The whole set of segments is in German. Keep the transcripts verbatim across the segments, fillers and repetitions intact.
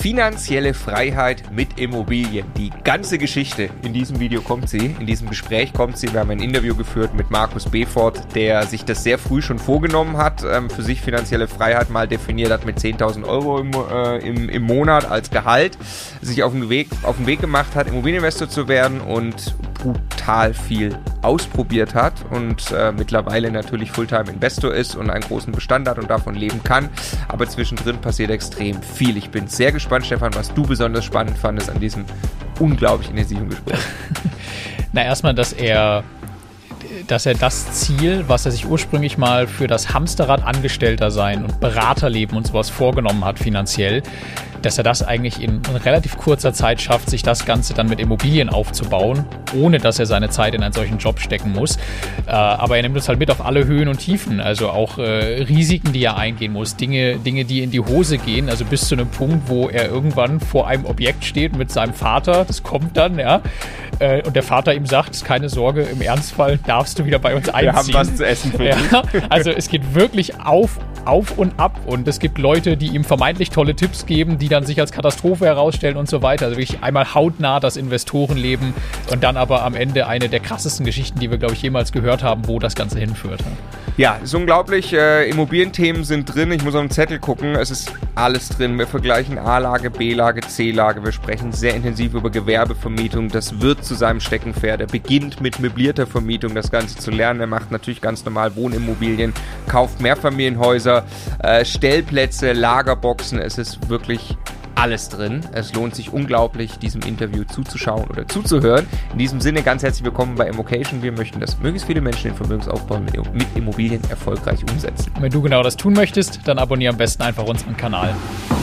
Finanzielle Freiheit mit Immobilien. Die ganze Geschichte. In diesem Video kommt sie, in diesem Gespräch kommt sie. Wir haben ein Interview geführt mit Markus Befort, der sich das sehr früh schon vorgenommen hat, ähm, für sich finanzielle Freiheit mal definiert hat mit zehntausend Euro im, äh, im, im Monat als Gehalt, sich auf den Weg, auf den Weg gemacht hat, Immobilieninvestor zu werden und brutal viel ausprobiert hat und äh, mittlerweile natürlich Fulltime-Investor ist und einen großen Bestand hat und davon leben kann. Aber zwischendrin passiert extrem viel. Ich bin sehr gespannt, Stefan, was du besonders spannend fandest an diesem unglaublich intensiven Gespräch. Na, erstmal, dass er dass er das Ziel, was er sich ursprünglich mal für das Hamsterrad Angestellter sein und Beraterleben und sowas vorgenommen hat finanziell, dass er das eigentlich in, in relativ kurzer Zeit schafft, sich das Ganze dann mit Immobilien aufzubauen, ohne dass er seine Zeit in einen solchen Job stecken muss. Äh, aber er nimmt uns halt mit auf alle Höhen und Tiefen, also auch äh, Risiken, die er eingehen muss, Dinge, Dinge, die in die Hose gehen, also bis zu einem Punkt, wo er irgendwann vor einem Objekt steht mit seinem Vater, das kommt dann, ja, äh, und der Vater ihm sagt, keine Sorge, im Ernstfall darfst du wieder bei uns einziehen. Wir haben was zu essen für dich. Ja, also es geht wirklich auf, auf und ab und es gibt Leute, die ihm vermeintlich tolle Tipps geben, die dann sich als Katastrophe herausstellen und so weiter. Also wirklich einmal hautnah das Investorenleben und dann aber am Ende eine der krassesten Geschichten, die wir, glaube ich, jemals gehört haben, wo das Ganze hinführt. Ja, ist unglaublich. Äh, Immobilienthemen sind drin. Ich muss auf den Zettel gucken. Es ist alles drin. Wir vergleichen A-Lage, B-Lage, C-Lage. Wir sprechen sehr intensiv über Gewerbevermietung. Das wird zu seinem Steckenpferd. Er beginnt mit möblierter Vermietung das Ganze zu lernen. Er macht natürlich ganz normal Wohnimmobilien, kauft Mehrfamilienhäuser, äh, Stellplätze, Lagerboxen. Es ist wirklich alles drin. Es lohnt sich unglaublich, diesem Interview zuzuschauen oder zuzuhören. In diesem Sinne ganz herzlich willkommen bei Immocation. Wir möchten, dass möglichst viele Menschen den Vermögensaufbau mit Immobilien erfolgreich umsetzen. Wenn du genau das tun möchtest, dann abonniere am besten einfach unseren Kanal.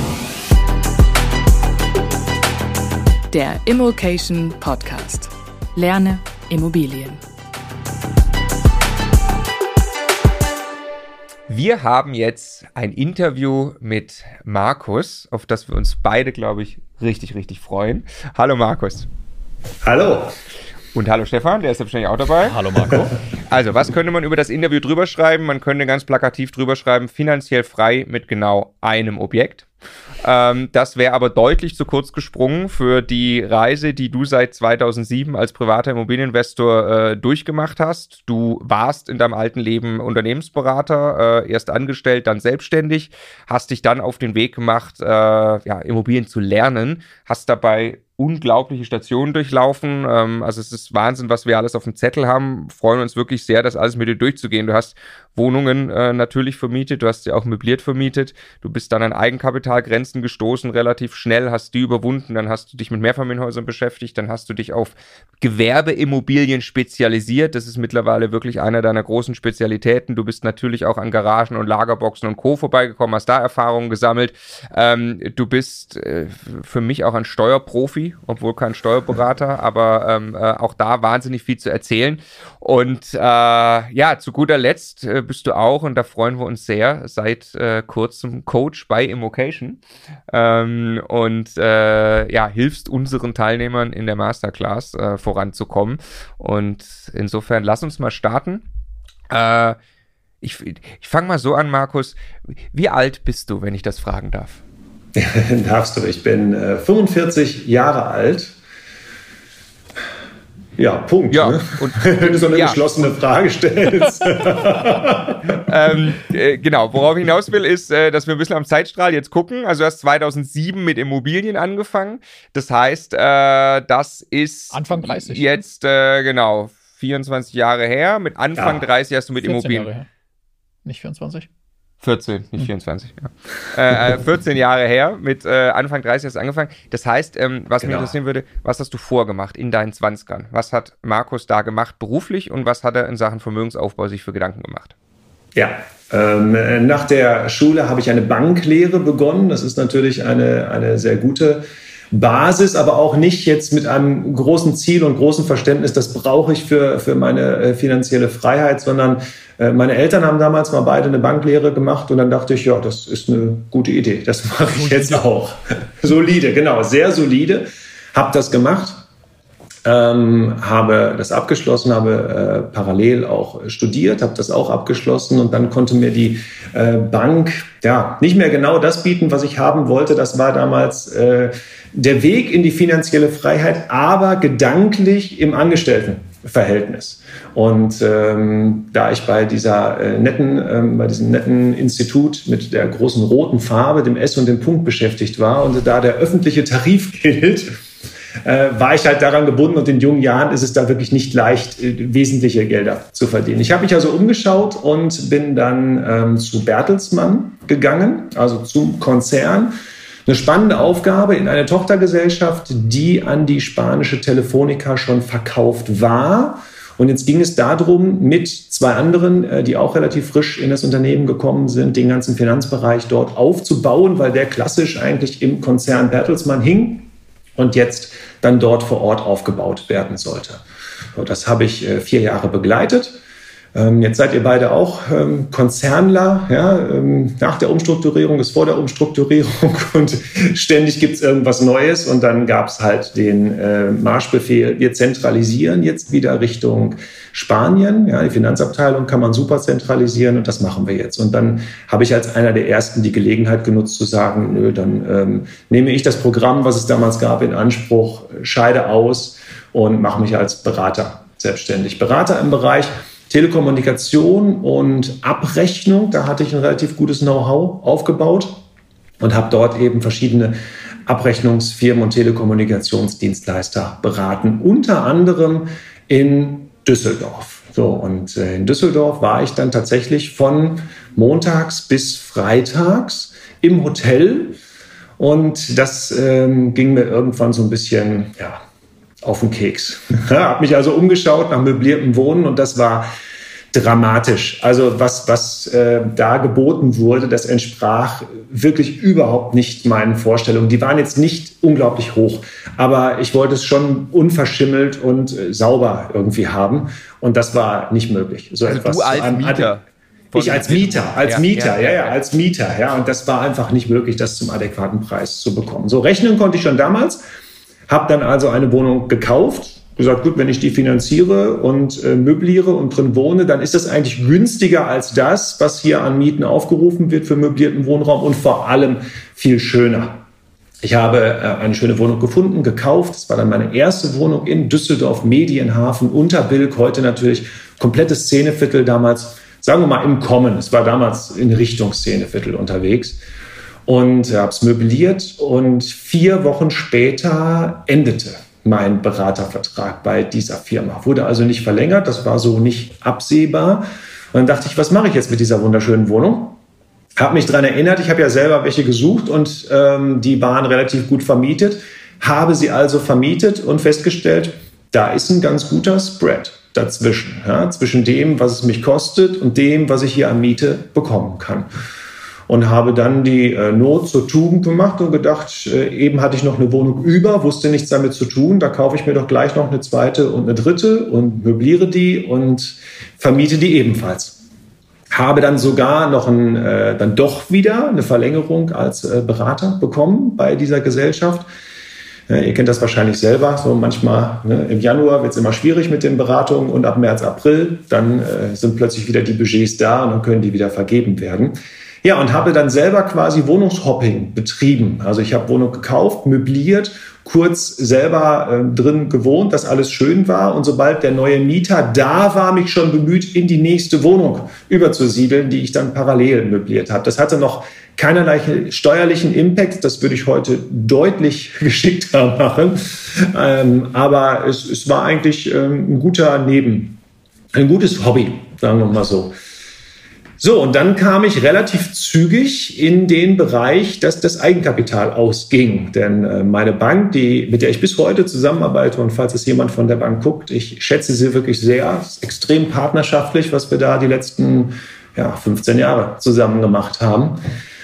Der Immocation Podcast. Lerne Immobilien. Wir haben jetzt ein Interview mit Markus, auf das wir uns beide, glaube ich, richtig, richtig freuen. Hallo Markus. Hallo. Und hallo Stefan, der ist wahrscheinlich auch dabei. Hallo Marco. Also, was könnte man über das Interview drüber schreiben? Man könnte ganz plakativ drüber schreiben, finanziell frei mit genau einem Objekt. Ähm, das wäre aber deutlich zu kurz gesprungen für die Reise, die du seit zweitausendsieben als privater Immobilieninvestor äh, durchgemacht hast. Du warst in deinem alten Leben Unternehmensberater, äh, erst angestellt, dann selbstständig, hast dich dann auf den Weg gemacht, äh, ja, Immobilien zu lernen, hast dabei unglaubliche Stationen durchlaufen. Ähm, also es ist Wahnsinn, was wir alles auf dem Zettel haben. Freuen uns wirklich sehr, das alles mit dir durchzugehen. Du hast Wohnungen äh, natürlich vermietet, du hast sie auch möbliert vermietet. Du bist dann an Eigenkapitalgrenzen gestoßen, relativ schnell, hast die überwunden. Dann hast du dich mit Mehrfamilienhäusern beschäftigt. Dann hast du dich auf Gewerbeimmobilien spezialisiert. Das ist mittlerweile wirklich einer deiner großen Spezialitäten. Du bist natürlich auch an Garagen und Lagerboxen und Co. vorbeigekommen, hast da Erfahrungen gesammelt. Ähm, du bist äh, für mich auch ein Steuerprofi, obwohl kein Steuerberater, aber ähm, äh, auch da wahnsinnig viel zu erzählen. Und äh, ja, zu guter Letzt äh, bist du auch, und da freuen wir uns sehr, seit äh, kurzem Coach bei Immocation ähm, und äh, ja, hilfst unseren Teilnehmern in der Masterclass äh, voranzukommen. Und insofern lass uns mal starten. Äh, ich ich fange mal so an, Markus. Wie alt bist du, wenn ich das fragen darf? Darfst du. Ich bin äh, fünfundvierzig Jahre alt. Ja, Punkt. Ja, ne? und, wenn du so eine ja. geschlossene Frage stellst. ähm, äh, genau, worauf ich hinaus will, ist, äh, dass wir ein bisschen am Zeitstrahl jetzt gucken. Also du hast zweitausendsieben mit Immobilien angefangen. Das heißt, äh, das ist Anfang dreißig. Jetzt, äh, genau, vierundzwanzig Jahre her. Mit Anfang ja. dreißig hast du mit vierzehn Immobilien... Jahre her. Nicht vierundzwanzig? vierzehn, nicht vierundzwanzig, ja. äh, vierzehn Jahre her, mit äh, Anfang dreißig hast du angefangen. Das heißt, ähm, was genau. mich interessieren würde, was hast du vorgemacht in deinen zwanzigern? Was hat Markus da gemacht beruflich und was hat er in Sachen Vermögensaufbau sich für Gedanken gemacht? Ja, ähm, nach der Schule habe ich eine Banklehre begonnen. Das ist natürlich eine, eine sehr gute Basis, aber auch nicht jetzt mit einem großen Ziel und großen Verständnis, das brauche ich für, für meine äh, finanzielle Freiheit, sondern äh, meine Eltern haben damals mal beide eine Banklehre gemacht und dann dachte ich, ja, das ist eine gute Idee, das mache ich jetzt auch. Solide, genau, sehr solide, habe das gemacht. Ähm, habe das abgeschlossen, habe äh, parallel auch studiert, habe das auch abgeschlossen und dann konnte mir die äh, Bank ja nicht mehr genau das bieten, was ich haben wollte. Das war damals äh, der Weg in die finanzielle Freiheit, aber gedanklich im Angestelltenverhältnis. Und ähm, da ich bei dieser äh, netten, ähm, bei diesem netten Institut mit der großen roten Farbe, dem S und dem Punkt beschäftigt war und da der öffentliche Tarif gilt, Äh, war ich halt daran gebunden und in jungen Jahren ist es da wirklich nicht leicht, äh, wesentliche Gelder zu verdienen. Ich habe mich also umgeschaut und bin dann ähm, zu Bertelsmann gegangen, also zum Konzern. Eine spannende Aufgabe in eine Tochtergesellschaft, die an die spanische Telefonica schon verkauft war. Und jetzt ging es darum, mit zwei anderen, äh, die auch relativ frisch in das Unternehmen gekommen sind, den ganzen Finanzbereich dort aufzubauen, weil der klassisch eigentlich im Konzern Bertelsmann hing und jetzt dann dort vor Ort aufgebaut werden sollte. So, das habe ich äh, vier Jahre begleitet. Ähm, jetzt seid ihr beide auch ähm, Konzernler. Ja? Ähm, nach der Umstrukturierung ist vor der Umstrukturierung und ständig gibt es irgendwas Neues. Und dann gab es halt den äh, Marschbefehl, wir zentralisieren jetzt wieder Richtung Spanien. Ja, die Finanzabteilung kann man super zentralisieren und das machen wir jetzt. Und dann habe ich als einer der Ersten die Gelegenheit genutzt zu sagen, nö, dann ähm, nehme ich das Programm, was es damals gab, in Anspruch, scheide aus und mache mich als Berater selbstständig. Berater im Bereich Telekommunikation und Abrechnung. Da hatte ich ein relativ gutes Know-how aufgebaut und habe dort eben verschiedene Abrechnungsfirmen und Telekommunikationsdienstleister beraten, unter anderem in Düsseldorf. So, und in Düsseldorf war ich dann tatsächlich von montags bis freitags im Hotel. Und das ähm, ging mir irgendwann so ein bisschen ja, auf den Keks. Ja, habe mich also umgeschaut nach möbliertem Wohnen und das war dramatisch. Also was, was äh, da geboten wurde, das entsprach wirklich überhaupt nicht meinen Vorstellungen. Die waren jetzt nicht unglaublich hoch, aber ich wollte es schon unverschimmelt und äh, sauber irgendwie haben und das war nicht möglich. So also etwas du als Mieter? Ich als Mieter, als Mieter, ja, ja, als Mieter, ja. Und das war einfach nicht möglich, das zum adäquaten Preis zu bekommen. So rechnen konnte ich schon damals, habe dann also eine Wohnung gekauft. Gesagt, gut, wenn ich die finanziere und äh, möbliere und drin wohne, dann ist das eigentlich günstiger als das, was hier an Mieten aufgerufen wird für möblierten Wohnraum und vor allem viel schöner. Ich habe äh, eine schöne Wohnung gefunden, gekauft. Das war dann meine erste Wohnung in Düsseldorf, Medienhafen, Unterbilk, heute natürlich komplettes Szeneviertel, damals, sagen wir mal, im Kommen. Es war damals in Richtung Szeneviertel unterwegs und habe es möbliert und vier Wochen später endete mein Beratervertrag bei dieser Firma. Wurde also nicht verlängert, das war so nicht absehbar. Und dann dachte ich, was mache ich jetzt mit dieser wunderschönen Wohnung? Habe mich daran erinnert, ich habe ja selber welche gesucht und ähm, die waren relativ gut vermietet. Habe sie also vermietet und festgestellt, da ist ein ganz guter Spread dazwischen. Ja, zwischen dem, was es mich kostet und dem, was ich hier an Miete bekommen kann. Und habe dann die äh, Not zur Tugend gemacht und gedacht, äh, eben hatte ich noch eine Wohnung über, wusste nichts damit zu tun, da kaufe ich mir doch gleich noch eine zweite und eine dritte und möbliere die und vermiete die ebenfalls. Habe dann sogar noch ein, äh, dann doch wieder eine Verlängerung als äh, Berater bekommen bei dieser Gesellschaft. Äh, ihr kennt das wahrscheinlich selber, so manchmal ne, im Januar wird es immer schwierig mit den Beratungen und ab März, April, dann äh, sind plötzlich wieder die Budgets da und dann können die wieder vergeben werden. Ja, und habe dann selber quasi Wohnungshopping betrieben. Also ich habe Wohnung gekauft, möbliert, kurz selber äh, drin gewohnt, dass alles schön war. Und sobald der neue Mieter da war, mich schon bemüht, in die nächste Wohnung überzusiedeln, die ich dann parallel möbliert habe. Das hatte noch keinerlei steuerlichen Impact. Das würde ich heute deutlich geschickter machen. Ähm, aber es, es war eigentlich ähm, ein guter Neben, ein gutes Hobby, sagen wir mal so. So, und dann kam ich relativ zügig in den Bereich, dass das Eigenkapital ausging. Denn äh, meine Bank, die, mit der ich bis heute zusammenarbeite, und falls es jemand von der Bank guckt, ich schätze sie wirklich sehr, es ist extrem partnerschaftlich, was wir da die letzten ja, fünfzehn Jahre zusammen gemacht haben.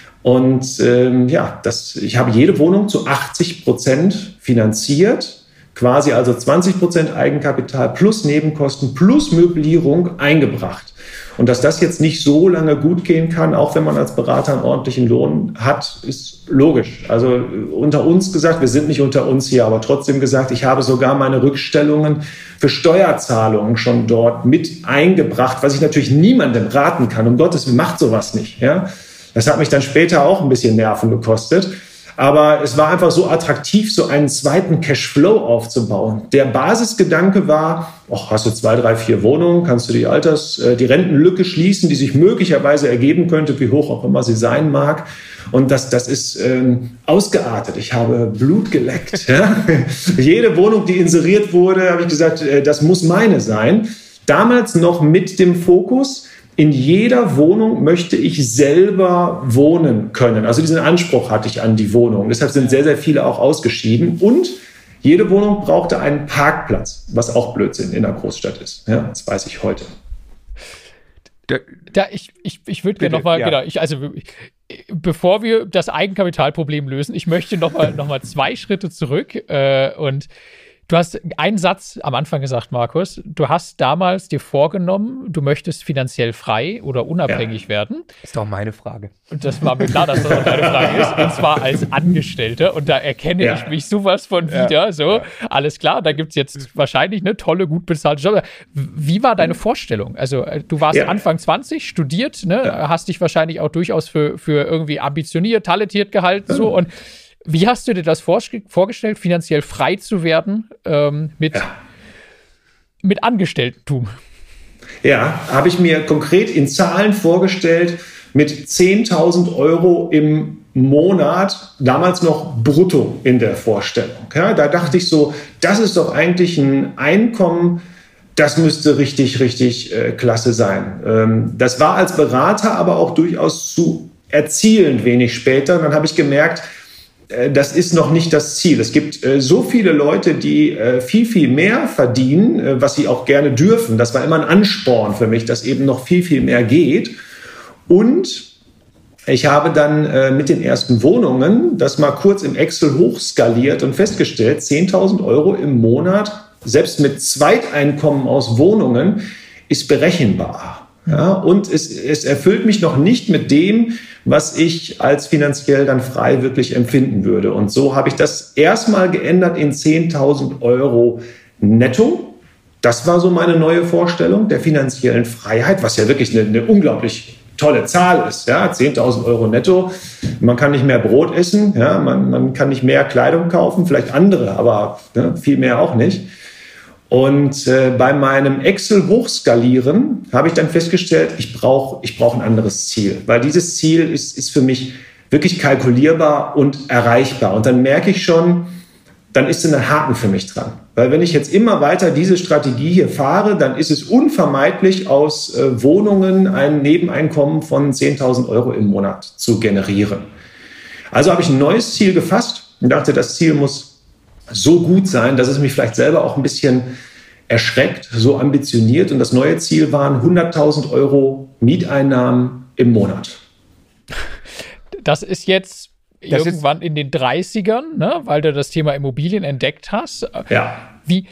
Und ähm, ja, das, ich habe jede Wohnung zu achtzig Prozent finanziert quasi also zwanzig Prozent Eigenkapital plus Nebenkosten plus Möblierung eingebracht. Und dass das jetzt nicht so lange gut gehen kann, auch wenn man als Berater einen ordentlichen Lohn hat, ist logisch. Also unter uns gesagt, wir sind nicht unter uns hier, aber trotzdem gesagt, ich habe sogar meine Rückstellungen für Steuerzahlungen schon dort mit eingebracht, was ich natürlich niemandem raten kann. Um Gottes Willen, macht sowas nicht. Ja? Das hat mich dann später auch ein bisschen Nerven gekostet. Aber es war einfach so attraktiv, so einen zweiten Cashflow aufzubauen. Der Basisgedanke war, ach, hast du zwei, drei, vier Wohnungen, kannst du die Alters-, die Rentenlücke schließen, die sich möglicherweise ergeben könnte, wie hoch auch immer sie sein mag. Und das, das ist ähm, ausgeartet. Ich habe Blut geleckt. Ja? Jede Wohnung, die inseriert wurde, habe ich gesagt, äh, das muss meine sein. Damals noch mit dem Fokus, in jeder Wohnung möchte ich selber wohnen können. Also diesen Anspruch hatte ich an die Wohnung. Deshalb sind sehr, sehr viele auch ausgeschieden. Und jede Wohnung brauchte einen Parkplatz, was auch Blödsinn in der Großstadt ist. Ja, das weiß ich heute. Da, ich ich, ich würde gerne nochmal, ja. genau, ich, also ich, bevor wir das Eigenkapitalproblem lösen, ich möchte nochmal noch mal zwei Schritte zurück äh, und du hast einen Satz am Anfang gesagt, Markus. Du hast damals dir vorgenommen, du möchtest finanziell frei oder unabhängig ja. werden. Ist doch meine Frage. Und das war mir klar, dass das auch deine Frage ist. Und zwar als Angestellter. Und da erkenne ja. ich mich sowas von wieder. Ja. So, ja. alles klar, da gibt es jetzt wahrscheinlich eine tolle, gut bezahlte Job. Wie war deine Vorstellung? Also du warst ja. Anfang zwanzig, studiert, ne? Ja. Hast dich wahrscheinlich auch durchaus für, für irgendwie ambitioniert, talentiert gehalten. So. Und wie hast du dir das vorgestellt, finanziell frei zu werden ähm, mit, ja. mit Angestelltentum? Ja, habe ich mir konkret in Zahlen vorgestellt mit zehntausend Euro im Monat, damals noch brutto in der Vorstellung. Ja, da dachte ich so, das ist doch eigentlich ein Einkommen, das müsste richtig, richtig äh, klasse sein. Ähm, das war als Berater aber auch durchaus zu erzielen wenig später. Dann habe ich gemerkt, das ist noch nicht das Ziel. Es gibt äh, so viele Leute, die äh, viel, viel mehr verdienen, äh, was sie auch gerne dürfen. Das war immer ein Ansporn für mich, dass eben noch viel, viel mehr geht. Und ich habe dann äh, mit den ersten Wohnungen das mal kurz im Excel hochskaliert und festgestellt, zehntausend Euro im Monat, selbst mit Zweiteinkommen aus Wohnungen, ist berechenbar. Ja, und es, es erfüllt mich noch nicht mit dem, was ich als finanziell dann frei wirklich empfinden würde. Und so habe ich das erstmal geändert in zehntausend Euro netto. Das war so meine neue Vorstellung der finanziellen Freiheit, was ja wirklich eine, eine unglaublich tolle Zahl ist. Ja, zehntausend Euro netto. Man kann nicht mehr Brot essen, ja, man, man kann nicht mehr Kleidung kaufen, vielleicht andere, aber ja, viel mehr auch nicht. Und äh, bei meinem Excel-Hochskalieren habe ich dann festgestellt, ich brauche ich brauch ein anderes Ziel. Weil dieses Ziel ist, ist für mich wirklich kalkulierbar und erreichbar. Und dann merke ich schon, dann ist ein Haken für mich dran. Weil wenn ich jetzt immer weiter diese Strategie hier fahre, dann ist es unvermeidlich, aus äh, Wohnungen ein Nebeneinkommen von zehntausend Euro im Monat zu generieren. Also habe ich ein neues Ziel gefasst und dachte, das Ziel muss so gut sein, dass es mich vielleicht selber auch ein bisschen erschreckt, so ambitioniert. Und das neue Ziel waren hunderttausend Euro Mieteinnahmen im Monat. Das ist jetzt das irgendwann ist in den dreißigern, ne, weil du das Thema Immobilien entdeckt hast. Ja. Wie,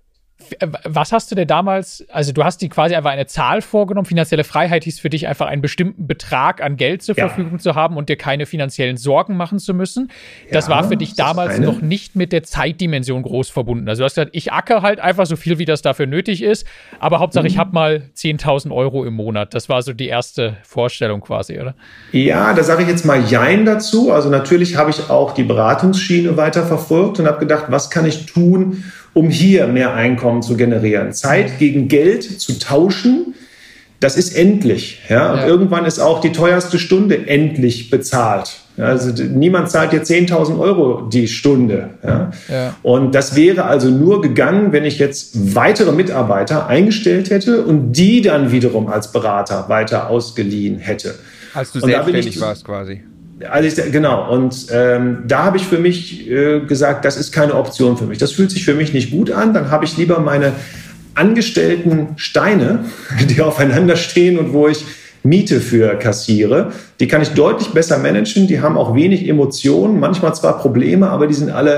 was hast du denn damals, also du hast dir quasi einfach eine Zahl vorgenommen, finanzielle Freiheit hieß für dich einfach einen bestimmten Betrag an Geld zur ja. Verfügung zu haben und dir keine finanziellen Sorgen machen zu müssen. Das ja, war für dich damals noch nicht mit der Zeitdimension groß verbunden. Also du hast gesagt, ich acker halt einfach so viel, wie das dafür nötig ist, aber Hauptsache mhm. ich habe mal zehntausend Euro im Monat. Das war so die erste Vorstellung quasi, oder? Ja, da sage ich jetzt mal Jein dazu. Also natürlich habe ich auch die Beratungsschiene weiter verfolgt und habe gedacht, was kann ich tun, um hier mehr Einkommen zu generieren. Zeit gegen Geld zu tauschen, das ist endlich. Ja? Und ja. irgendwann ist auch die teuerste Stunde endlich bezahlt. Also niemand zahlt dir zehntausend Euro die Stunde. Ja? Ja. Und das wäre also nur gegangen, wenn ich jetzt weitere Mitarbeiter eingestellt hätte und die dann wiederum als Berater weiter ausgeliehen hätte. Als du selbstständig warst quasi. Also ich, genau, und ähm, da habe ich für mich äh, gesagt, das ist keine Option für mich. Das fühlt sich für mich nicht gut an. Dann habe ich lieber meine angestellten Steine, die aufeinander stehen und wo ich Miete für kassiere. Die kann ich deutlich besser managen. Die haben auch wenig Emotionen, manchmal zwar Probleme, aber die sind alle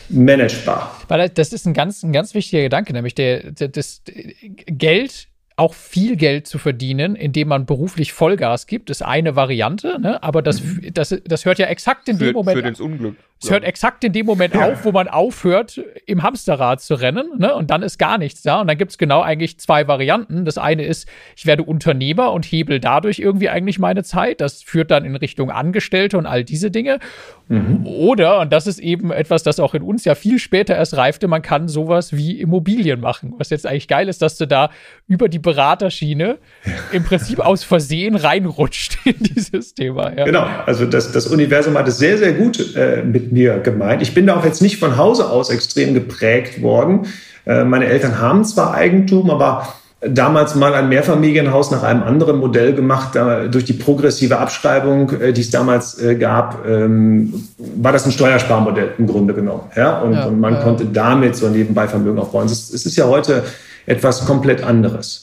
managebar. Weil das ist ein ganz, ein ganz wichtiger Gedanke, nämlich der, der, das Geld, auch viel Geld zu verdienen, indem man beruflich Vollgas gibt, ist eine Variante, ne? Aber das, mhm. das, das hört ja exakt in für, dem Moment für ins Unglück. Es hört exakt in dem Moment ja. auf, wo man aufhört, im Hamsterrad zu rennen, ne? Und dann ist gar nichts da. Und dann gibt es genau eigentlich zwei Varianten. Das eine ist, ich werde Unternehmer und hebel dadurch irgendwie eigentlich meine Zeit. Das führt dann in Richtung Angestellte und all diese Dinge. Mhm. Oder, und das ist eben etwas, das auch in uns ja viel später erst reifte, man kann sowas wie Immobilien machen. Was jetzt eigentlich geil ist, dass du da über die Beraterschiene im Prinzip aus Versehen reinrutscht in dieses Thema. Ja. Genau, also das, das Universum hat es sehr, sehr gut äh, mit mir gemeint. Ich bin da auch jetzt nicht von Hause aus extrem geprägt worden. Äh, meine Eltern haben zwar Eigentum, aber damals mal ein Mehrfamilienhaus nach einem anderen Modell gemacht. Da, durch die progressive Abschreibung, äh, die es damals äh, gab, ähm, war das ein Steuersparmodell im Grunde genommen. Ja? Und, ja, und man äh, konnte damit so nebenbei Vermögen aufbauen. Es ist, es ist ja heute etwas komplett anderes.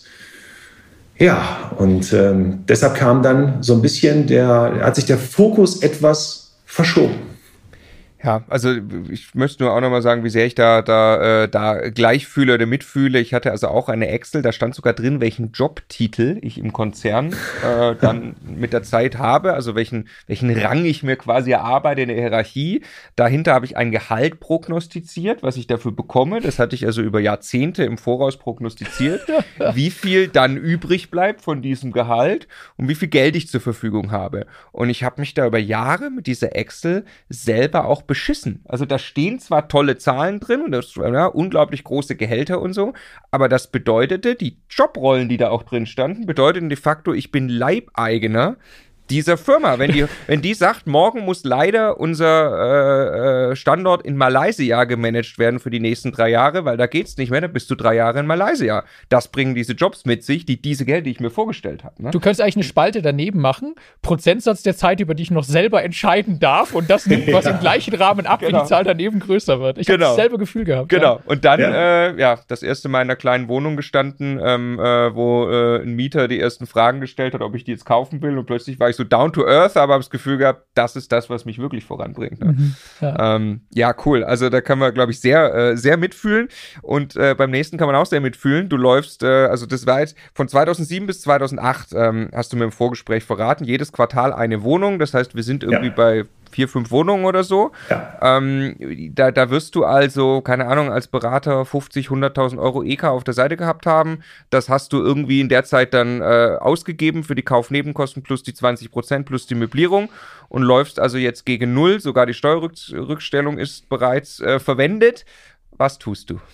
Ja, und ähm, deshalb kam dann so ein bisschen der, hat sich der Fokus etwas verschoben. Ja, also ich möchte nur auch nochmal sagen, wie sehr ich da da äh, da gleich fühle oder mitfühle. Ich hatte also auch eine Excel, da stand sogar drin, welchen Jobtitel ich im Konzern äh, dann mit der Zeit habe, also welchen welchen Rang ich mir quasi erarbeite in der Hierarchie. Dahinter habe ich ein Gehalt prognostiziert, was ich dafür bekomme. Das hatte ich also über Jahrzehnte im Voraus prognostiziert, wie viel dann übrig bleibt von diesem Gehalt und wie viel Geld ich zur Verfügung habe. Und ich habe mich da über Jahre mit dieser Excel selber auch beschissen. Also da stehen zwar tolle Zahlen drin und das, ja, unglaublich große Gehälter und so, aber das bedeutete, die Jobrollen, die da auch drin standen, bedeuteten de facto, ich bin Leibeigener dieser Firma. Wenn die, wenn die sagt, morgen muss leider unser äh, Standort in Malaysia gemanagt werden für die nächsten drei Jahre, weil da geht's nicht mehr, dann bist du drei Jahre in Malaysia. Das bringen diese Jobs mit sich, die diese Geld, die ich mir vorgestellt habe. Ne? Du könntest eigentlich eine Spalte daneben machen, Prozentsatz der Zeit, über die ich noch selber entscheiden darf und das nimmt was ja. im gleichen Rahmen ab, genau. wie die Zahl daneben größer wird. Ich genau. habe dasselbe Gefühl gehabt. Genau. Ja. Und dann, ja. Äh, ja, das erste Mal in einer kleinen Wohnung gestanden, ähm, äh, wo äh, ein Mieter die ersten Fragen gestellt hat, ob ich die jetzt kaufen will und plötzlich war ich so down to earth, aber habe das Gefühl gehabt, das ist das, was mich wirklich voranbringt. Ne? Mhm, ja. Ähm, ja, cool. Also da kann man, glaube ich, sehr, äh, sehr mitfühlen und äh, beim nächsten kann man auch sehr mitfühlen. Du läufst, äh, also das war jetzt von zweitausendsieben bis zweitausendacht, ähm, hast du mir im Vorgespräch verraten, jedes Quartal eine Wohnung. Das heißt, wir sind irgendwie ja. bei vier, fünf Wohnungen oder so. Ja. Ähm, da, da wirst du also, keine Ahnung, als Berater fünfzig, hunderttausend Euro E K auf der Seite gehabt haben. Das hast du irgendwie in der Zeit dann äh, ausgegeben für die Kaufnebenkosten plus die zwanzig Prozent plus die Möblierung und läufst also jetzt gegen Null. Sogar die Steuerrückstellung ist bereits äh, verwendet. Was tust du?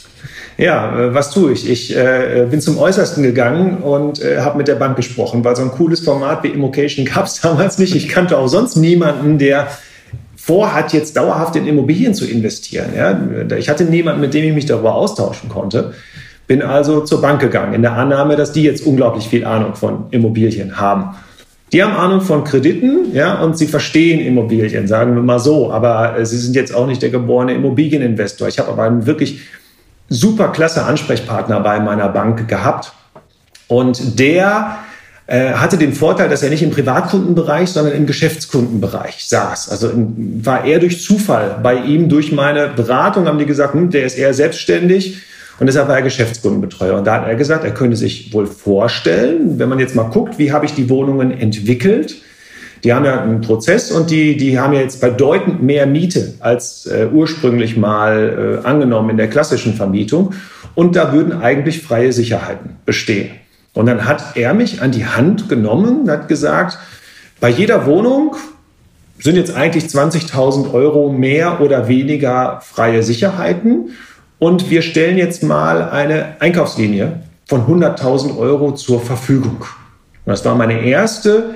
Ja, äh, was tue ich? Ich äh, bin zum Äußersten gegangen und äh, habe mit der Bank gesprochen, weil so ein cooles Format wie Immocation gab es damals nicht. Ich kannte auch sonst niemanden, der vorhat, jetzt dauerhaft in Immobilien zu investieren. Ja? Ich hatte niemanden, mit dem ich mich darüber austauschen konnte. Bin also zur Bank gegangen, in der Annahme, dass die jetzt unglaublich viel Ahnung von Immobilien haben. Die haben Ahnung von Krediten, ja, und sie verstehen Immobilien, sagen wir mal so. Aber äh, sie sind jetzt auch nicht der geborene Immobilieninvestor. Ich habe aber einen wirklich super klasse Ansprechpartner bei meiner Bank gehabt und der äh, hatte den Vorteil, dass er nicht im Privatkundenbereich, sondern im Geschäftskundenbereich saß. Also in, war er durch Zufall bei ihm, durch meine Beratung, haben die gesagt, hm, der ist eher selbstständig und deshalb war er Geschäftskundenbetreuer. Und da hat er gesagt, er könnte sich wohl vorstellen, wenn man jetzt mal guckt, wie habe ich die Wohnungen entwickelt. Die haben ja einen Prozess und die, die haben ja jetzt bedeutend mehr Miete als äh, ursprünglich mal äh, angenommen in der klassischen Vermietung. Und da würden eigentlich freie Sicherheiten bestehen. Und dann hat er mich an die Hand genommen und hat gesagt, bei jeder Wohnung sind jetzt eigentlich zwanzigtausend Euro mehr oder weniger freie Sicherheiten. Und wir stellen jetzt mal eine Einkaufslinie von hunderttausend Euro zur Verfügung. Und das war meine erste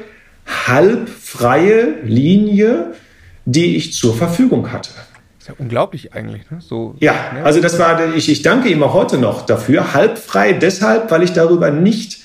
halbfreie Linie, die ich zur Verfügung hatte. Das ist ja unglaublich eigentlich. Ne? So, ja, ne? Also das war, ich, ich danke ihm auch heute noch dafür. Halbfrei deshalb, weil ich darüber nicht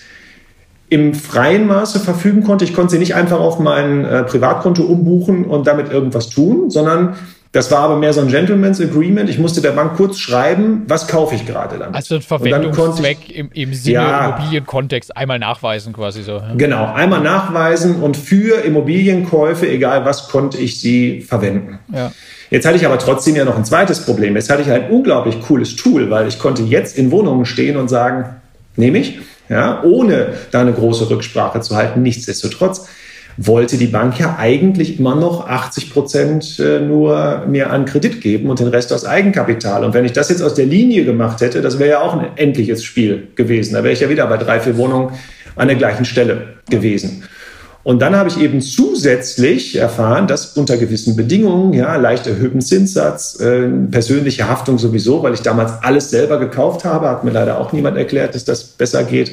im freien Maße verfügen konnte. Ich konnte sie nicht einfach auf mein äh, Privatkonto umbuchen und damit irgendwas tun, sondern Das war aber mehr so ein Gentleman's Agreement. Ich musste der Bank kurz schreiben, was kaufe ich gerade damit. Also ein Verwendungszweck im, im Sinne ja, Immobilienkontext einmal nachweisen quasi so. Ja. Genau, einmal nachweisen und für Immobilienkäufe, egal was, konnte ich sie verwenden. Ja. Jetzt hatte ich aber trotzdem ja noch ein zweites Problem. Jetzt hatte ich ein unglaublich cooles Tool, weil ich konnte jetzt in Wohnungen stehen und sagen, nehme ich, ja, ohne da eine große Rücksprache zu halten. Nichtsdestotrotz wollte die Bank ja eigentlich immer noch achtzig Prozent nur mir an Kredit geben und den Rest aus Eigenkapital. Und wenn ich das jetzt aus der Linie gemacht hätte, das wäre ja auch ein endliches Spiel gewesen. Da wäre ich ja wieder bei drei, vier Wohnungen an der gleichen Stelle gewesen. Und dann habe ich eben zusätzlich erfahren, dass unter gewissen Bedingungen, ja, leicht erhöhten Zinssatz, äh, persönliche Haftung sowieso, weil ich damals alles selber gekauft habe, hat mir leider auch niemand erklärt, dass das besser geht.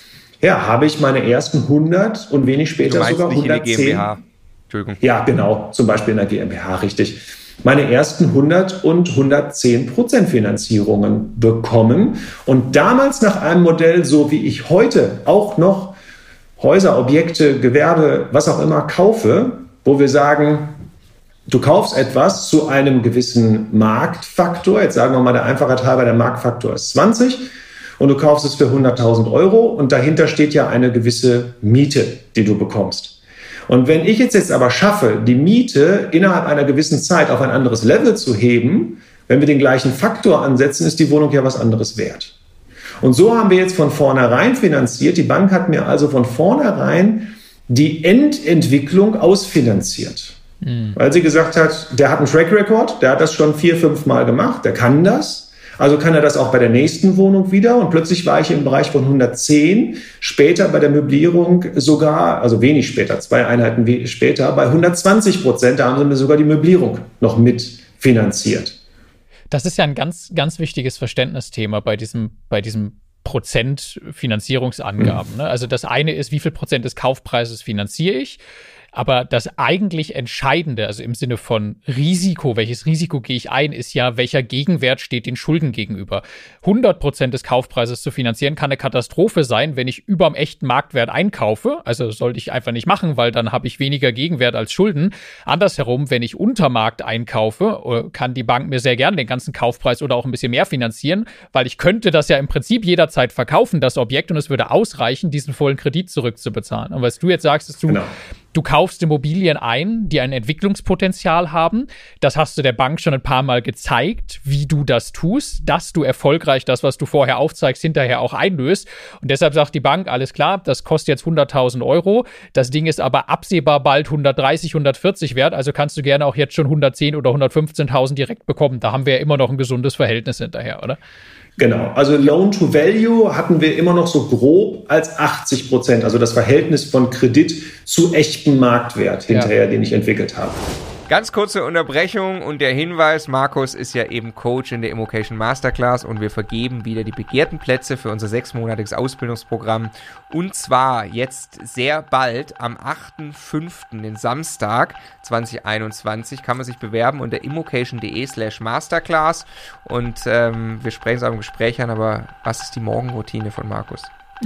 Ja, habe ich meine ersten hundert und wenig später sogar hundertzehn. In der GmbH. Entschuldigung. Ja, genau, zum Beispiel in der GmbH, richtig. Meine ersten hundert und hundertzehn Prozent Finanzierungen bekommen. Und damals nach einem Modell, so wie ich heute auch noch Häuser, Objekte, Gewerbe, was auch immer kaufe, wo wir sagen, du kaufst etwas zu einem gewissen Marktfaktor. Jetzt sagen wir mal der Einfachheit halber, der Marktfaktor ist zwanzig. Und du kaufst es für hunderttausend Euro und dahinter steht ja eine gewisse Miete, die du bekommst. Und wenn ich jetzt, jetzt aber schaffe, die Miete innerhalb einer gewissen Zeit auf ein anderes Level zu heben, wenn wir den gleichen Faktor ansetzen, ist die Wohnung ja was anderes wert. Und so haben wir jetzt von vornherein finanziert. Die Bank hat mir also von vornherein die Endentwicklung ausfinanziert. Mhm. Weil sie gesagt hat, der hat einen Track Record, der hat das schon vier, fünf Mal gemacht, der kann das. Also kann er das auch bei der nächsten Wohnung wieder. Und plötzlich war ich im Bereich von hundertzehn, später bei der Möblierung sogar, also wenig später, zwei Einheiten später, bei hundertzwanzig Prozent. Da haben sie mir sogar die Möblierung noch mitfinanziert. Das ist ja ein ganz, ganz wichtiges Verständnisthema bei diesem, bei diesem Prozent Finanzierungsangaben. Mhm. Ne? Also das eine ist, wie viel Prozent des Kaufpreises finanziere ich? Aber das eigentlich Entscheidende, also im Sinne von Risiko, welches Risiko gehe ich ein, ist ja, welcher Gegenwert steht den Schulden gegenüber. hundert Prozent des Kaufpreises zu finanzieren kann eine Katastrophe sein, wenn ich über dem echten Marktwert einkaufe. Also sollte ich einfach nicht machen, weil dann habe ich weniger Gegenwert als Schulden. Andersherum, wenn ich unter Markt einkaufe, kann die Bank mir sehr gerne den ganzen Kaufpreis oder auch ein bisschen mehr finanzieren, weil ich könnte das ja im Prinzip jederzeit verkaufen, das Objekt, und es würde ausreichen, diesen vollen Kredit zurückzubezahlen. Und was du jetzt sagst, ist, du genau. Du kaufst Immobilien ein, die ein Entwicklungspotenzial haben. Das hast du der Bank schon ein paar Mal gezeigt, wie du das tust, dass du erfolgreich das, was du vorher aufzeigst, hinterher auch einlöst. Und deshalb sagt die Bank, alles klar, das kostet jetzt hunderttausend Euro. Das Ding ist aber absehbar bald hundertdreißig, hundertvierzig wert. Also kannst du gerne auch jetzt schon hundertzehn oder hundertfünfzehntausend direkt bekommen. Da haben wir ja immer noch ein gesundes Verhältnis hinterher, oder? Genau, also Loan to Value hatten wir immer noch so grob als achtzig Prozent, also das Verhältnis von Kredit zu echtem Marktwert hinterher, ja. den ich entwickelt habe. Ganz kurze Unterbrechung und der Hinweis, Markus ist ja eben Coach in der Immocation Masterclass und wir vergeben wieder die begehrten Plätze für unser sechsmonatiges Ausbildungsprogramm und zwar jetzt sehr bald am achten fünften, den Samstag zwanzig einundzwanzig, kann man sich bewerben unter immocation.de slash Masterclass und ähm, wir sprechen es auch im Gespräch an, aber was ist die Morgenroutine von Markus?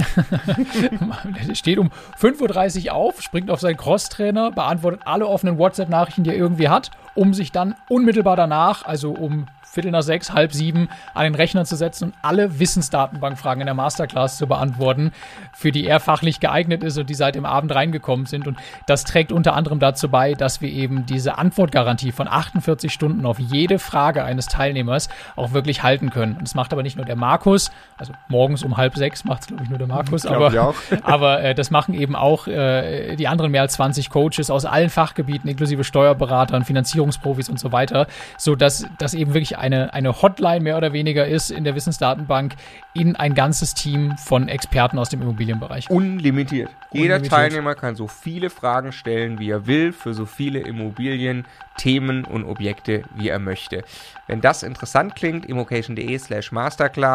Der steht um fünf Uhr dreißig auf, springt auf seinen Crosstrainer, beantwortet alle offenen WhatsApp-Nachrichten, die er irgendwie hat, um sich dann unmittelbar danach, also um Viertel nach sechs, halb sieben, an den Rechner zu setzen und alle Wissensdatenbankfragen in der Masterclass zu beantworten, für die er fachlich geeignet ist und die seit dem Abend reingekommen sind. Und das trägt unter anderem dazu bei, dass wir eben diese Antwortgarantie von achtundvierzig Stunden auf jede Frage eines Teilnehmers auch wirklich halten können. Und das macht aber nicht nur der Markus, also morgens um halb sechs macht es, glaube ich, nur der Markus, aber, aber äh, das machen eben auch äh, die anderen mehr als zwanzig Coaches aus allen Fachgebieten, inklusive Steuerberatern, Finanzierungsprofis und so weiter, sodass das eben wirklich eine, eine Hotline mehr oder weniger ist in der Wissensdatenbank in ein ganzes Team von Experten aus dem Immobilienbereich. Unlimitiert. Jeder Unlimitiert. Teilnehmer kann so viele Fragen stellen, wie er will, für so viele Immobilien, Themen und Objekte, wie er möchte. Wenn das interessant klingt, immocation.de slash Masterclass,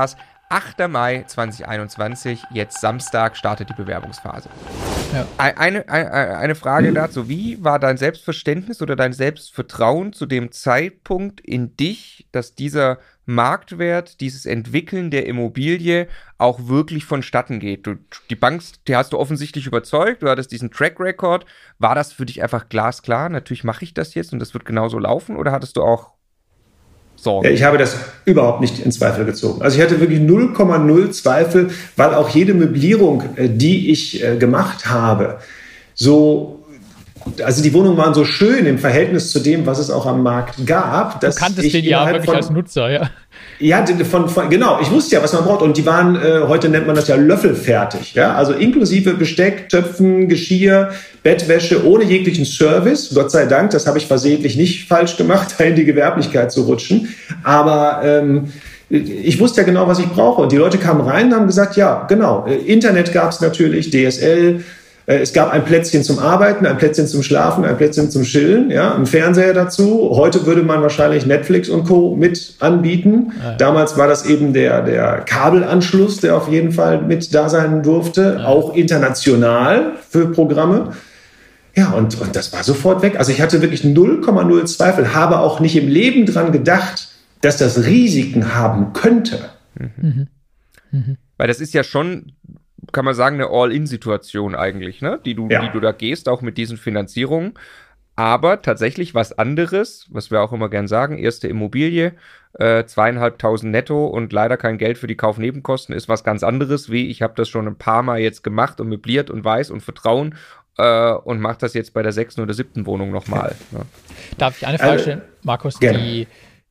achter Mai zweitausendeinundzwanzig, jetzt Samstag, startet die Bewerbungsphase. Ja. Eine, eine, eine Frage dazu, wie war dein Selbstverständnis oder dein Selbstvertrauen zu dem Zeitpunkt in dich, dass dieser Marktwert, dieses Entwickeln der Immobilie auch wirklich vonstatten geht? Du, die Bank, die hast du offensichtlich überzeugt, du hattest diesen Track Record. War das für dich einfach glasklar? Natürlich mache ich das jetzt und das wird genauso laufen, oder hattest du auch Sorgen? Ja, ich habe das überhaupt nicht in Zweifel gezogen. Also ich hatte wirklich null Komma null Zweifel, weil auch jede Möblierung, die ich gemacht habe, so, also die Wohnungen waren so schön im Verhältnis zu dem, was es auch am Markt gab. Dass du kanntest ich den ja wirklich von, als Nutzer, ja. Ja, von, von, genau. Ich wusste ja, was man braucht. Und die waren, äh, heute nennt man das ja löffelfertig. Ja? Also inklusive Besteck, Töpfen, Geschirr, Bettwäsche, ohne jeglichen Service. Gott sei Dank, das habe ich versehentlich nicht falsch gemacht, da in die Gewerblichkeit zu rutschen. Aber ähm, ich wusste ja genau, was ich brauche. Und die Leute kamen rein und haben gesagt, ja, genau. Internet gab es natürlich, D S L. Es gab ein Plätzchen zum Arbeiten, ein Plätzchen zum Schlafen, ein Plätzchen zum Chillen, ja, ein Fernseher dazu. Heute würde man wahrscheinlich Netflix und Co. mit anbieten. Ja. Damals war das eben der, der Kabelanschluss, der auf jeden Fall mit da sein durfte, ja. Auch international für Programme. Ja, und, und das war sofort weg. Also ich hatte wirklich null Komma null Zweifel, habe auch nicht im Leben dran gedacht, dass das Risiken haben könnte. Mhm. Mhm. Weil das ist ja schon, kann man sagen, eine All-In-Situation eigentlich, ne? Die du, ja. die du da gehst, auch mit diesen Finanzierungen. Aber tatsächlich was anderes, was wir auch immer gern sagen, erste Immobilie, äh, zweieinhalbtausend netto und leider kein Geld für die Kaufnebenkosten, ist was ganz anderes, wie ich habe das schon ein paar Mal jetzt gemacht und möbliert und weiß und vertrauen äh, und mache das jetzt bei der sechsten oder siebten Wohnung nochmal. Ja. Ne? Darf ich eine Frage stellen, Markus? Gerne. Die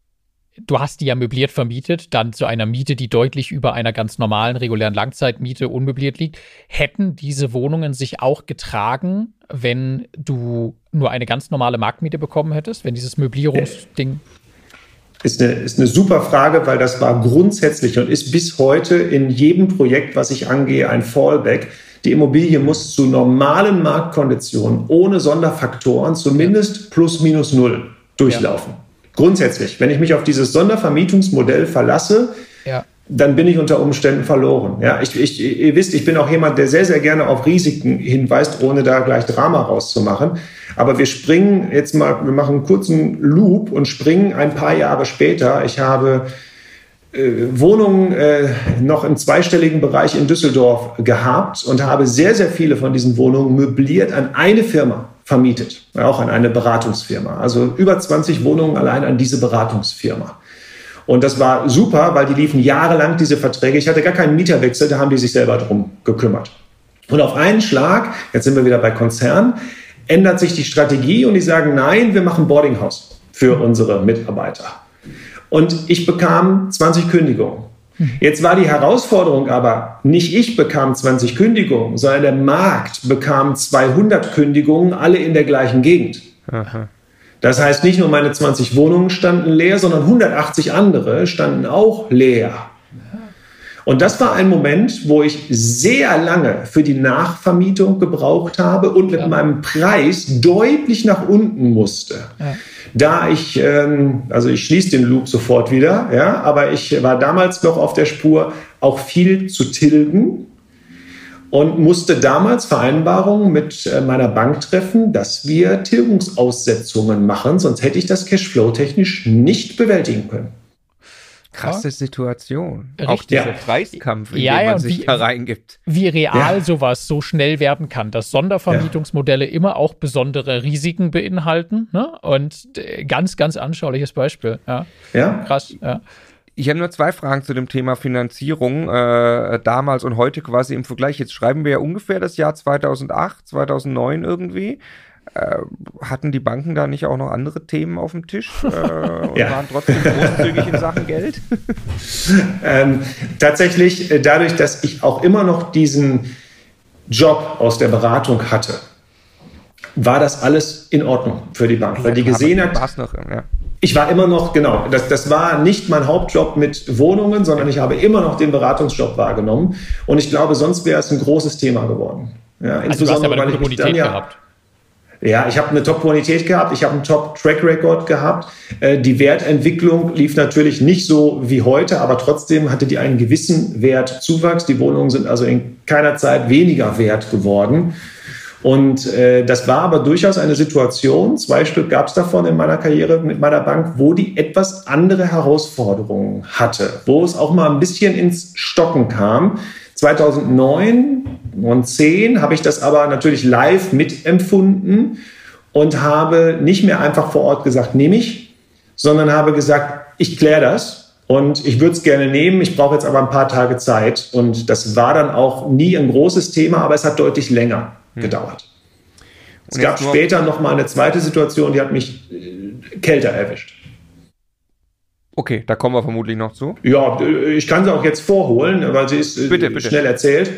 Du hast die ja möbliert vermietet, dann zu einer Miete, die deutlich über einer ganz normalen, regulären Langzeitmiete unmöbliert liegt. Hätten diese Wohnungen sich auch getragen, wenn du nur eine ganz normale Marktmiete bekommen hättest, wenn dieses Möblierungsding... Ist eine, ist eine super Frage, weil das war grundsätzlich und ist bis heute in jedem Projekt, was ich angehe, ein Fallback. Die Immobilie muss zu normalen Marktkonditionen, ohne Sonderfaktoren, zumindest plus minus null durchlaufen. Ja. Grundsätzlich, wenn ich mich auf dieses Sondervermietungsmodell verlasse, ja. dann bin ich unter Umständen verloren. Ja, ich, ich, ihr wisst, ich bin auch jemand, der sehr, sehr gerne auf Risiken hinweist, ohne da gleich Drama rauszumachen. Aber wir springen jetzt mal, wir machen einen kurzen Loop und springen ein paar Jahre später. Ich habe äh, Wohnungen äh, noch im zweistelligen Bereich in Düsseldorf gehabt und habe sehr, sehr viele von diesen Wohnungen möbliert an eine Firma vermietet, auch an eine Beratungsfirma. Also über zwanzig Wohnungen allein an diese Beratungsfirma. Und das war super, weil die liefen jahrelang, diese Verträge. Ich hatte gar keinen Mieterwechsel, da haben die sich selber drum gekümmert. Und auf einen Schlag, jetzt sind wir wieder bei Konzernen, ändert sich die Strategie und die sagen, nein, wir machen Boardinghaus für unsere Mitarbeiter. Und ich bekam zwanzig Kündigungen. Jetzt war die Herausforderung aber, nicht ich bekam zwanzig Kündigungen, sondern der Markt bekam zweihundert Kündigungen, alle in der gleichen Gegend. Aha. Das heißt, nicht nur meine zwanzig Wohnungen standen leer, sondern hundertachtzig andere standen auch leer. Und das war ein Moment, wo ich sehr lange für die Nachvermietung gebraucht habe und mit ja. meinem Preis deutlich nach unten musste. Ja. Da ich, ähm, also ich schließe den Loop sofort wieder, ja, aber ich war damals noch auf der Spur, auch viel zu tilgen und musste damals Vereinbarungen mit äh, meiner Bank treffen, dass wir Tilgungsaussetzungen machen, sonst hätte ich das Cashflow-technisch nicht bewältigen können. Krasse Situation. Richtig. Auch dieser ja. Preiskampf, in ja, den man ja, sich wie, da reingibt. Wie real ja. sowas so schnell werden kann, dass Sondervermietungsmodelle ja. immer auch besondere Risiken beinhalten. Ne? Und ganz, ganz anschauliches Beispiel. Ja. ja. Krass, ja. Ich habe nur zwei Fragen zu dem Thema Finanzierung, äh, damals und heute quasi im Vergleich. Jetzt schreiben wir ja ungefähr das Jahr zweitausendacht, zweitausendneun irgendwie. Äh, hatten die Banken da nicht auch noch andere Themen auf dem Tisch äh, und ja. waren trotzdem großzügig in Sachen Geld? ähm, tatsächlich, dadurch, dass ich auch immer noch diesen Job aus der Beratung hatte, war das alles in Ordnung für die Bank, weil die gesehen hat, noch, ja. ich war immer noch, genau, das, das war nicht mein Hauptjob mit Wohnungen, sondern ich habe immer noch den Beratungsjob wahrgenommen und ich glaube, sonst wäre es ein großes Thema geworden. Ja, also du hast aber eine gute Bonität dann, ja, gehabt. Ja, ich habe eine Top-Bonität gehabt, ich habe einen Top-Track-Record gehabt. Äh, die Wertentwicklung lief natürlich nicht so wie heute, aber trotzdem hatte die einen gewissen Wertzuwachs. Die Wohnungen sind also in keiner Zeit weniger wert geworden. Und äh, das war aber durchaus eine Situation, zwei Stück gab es davon in meiner Karriere mit meiner Bank, wo die etwas andere Herausforderungen hatte, wo es auch mal ein bisschen ins Stocken kam. zweitausendneun und zehn habe ich das aber natürlich live mitempfunden und habe nicht mehr einfach vor Ort gesagt, nehme ich, sondern habe gesagt, ich kläre das und ich würde es gerne nehmen, ich brauche jetzt aber ein paar Tage Zeit. Und das war dann auch nie ein großes Thema, aber es hat deutlich länger hm. gedauert. Es gab später noch mal eine zweite Situation, die hat mich äh, kälter erwischt. Okay, da kommen wir vermutlich noch zu. Ja, ich kann sie auch jetzt vorholen, weil sie ist bitte, bitte. schnell erzählt.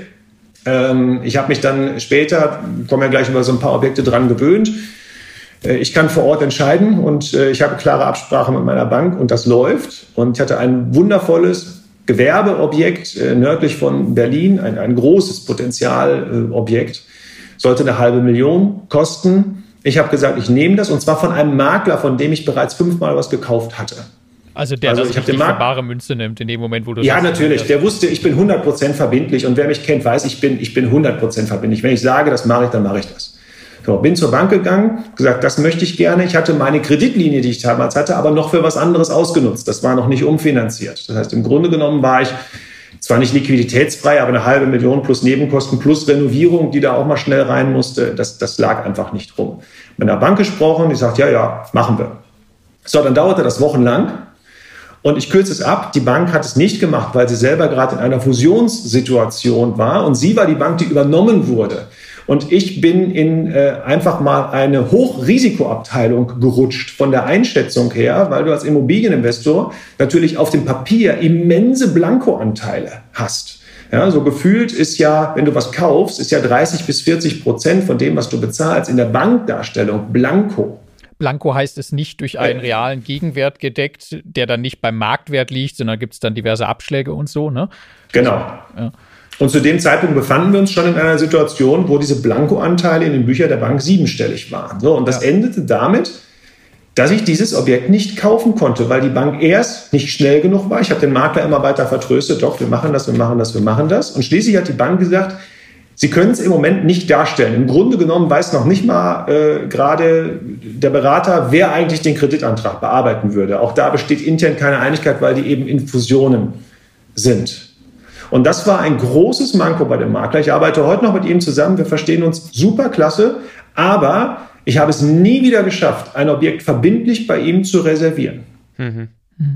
Ähm, ich habe mich dann später, kommen ja gleich über so ein paar Objekte dran gewöhnt. Äh, ich kann vor Ort entscheiden und äh, ich habe klare Absprache mit meiner Bank und das läuft. Und ich hatte ein wundervolles Gewerbeobjekt äh, nördlich von Berlin, ein, ein großes Potenzialobjekt, äh, sollte eine halbe Million kosten. Ich habe gesagt, ich nehme das und zwar von einem Makler, von dem ich bereits fünfmal was gekauft hatte. Also der also das ich nicht für bare Münze nimmt in dem Moment, wo du Ja, natürlich. Der wusste, ich bin hundert Prozent verbindlich. Und wer mich kennt, weiß, ich bin, ich bin hundert Prozent verbindlich. Wenn ich sage, das mache ich, dann mache ich das. So, bin zur Bank gegangen, gesagt, das möchte ich gerne. Ich hatte meine Kreditlinie, die ich damals hatte, aber noch für was anderes ausgenutzt. Das war noch nicht umfinanziert. Das heißt, im Grunde genommen war ich zwar nicht liquiditätsfrei, aber eine halbe Million plus Nebenkosten plus Renovierung, die da auch mal schnell rein musste. Das, das lag einfach nicht rum. Mit der Bank gesprochen, die sagt, ja, ja, machen wir. So, dann dauerte das wochenlang. Und ich kürze es ab, die Bank hat es nicht gemacht, weil sie selber gerade in einer Fusionssituation war. Und sie war die Bank, die übernommen wurde. Und ich bin in äh, einfach mal eine Hochrisikoabteilung gerutscht von der Einschätzung her, weil du als Immobilieninvestor natürlich auf dem Papier immense Blankoanteile hast. Ja, so gefühlt ist ja, wenn du was kaufst, ist ja dreißig bis vierzig Prozent von dem, was du bezahlst, in der Bankdarstellung Blanko. Blanko heißt es nicht durch einen realen Gegenwert gedeckt, der dann nicht beim Marktwert liegt, sondern gibt es dann diverse Abschläge und so, ne? Genau. Ja. Und zu dem Zeitpunkt befanden wir uns schon in einer Situation, wo diese Blankoanteile in den Büchern der Bank siebenstellig waren. So, und das ja. endete damit, dass ich dieses Objekt nicht kaufen konnte, weil die Bank erst nicht schnell genug war. Ich habe den Makler immer weiter vertröstet, doch, wir machen das, wir machen das, wir machen das. Und schließlich hat die Bank gesagt, Sie können es im Moment nicht darstellen. Im Grunde genommen weiß noch nicht mal äh, gerade der Berater, wer eigentlich den Kreditantrag bearbeiten würde. Auch da besteht intern keine Einigkeit, weil die eben in Fusionen sind. Und das war ein großes Manko bei dem Makler. Ich arbeite heute noch mit ihm zusammen. Wir verstehen uns super klasse. Aber ich habe es nie wieder geschafft, ein Objekt verbindlich bei ihm zu reservieren. Mhm.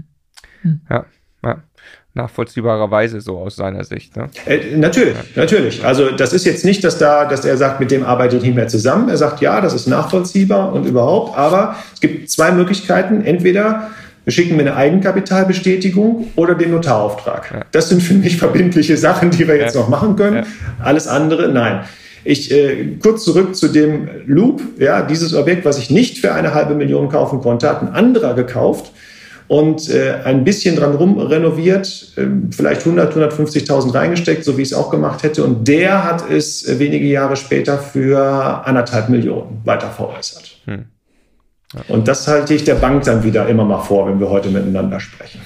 Mhm. Ja, ja. Nachvollziehbarerweise so aus seiner Sicht. Ne? Äh, natürlich, ja. natürlich. Also das ist jetzt nicht, dass, da, dass er sagt, mit dem arbeite ich nicht mehr zusammen. Er sagt, ja, das ist nachvollziehbar und überhaupt. Aber es gibt zwei Möglichkeiten. Entweder wir schicken mir eine Eigenkapitalbestätigung oder den Notarauftrag. Ja. Das sind für mich verbindliche Sachen, die wir jetzt ja. noch machen können. Ja. Alles andere, nein. Ich äh, kurz zurück zu dem Loop. Ja, dieses Objekt, was ich nicht für eine halbe Million kaufen konnte, hat ein anderer gekauft. Und äh, ein bisschen dran rum renoviert, äh, vielleicht hundert, hundertfünfzigtausend reingesteckt, so wie ich es auch gemacht hätte. Und der hat es äh, wenige Jahre später für anderthalb Millionen weiter veräußert. Hm. Ja. Und das halte ich der Bank dann wieder immer mal vor, wenn wir heute miteinander sprechen.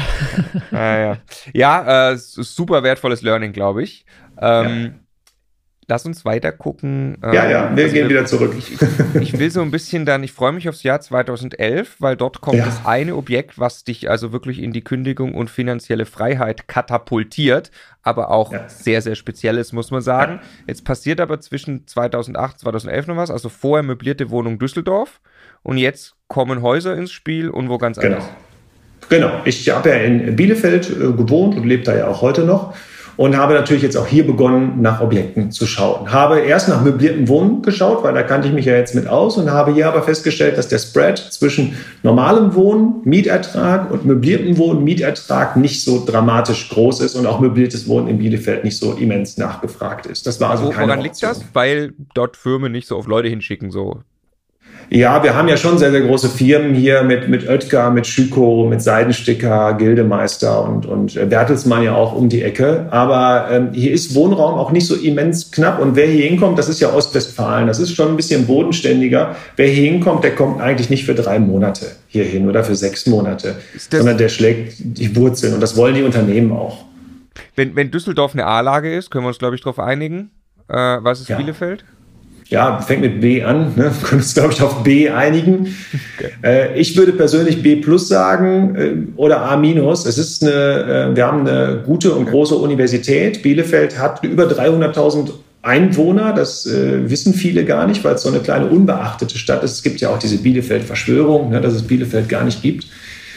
ja, ja. ja äh, super wertvolles Learning, glaube ich. Ähm, ja. Lass uns weiter gucken. Ja, ja, wir also gehen wir, wieder zurück. Ich, ich will so ein bisschen dann, ich freue mich aufs Jahr zweitausendelf, weil dort kommt ja. das eine Objekt, was dich also wirklich in die Kündigung und finanzielle Freiheit katapultiert, aber auch ja. sehr, sehr speziell ist, muss man sagen. Ja. Jetzt passiert aber zwischen zweitausendacht und zweitausendelf noch was, also vorher möblierte Wohnung Düsseldorf und jetzt kommen Häuser ins Spiel und wo ganz genau. anders. Genau, ich habe ja in Bielefeld äh, gewohnt und lebe da ja auch heute noch. Und habe natürlich jetzt auch hier begonnen, nach Objekten zu schauen. Habe erst nach möblierten Wohnen geschaut, weil da kannte ich mich ja jetzt mit aus und habe hier aber festgestellt, dass der Spread zwischen normalem Wohnen, Mietertrag und möbliertem Wohnen, Mietertrag nicht so dramatisch groß ist und auch möbliertes Wohnen in Bielefeld nicht so immens nachgefragt ist. Das war also keine Woran liegt das? Weil dort Firmen nicht so auf Leute hinschicken, so. Ja, wir haben ja schon sehr, sehr große Firmen hier mit, mit Oetker, mit Schüko, mit Seidensticker, Gildemeister und, und Bertelsmann ja auch um die Ecke. Aber ähm, hier ist Wohnraum auch nicht so immens knapp. Und wer hier hinkommt, das ist ja Ostwestfalen, das ist schon ein bisschen bodenständiger. Wer hier hinkommt, der kommt eigentlich nicht für drei Monate hier hin oder für sechs Monate, sondern der schlägt die Wurzeln. Und das wollen die Unternehmen auch. Wenn, wenn Düsseldorf eine A-Lage ist, können wir uns, glaube ich, darauf einigen. Äh, was ist ja. Bielefeld? Ja, fängt mit B an. Ne? Wir können uns, glaube ich, auf B einigen. Okay. Äh, ich würde persönlich B plus sagen äh, oder A minus. Es ist eine, äh, wir haben eine gute und große Universität. Bielefeld hat über dreihunderttausend Einwohner. Das äh, wissen viele gar nicht, weil es so eine kleine unbeachtete Stadt ist. Es gibt ja auch diese Bielefeld-Verschwörung, ne, dass es Bielefeld gar nicht gibt.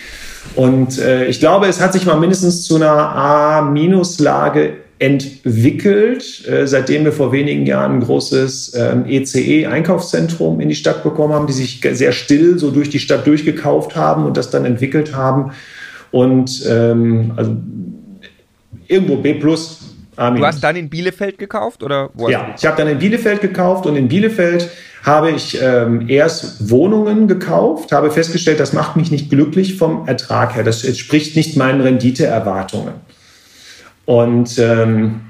Und äh, ich glaube, es hat sich mal mindestens zu einer A minus Lage entwickelt, äh, seitdem wir vor wenigen Jahren ein großes ähm, E C E-Einkaufszentrum in die Stadt bekommen haben, die sich sehr still so durch die Stadt durchgekauft haben und das dann entwickelt haben. Und ähm, also irgendwo B plus, A minus. Du hast dann in Bielefeld gekauft? Oder wo ja, ich habe dann in Bielefeld gekauft und in Bielefeld habe ich ähm, erst Wohnungen gekauft, habe festgestellt, das macht mich nicht glücklich vom Ertrag her. Das entspricht nicht meinen Renditeerwartungen. Und ähm,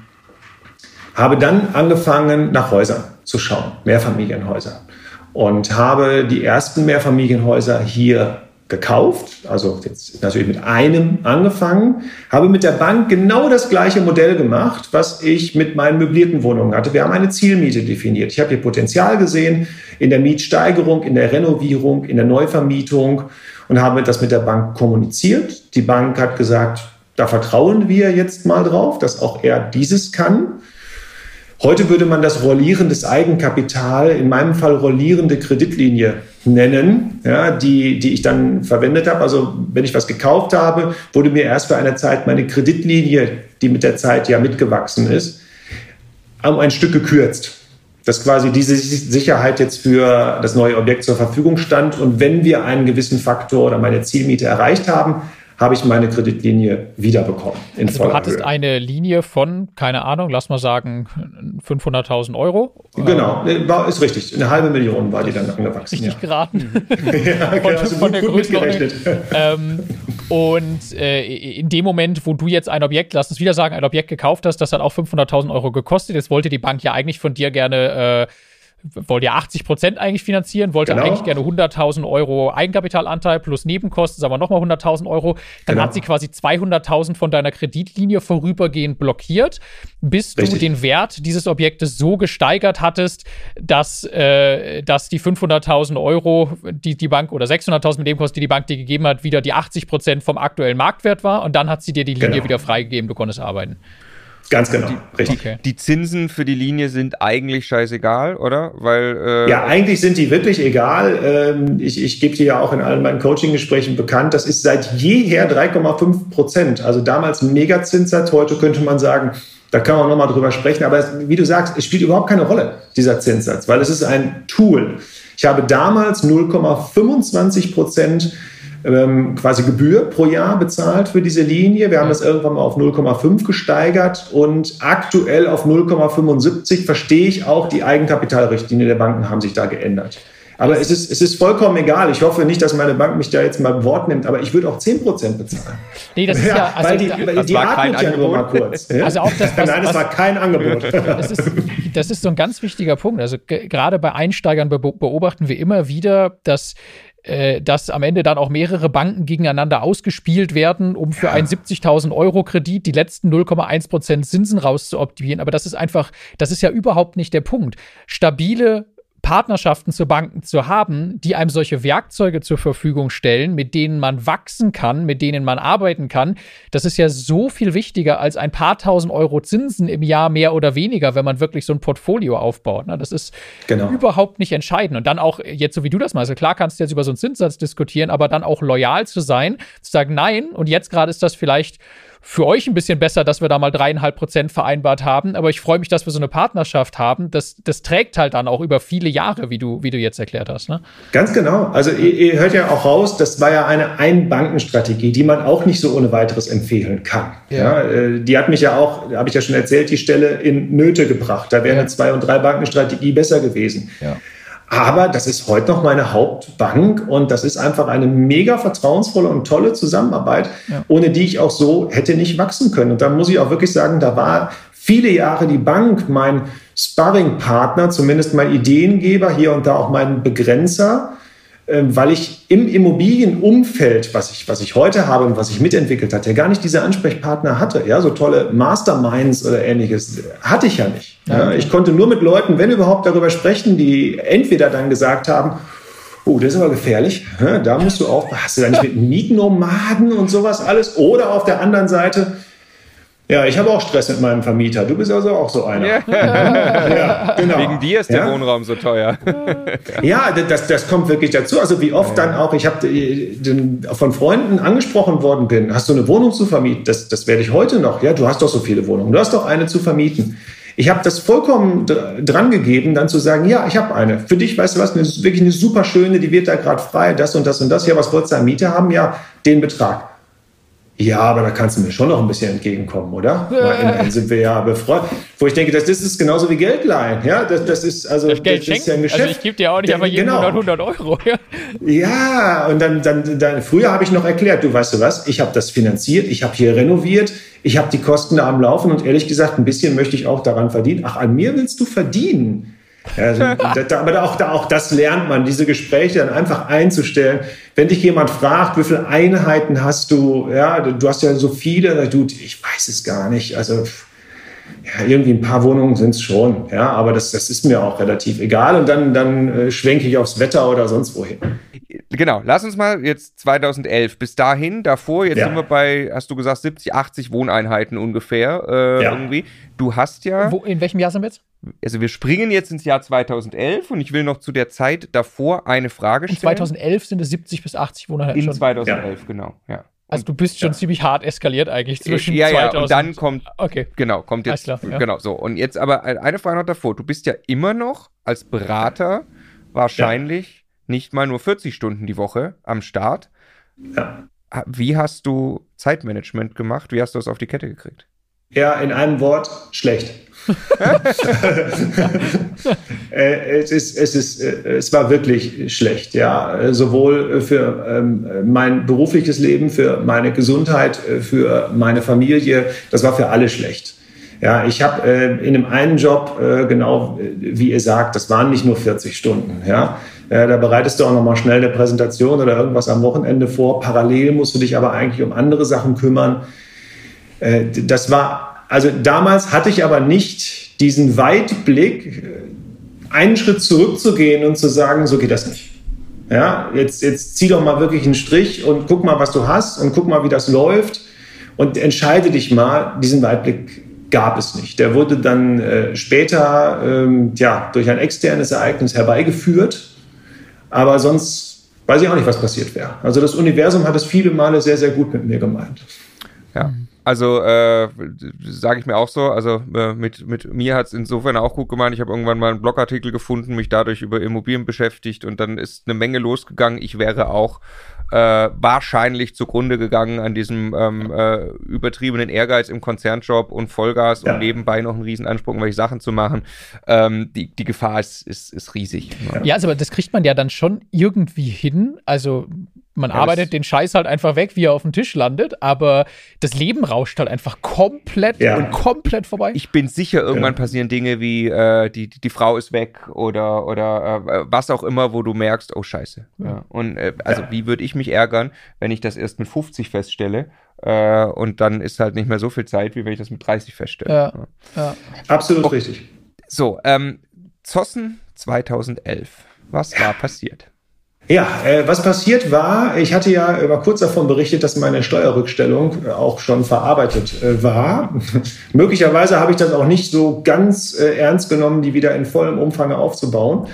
habe dann angefangen, nach Häusern zu schauen, Mehrfamilienhäuser. Und habe die ersten Mehrfamilienhäuser hier gekauft, also jetzt natürlich mit einem angefangen, habe mit der Bank genau das gleiche Modell gemacht, was ich mit meinen möblierten Wohnungen hatte. Wir haben eine Zielmiete definiert. Ich habe hier Potenzial gesehen in der Mietsteigerung, in der Renovierung, in der Neuvermietung und habe das mit der Bank kommuniziert. Die Bank hat gesagt, da vertrauen wir jetzt mal drauf, dass auch er dieses kann. Heute würde man das rollierendes Eigenkapital, in meinem Fall rollierende Kreditlinie nennen, ja, die, die ich dann verwendet habe. Also wenn ich was gekauft habe, wurde mir erst für eine Zeit meine Kreditlinie, die mit der Zeit ja mitgewachsen ist, um ein Stück gekürzt. Dass quasi diese Sicherheit jetzt für das neue Objekt zur Verfügung stand. Und wenn wir einen gewissen Faktor oder meine Zielmiete erreicht haben, habe ich meine Kreditlinie wiederbekommen. In also du hattest Höhe. Eine Linie von, keine Ahnung, lass mal sagen, fünfhunderttausend Euro. Genau, war, ist richtig. Eine halbe Million war die dann angewachsen. Richtig ja. geraten. ja, von, also von gut, der gut mitgerechnet. ähm, und äh, in dem Moment, wo du jetzt ein Objekt, lass uns wieder sagen, ein Objekt gekauft hast, das hat auch fünfhunderttausend Euro gekostet. Jetzt wollte die Bank ja eigentlich von dir gerne... Äh, wollte ja achtzig Prozent eigentlich finanzieren, wollte genau. eigentlich gerne hunderttausend Euro Eigenkapitalanteil plus Nebenkosten, sagen wir nochmal hunderttausend Euro. Dann genau. hat sie quasi zweihunderttausend von deiner Kreditlinie vorübergehend blockiert, bis Richtig. Du den Wert dieses Objektes so gesteigert hattest, dass, äh, dass die fünfhunderttausend Euro, die die Bank, oder sechshunderttausend mit Nebenkosten, die die Bank dir gegeben hat, wieder die achtzig Prozent vom aktuellen Marktwert war und dann hat sie dir die Linie genau. wieder freigegeben, du konntest arbeiten. Ganz genau, die, richtig. Okay. Die Zinsen für die Linie sind eigentlich scheißegal, oder? Weil äh ja, eigentlich sind die wirklich egal. Ähm, ich ich gebe dir ja auch in allen meinen Coaching-Gesprächen bekannt, das ist seit jeher drei Komma fünf Prozent. Also damals ein Megazinssatz, heute könnte man sagen, da kann man nochmal drüber sprechen. Aber es, wie du sagst, es spielt überhaupt keine Rolle, dieser Zinssatz, weil es ist ein Tool. Ich habe damals null Komma fünfundzwanzig Prozent Ähm, quasi Gebühr pro Jahr bezahlt für diese Linie. Wir haben das irgendwann mal auf null Komma fünf gesteigert und aktuell auf null Komma fünfundsiebzig. Verstehe ich auch, die Eigenkapitalrichtlinie der Banken haben sich da geändert. Aber es ist, es ist vollkommen egal. Ich hoffe nicht, dass meine Bank mich da jetzt mal Wort nimmt, aber ich würde auch zehn Prozent bezahlen. Nee, das ist ja... ja also weil die, da, die atmet ja nur mal kurz. Also auch das, was, Nein, das war kein Angebot. Das ist, das ist so ein ganz wichtiger Punkt. Also g- gerade bei Einsteigern be- beobachten wir immer wieder, dass dass am Ende dann auch mehrere Banken gegeneinander ausgespielt werden, um für ja. einen siebzigtausend Euro Kredit die letzten null Komma eins Prozent Zinsen rauszuoptimieren. Aber das ist einfach, das ist ja überhaupt nicht der Punkt. Stabile Partnerschaften zu Banken zu haben, die einem solche Werkzeuge zur Verfügung stellen, mit denen man wachsen kann, mit denen man arbeiten kann, das ist ja so viel wichtiger als ein paar tausend Euro Zinsen im Jahr mehr oder weniger, wenn man wirklich so ein Portfolio aufbaut. Das ist genau. überhaupt nicht entscheidend. Und dann auch, jetzt so wie du das meinst, klar kannst du jetzt über so einen Zinssatz diskutieren, aber dann auch loyal zu sein, zu sagen, nein, und jetzt gerade ist das vielleicht für euch ein bisschen besser, dass wir da mal dreieinhalb Prozent vereinbart haben, aber ich freue mich, dass wir so eine Partnerschaft haben. Das, das trägt halt dann auch über viele Jahre, wie du, wie du jetzt erklärt hast. Ne? Ganz genau. Also ihr, ihr hört ja auch raus, das war ja eine Einbankenstrategie, die man auch nicht so ohne weiteres empfehlen kann. Ja. Ja, die hat mich ja auch, habe ich ja schon erzählt, die Stelle in Nöte gebracht. Da wäre ja. eine Zwei- und Drei-Banken-Strategie besser gewesen. Ja. Aber das ist heute noch meine Hauptbank und das ist einfach eine mega vertrauensvolle und tolle Zusammenarbeit, ja. ohne die ich auch so hätte nicht wachsen können. Und da muss ich auch wirklich sagen, da war viele Jahre die Bank mein Sparringpartner, zumindest mein Ideengeber, hier und da auch mein Begrenzer, weil ich im Immobilienumfeld, was ich, was ich heute habe und was ich mitentwickelt hatte, gar nicht diese Ansprechpartner hatte. Ja, so tolle Masterminds oder Ähnliches hatte ich ja nicht. Ja, ich konnte nur mit Leuten, wenn überhaupt, darüber sprechen, die entweder dann gesagt haben, oh, das ist aber gefährlich, da musst du auch, hast du da nicht mit Mietnomaden und sowas alles? Oder auf der anderen Seite, ja, ich habe auch Stress mit meinem Vermieter. Du bist also auch so einer. Ja. Ja, genau. Wegen dir ist der ja? Wohnraum so teuer. Ja, das, das kommt wirklich dazu. Also wie oft dann auch, ich habe von Freunden angesprochen worden bin, hast du eine Wohnung zu vermieten? Das, das werde ich heute noch. Ja, du hast doch so viele Wohnungen. Du hast doch eine zu vermieten. Ich habe das vollkommen dran gegeben, dann zu sagen, ja, ich habe eine. Für dich, weißt du was, eine, wirklich eine super schöne, die wird da gerade frei, das und das und das. Ja, was wolltest du an Miete haben? Ja, den Betrag. Ja, aber da kannst du mir schon noch ein bisschen entgegenkommen, oder? Weil immerhin sind wir ja befreundet. Wo ich denke, das, das ist genauso wie Geld leihen. Ja, das, das ist also das Geld das schenken. Ist ja ein Geschäft. Also ich gebe dir auch nicht einfach jeden genau. Monat hundert Euro. Ja, ja und dann, dann, dann früher habe ich noch erklärt, du weißt du was, ich habe das finanziert, ich habe hier renoviert, ich habe die Kosten da am Laufen und ehrlich gesagt, ein bisschen möchte ich auch daran verdienen. Ach, an mir willst du verdienen? Ja, also, da, aber auch, da, auch das lernt man, diese Gespräche dann einfach einzustellen. Wenn dich jemand fragt, wie viele Einheiten hast du, ja, du hast ja so viele, du, ich weiß es gar nicht, also ja, irgendwie ein paar Wohnungen sind es schon, ja, aber das, das ist mir auch relativ egal und dann, dann äh, schwenke ich aufs Wetter oder sonst wohin. Genau, lass uns mal jetzt zweitausendelf, bis dahin, davor, jetzt ja. sind wir bei, hast du gesagt, siebzig, achtzig Wohneinheiten ungefähr äh, ja. irgendwie. Du hast ja... Wo, in welchem Jahr sind wir jetzt? Also wir springen jetzt ins Jahr zweitausendelf und ich will noch zu der Zeit davor eine Frage stellen. In zweitausendelf sind es siebzig bis achtzig Wohneinheiten in schon. In zweitausendelf, ja. genau, ja. Also du bist schon ja. ziemlich hart eskaliert eigentlich zwischen ja, ja, zweitausend. Und dann kommt, okay. genau, kommt jetzt, klar, ja. genau, so. Und jetzt aber eine Frage noch davor. Du bist ja immer noch als Berater wahrscheinlich ja. nicht mal nur vierzig Stunden die Woche am Start. Ja. Wie hast du Zeitmanagement gemacht? Wie hast du das auf die Kette gekriegt? Ja, in einem Wort, schlecht. äh, es, ist, es, ist, äh, es war wirklich schlecht, ja. Sowohl für ähm, mein berufliches Leben, für meine Gesundheit, für meine Familie, das war für alle schlecht. Ja, ich habe äh, in einem einen Job, äh, genau wie ihr sagt, das waren nicht nur vierzig Stunden, ja. Äh, da bereitest du auch noch mal schnell eine Präsentation oder irgendwas am Wochenende vor. Parallel musst du dich aber eigentlich um andere Sachen kümmern. Äh, das war Also damals hatte ich aber nicht diesen Weitblick, einen Schritt zurückzugehen und zu sagen, so geht das nicht. Ja, jetzt, jetzt zieh doch mal wirklich einen Strich und guck mal, was du hast und guck mal, wie das läuft und entscheide dich mal. Diesen Weitblick gab es nicht. Der wurde dann äh, später ähm, ja, durch ein externes Ereignis herbeigeführt, aber sonst weiß ich auch nicht, was passiert wäre. Also das Universum hat es viele Male sehr, sehr gut mit mir gemeint. Ja. Also, äh, sage ich mir auch so, also äh, mit, mit mir hat es insofern auch gut gemeint. Ich habe irgendwann mal einen Blogartikel gefunden, mich dadurch über Immobilien beschäftigt und dann ist eine Menge losgegangen. Ich wäre auch äh, wahrscheinlich zugrunde gegangen an diesem ähm, äh, übertriebenen Ehrgeiz im Konzernjob und Vollgas ja. und nebenbei noch einen Riesenanspruch, irgendwelche Sachen zu machen. Ähm, die, die Gefahr ist, ist, ist riesig. Ja. ja, also aber das kriegt man ja dann schon irgendwie hin, also man ja, arbeitet den Scheiß halt einfach weg, wie er auf dem Tisch landet, aber das Leben rauscht halt einfach komplett ja. und komplett vorbei. Ich bin sicher, irgendwann ja. passieren Dinge wie äh, die, die Frau ist weg oder, oder äh, was auch immer, wo du merkst, oh Scheiße. Ja. Ja. Und äh, also ja. wie würde ich mich ärgern, wenn ich das erst mit fünfzig feststelle äh, und dann ist halt nicht mehr so viel Zeit, wie wenn ich das mit dreißig feststelle. Ja. Ja. Ja. Absolut okay. richtig. So, ähm, Zossen zweitausendelf. Was war passiert? Ja, äh, was passiert war, ich hatte ja äh, war kurz davon berichtet, dass meine Steuerrückstellung äh, auch schon verarbeitet äh, war. Möglicherweise habe ich das auch nicht so ganz äh, ernst genommen, die wieder in vollem Umfang aufzubauen.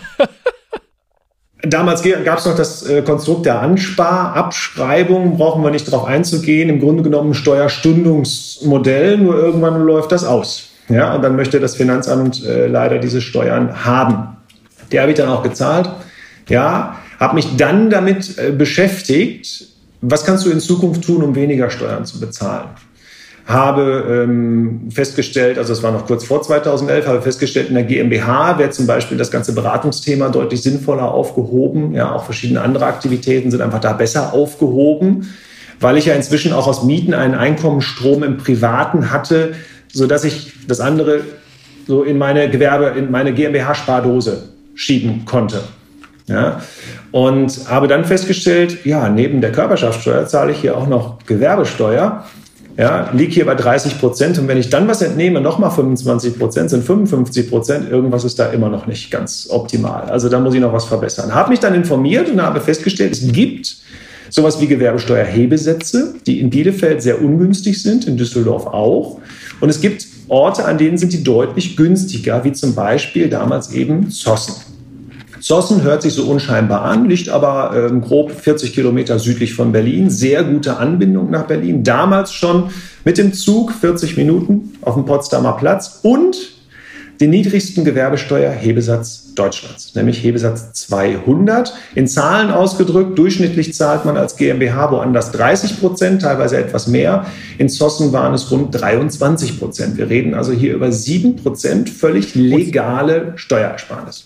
Damals gab es noch das äh, Konstrukt der Ansparabschreibung, brauchen wir nicht drauf einzugehen. Im Grunde genommen ein Steuerstundungsmodell, nur irgendwann läuft das aus. Ja, und dann möchte das Finanzamt äh, leider diese Steuern haben. Die habe ich dann auch gezahlt. Ja, habe mich dann damit äh, beschäftigt, was kannst du in Zukunft tun, um weniger Steuern zu bezahlen. habe ähm, festgestellt, also es war noch kurz vor zweitausendelf, habe festgestellt, in der GmbH wäre zum Beispiel das ganze Beratungsthema deutlich sinnvoller aufgehoben. Ja, auch verschiedene andere Aktivitäten sind einfach da besser aufgehoben, weil ich ja inzwischen auch aus Mieten einen Einkommensstrom im Privaten hatte, sodass ich das andere so in meine Gewerbe, in meine GmbH-Spardose schieben konnte. Ja, und habe dann festgestellt, ja, neben der Körperschaftssteuer zahle ich hier auch noch Gewerbesteuer. Ja, liege hier bei dreißig Prozent und wenn ich dann was entnehme, nochmal fünfundzwanzig Prozent, sind fünfundfünfzig Prozent, irgendwas ist da immer noch nicht ganz optimal. Also da muss ich noch was verbessern. Habe mich dann informiert und habe festgestellt, es gibt sowas wie Gewerbesteuerhebesätze, die in Bielefeld sehr ungünstig sind, in Düsseldorf auch. Und es gibt Orte, an denen sind die deutlich günstiger, wie zum Beispiel damals eben Zossen. Zossen hört sich so unscheinbar an, liegt aber äh, grob vierzig Kilometer südlich von Berlin. Sehr gute Anbindung nach Berlin. Damals schon mit dem Zug vierzig Minuten auf dem Potsdamer Platz und den niedrigsten Gewerbesteuerhebesatz Deutschlands, nämlich Hebesatz zweihundert. In Zahlen ausgedrückt, durchschnittlich zahlt man als GmbH woanders dreißig Prozent, teilweise etwas mehr. In Zossen waren es rund dreiundzwanzig Prozent. Wir reden also hier über sieben Prozent völlig legale Steuerersparnis.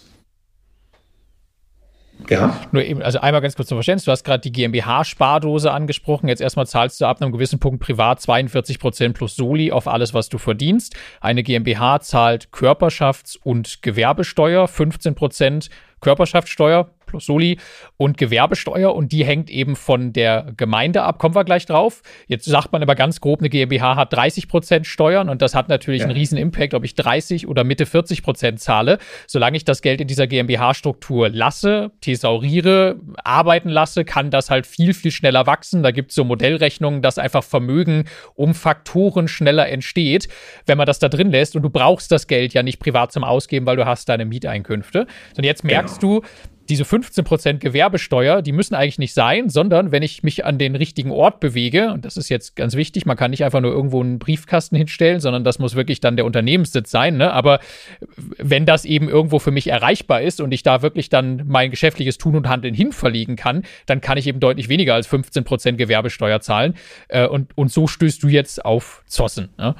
Ja. Nur eben, also einmal ganz kurz zum Verständnis, du hast gerade die GmbH-Spardose angesprochen. Jetzt erstmal zahlst du ab einem gewissen Punkt privat zweiundvierzig Prozent plus Soli auf alles, was du verdienst. Eine GmbH zahlt Körperschafts- und Gewerbesteuer, fünfzehn Prozent Körperschaftssteuer plus Soli und Gewerbesteuer und die hängt eben von der Gemeinde ab, kommen wir gleich drauf. Jetzt sagt man aber ganz grob, eine GmbH hat dreißig Prozent Steuern und das hat natürlich ja einen riesen Impact, ob ich dreißig oder Mitte vierzig Prozent zahle. Solange ich das Geld in dieser GmbH-Struktur lasse, thesauriere, arbeiten lasse, kann das halt viel, viel schneller wachsen. Da gibt es so Modellrechnungen, dass einfach Vermögen um Faktoren schneller entsteht, wenn man das da drin lässt und du brauchst das Geld ja nicht privat zum Ausgeben, weil du hast deine Mieteinkünfte. Und jetzt merkst genau. du, diese fünfzehn Prozent Gewerbesteuer, die müssen eigentlich nicht sein, sondern wenn ich mich an den richtigen Ort bewege, und das ist jetzt ganz wichtig, man kann nicht einfach nur irgendwo einen Briefkasten hinstellen, sondern das muss wirklich dann der Unternehmenssitz sein, ne? Aber wenn das eben irgendwo für mich erreichbar ist und ich da wirklich dann mein geschäftliches Tun und Handeln hinverlegen kann, dann kann ich eben deutlich weniger als fünfzehn Prozent Gewerbesteuer zahlen. Äh, und, und so stößt du jetzt auf Zossen, ne?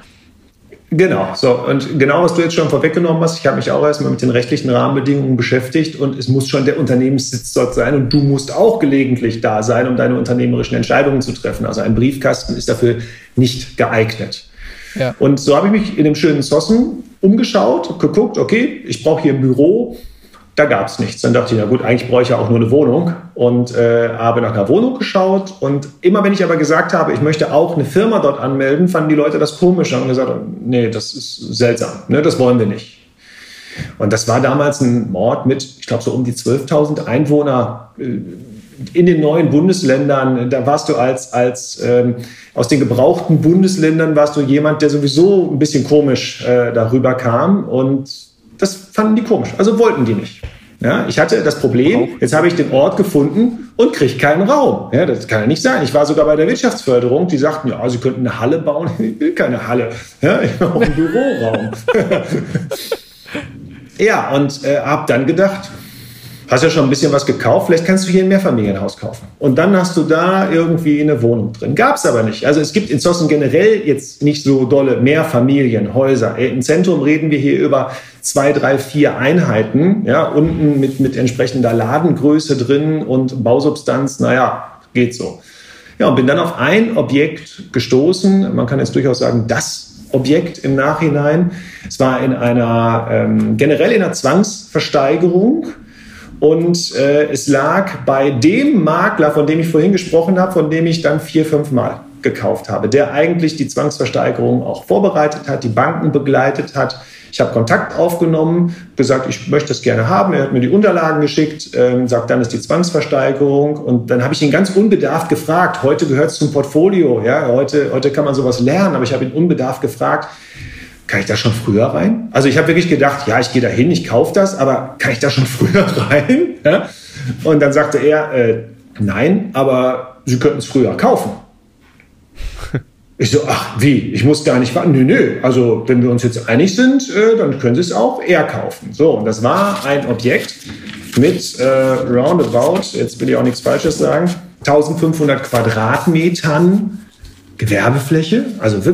Genau, so und genau, was du jetzt schon vorweggenommen hast, ich habe mich auch erstmal mit den rechtlichen Rahmenbedingungen beschäftigt und es muss schon der Unternehmenssitz dort sein und du musst auch gelegentlich da sein, um deine unternehmerischen Entscheidungen zu treffen. Also ein Briefkasten ist dafür nicht geeignet. Ja. Und so habe ich mich in dem schönen Zossen umgeschaut, geguckt, okay, ich brauche hier ein Büro. Da gab es nichts. Dann dachte ich, na gut, eigentlich brauche ich ja auch nur eine Wohnung und äh, habe nach einer Wohnung geschaut. Und immer wenn ich aber gesagt habe, ich möchte auch eine Firma dort anmelden, fanden die Leute das komisch und haben gesagt, nee, das ist seltsam, ne, das wollen wir nicht. Und das war damals ein Ort mit, ich glaube, so um die zwölftausend Einwohner äh, in den neuen Bundesländern. Da warst du als, als ähm, aus den gebrauchten Bundesländern warst du jemand, der sowieso ein bisschen komisch äh, darüber kam und das fanden die komisch, also wollten die nicht. Ja, ich hatte das Problem, jetzt habe ich den Ort gefunden und kriege keinen Raum. Ja, das kann ja nicht sein. Ich war sogar bei der Wirtschaftsförderung, die sagten, ja, sie könnten eine Halle bauen. Ich will keine Halle, ja, ich brauche einen Büroraum. Ja, und äh, habe dann gedacht, hast ja schon ein bisschen was gekauft, vielleicht kannst du hier ein Mehrfamilienhaus kaufen. Und dann hast du da irgendwie eine Wohnung drin. Gab es aber nicht. Also es gibt in Zossen generell jetzt nicht so dolle Mehrfamilienhäuser. Im Zentrum reden wir hier über zwei, drei, vier Einheiten. Ja, unten mit, mit entsprechender Ladengröße drin und Bausubstanz, naja, geht so. Ja, und bin dann auf ein Objekt gestoßen. Man kann jetzt durchaus sagen, das Objekt im Nachhinein. Es war in einer, ähm, generell in einer Zwangsversteigerung. Und äh, es lag bei dem Makler, von dem ich vorhin gesprochen habe, von dem ich dann vier, fünf Mal gekauft habe, der eigentlich die Zwangsversteigerung auch vorbereitet hat, die Banken begleitet hat. Ich habe Kontakt aufgenommen, gesagt, ich möchte das gerne haben. Er hat mir die Unterlagen geschickt, ähm, sagt, dann ist die Zwangsversteigerung. Und dann habe ich ihn ganz unbedarft gefragt, heute gehört es zum Portfolio, ja, heute, heute kann man sowas lernen, aber ich habe ihn unbedarft gefragt, kann ich da schon früher rein? Also ich habe wirklich gedacht, ja, ich gehe da hin, ich kaufe das, aber kann ich da schon früher rein? Ja? Und dann sagte er, äh, nein, aber Sie könnten es früher kaufen. Ich so, ach wie, ich muss gar nicht warten. Nö, nö, also wenn wir uns jetzt einig sind, äh, dann können Sie es auch eher kaufen. So, und das war ein Objekt mit äh, roundabout, jetzt will ich auch nichts Falsches sagen, eintausendfünfhundert Quadratmetern Gewerbefläche, also wirklich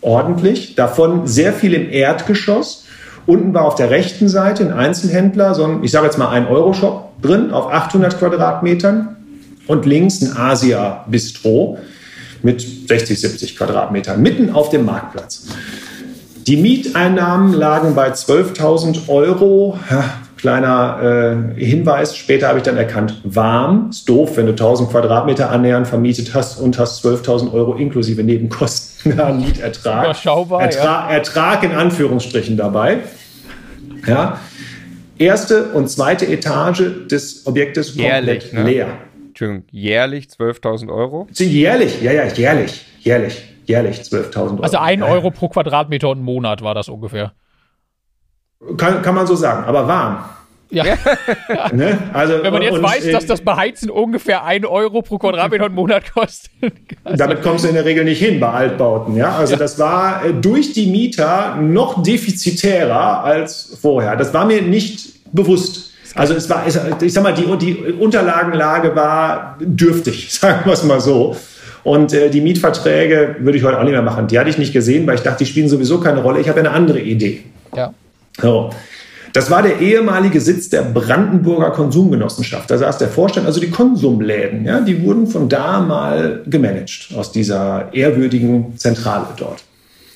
ordentlich, davon sehr viel im Erdgeschoss. Unten war auf der rechten Seite ein Einzelhändler, so ein, ich sage jetzt mal ein Euro-Shop drin, auf achthundert Quadratmetern. Und links ein Asia-Bistro mit sechzig, siebzig Quadratmetern, mitten auf dem Marktplatz. Die Mieteinnahmen lagen bei zwölftausend Euro. Ja, kleiner äh, Hinweis, später habe ich dann erkannt, warm. Ist doof, wenn du tausend Quadratmeter annähernd vermietet hast und hast zwölftausend Euro inklusive Nebenkosten an Mietertrag. Überschaubar, Ertra- ja. Ertrag in Anführungsstrichen dabei. Ja. Erste und zweite Etage des Objektes jährlich, komplett ne? leer. Entschuldigung, jährlich zwölftausend Euro? Jährlich, ja, ja, jährlich, jährlich, jährlich zwölftausend Euro. Also ein Euro pro Quadratmeter und Monat war das ungefähr. Kann, kann man so sagen, aber warm. Ja. Ne? Also, Wenn man jetzt und, weiß, äh, dass das Beheizen ungefähr ein Euro pro Quadratmeter und Monat kostet. Damit kommst du in der Regel nicht hin bei Altbauten. Ja? Also Ja. das war äh, durch die Mieter noch defizitärer als vorher. Das war mir nicht bewusst. Also es war, ich sag mal, die, die Unterlagenlage war dürftig, sagen wir es mal so. Und äh, die Mietverträge würde ich heute auch nicht mehr machen. Die hatte ich nicht gesehen, weil ich dachte, die spielen sowieso keine Rolle. Ich habe eine andere Idee. Ja. So. Das war der ehemalige Sitz der Brandenburger Konsumgenossenschaft. Da saß der Vorstand, also die Konsumläden, ja, die wurden von da mal gemanagt aus dieser ehrwürdigen Zentrale dort.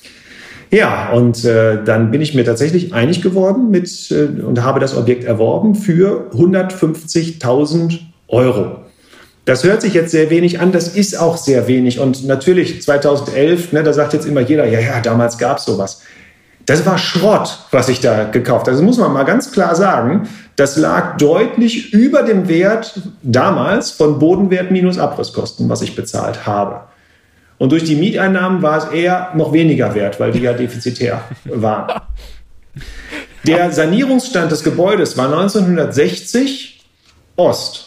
Ja, und äh, dann bin ich mir tatsächlich einig geworden mit äh, und habe das Objekt erworben für hundertfünfzigtausend Euro. Das hört sich jetzt sehr wenig an, das ist auch sehr wenig. Und natürlich zweitausendelf, ne, da sagt jetzt immer jeder, ja, ja, damals gab es sowas. Das war Schrott, was ich da gekauft habe. Das muss man mal ganz klar sagen. Das lag deutlich über dem Wert damals von Bodenwert minus Abrisskosten, was ich bezahlt habe. Und durch die Mieteinnahmen war es eher noch weniger wert, weil die ja defizitär waren. Der Sanierungsstand des Gebäudes war neunzehnhundertsechzig Ost.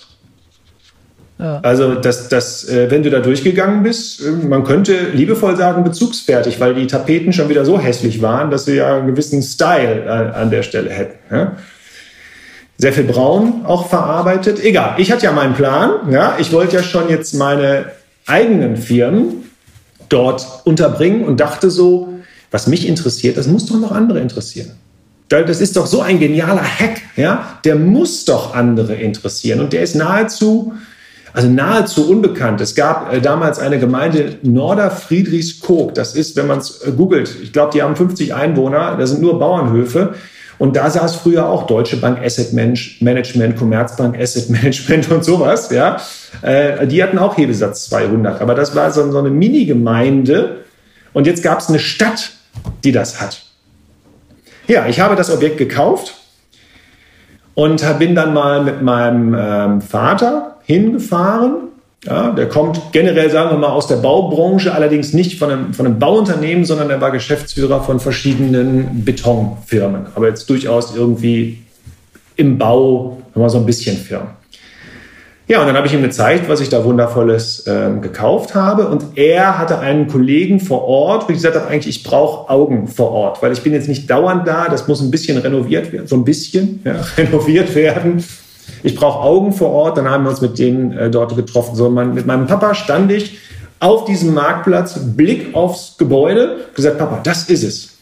Ja. Also, das, das, äh, wenn du da durchgegangen bist, äh, man könnte liebevoll sagen, bezugsfertig, weil die Tapeten schon wieder so hässlich waren, dass sie ja einen gewissen Style äh, an der Stelle hätten. Ja? Sehr viel Braun auch verarbeitet. Egal, ich hatte ja meinen Plan. Ja? Ich wollte ja schon jetzt meine eigenen Firmen dort unterbringen und dachte so, was mich interessiert, das muss doch noch andere interessieren. Das ist doch so ein genialer Hack, ja? Der muss doch andere interessieren. Und der ist nahezu, also nahezu unbekannt. Es gab äh, damals eine Gemeinde Norderfriedrichskoog. Das ist, wenn man es äh, googelt, ich glaube, die haben fünfzig Einwohner, da sind nur Bauernhöfe. Und da saß früher auch Deutsche Bank Asset Management, Commerzbank Asset Management und sowas. Ja? Äh, die hatten auch Hebesatz zweihundert. Aber das war so, so eine Mini-Gemeinde. Und jetzt gab es eine Stadt, die das hat. Ja, ich habe das Objekt gekauft und bin dann mal mit meinem ähm, Vater hingefahren. Ja, der kommt generell, sagen wir mal, aus der Baubranche, allerdings nicht von einem, von einem Bauunternehmen, sondern er war Geschäftsführer von verschiedenen Betonfirmen. Aber jetzt durchaus irgendwie im Bau, mal so ein bisschen Firmen. Ja, und dann habe ich ihm gezeigt, was ich da Wundervolles äh, gekauft habe. Und er hatte einen Kollegen vor Ort, wo ich gesagt habe, eigentlich, ich brauche Augen vor Ort, weil ich bin jetzt nicht dauernd da, das muss ein bisschen renoviert werden, so ein bisschen ja, renoviert werden. Ich brauche Augen vor Ort, dann haben wir uns mit denen äh, dort getroffen. So, man, mit meinem Papa stand ich auf diesem Marktplatz, Blick aufs Gebäude, gesagt, Papa, das ist es.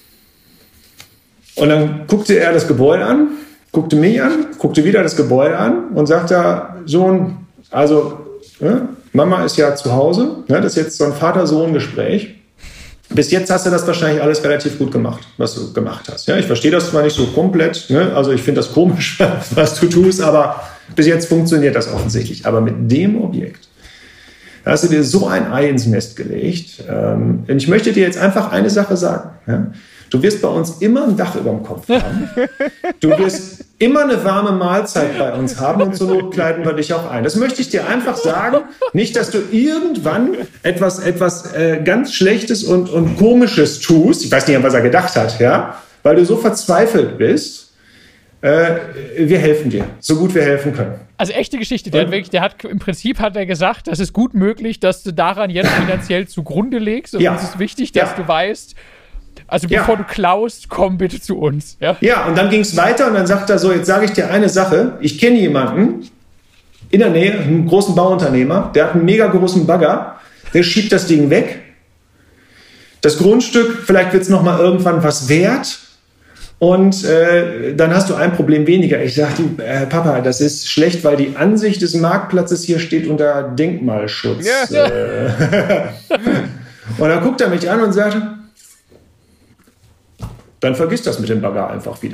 Und dann guckte er das Gebäude an, guckte mich an, guckte wieder das Gebäude an und sagte, Sohn, also ne, Mama ist ja zu Hause, ne, das ist jetzt so ein Vater-Sohn-Gespräch. Bis jetzt hast du das wahrscheinlich alles relativ gut gemacht, was du gemacht hast. Ja, ich verstehe das zwar nicht so komplett, ne, also ich finde das komisch, was du tust, aber bis jetzt funktioniert das offensichtlich. Aber mit dem Objekt hast du dir so ein Ei ins Nest gelegt. Ähm, und ich möchte dir jetzt einfach eine Sache sagen. Ja? Du wirst bei uns immer ein Dach über dem Kopf haben. Du wirst immer eine warme Mahlzeit bei uns haben und zur Not kleiden wir dich auch ein. Das möchte ich dir einfach sagen. Nicht, dass du irgendwann etwas, etwas äh, ganz Schlechtes und, und Komisches tust. Ich weiß nicht, an was er gedacht hat, ja, weil du so verzweifelt bist. Äh, wir helfen dir, so gut wir helfen können. Also echte Geschichte. Der hat wirklich, der hat im Prinzip hat er gesagt, das ist gut möglich, dass du daran jetzt finanziell zugrunde legst. Und ja. es ist wichtig, dass ja. du weißt, also bevor ja. du klaust, komm bitte zu uns. Ja, ja und dann ging es weiter und dann sagt er so, jetzt sage ich dir eine Sache. Ich kenne jemanden in der Nähe, einen großen Bauunternehmer, der hat einen mega großen Bagger, der schiebt das Ding weg. Das Grundstück, vielleicht wird es nochmal irgendwann was wert. Und äh, dann hast du ein Problem weniger. Ich sage, äh, Papa, das ist schlecht, weil die Ansicht des Marktplatzes hier steht unter Denkmalschutz. Ja. Äh. Und dann guckt er mich an und sagt, dann vergiss das mit dem Bagger einfach wieder.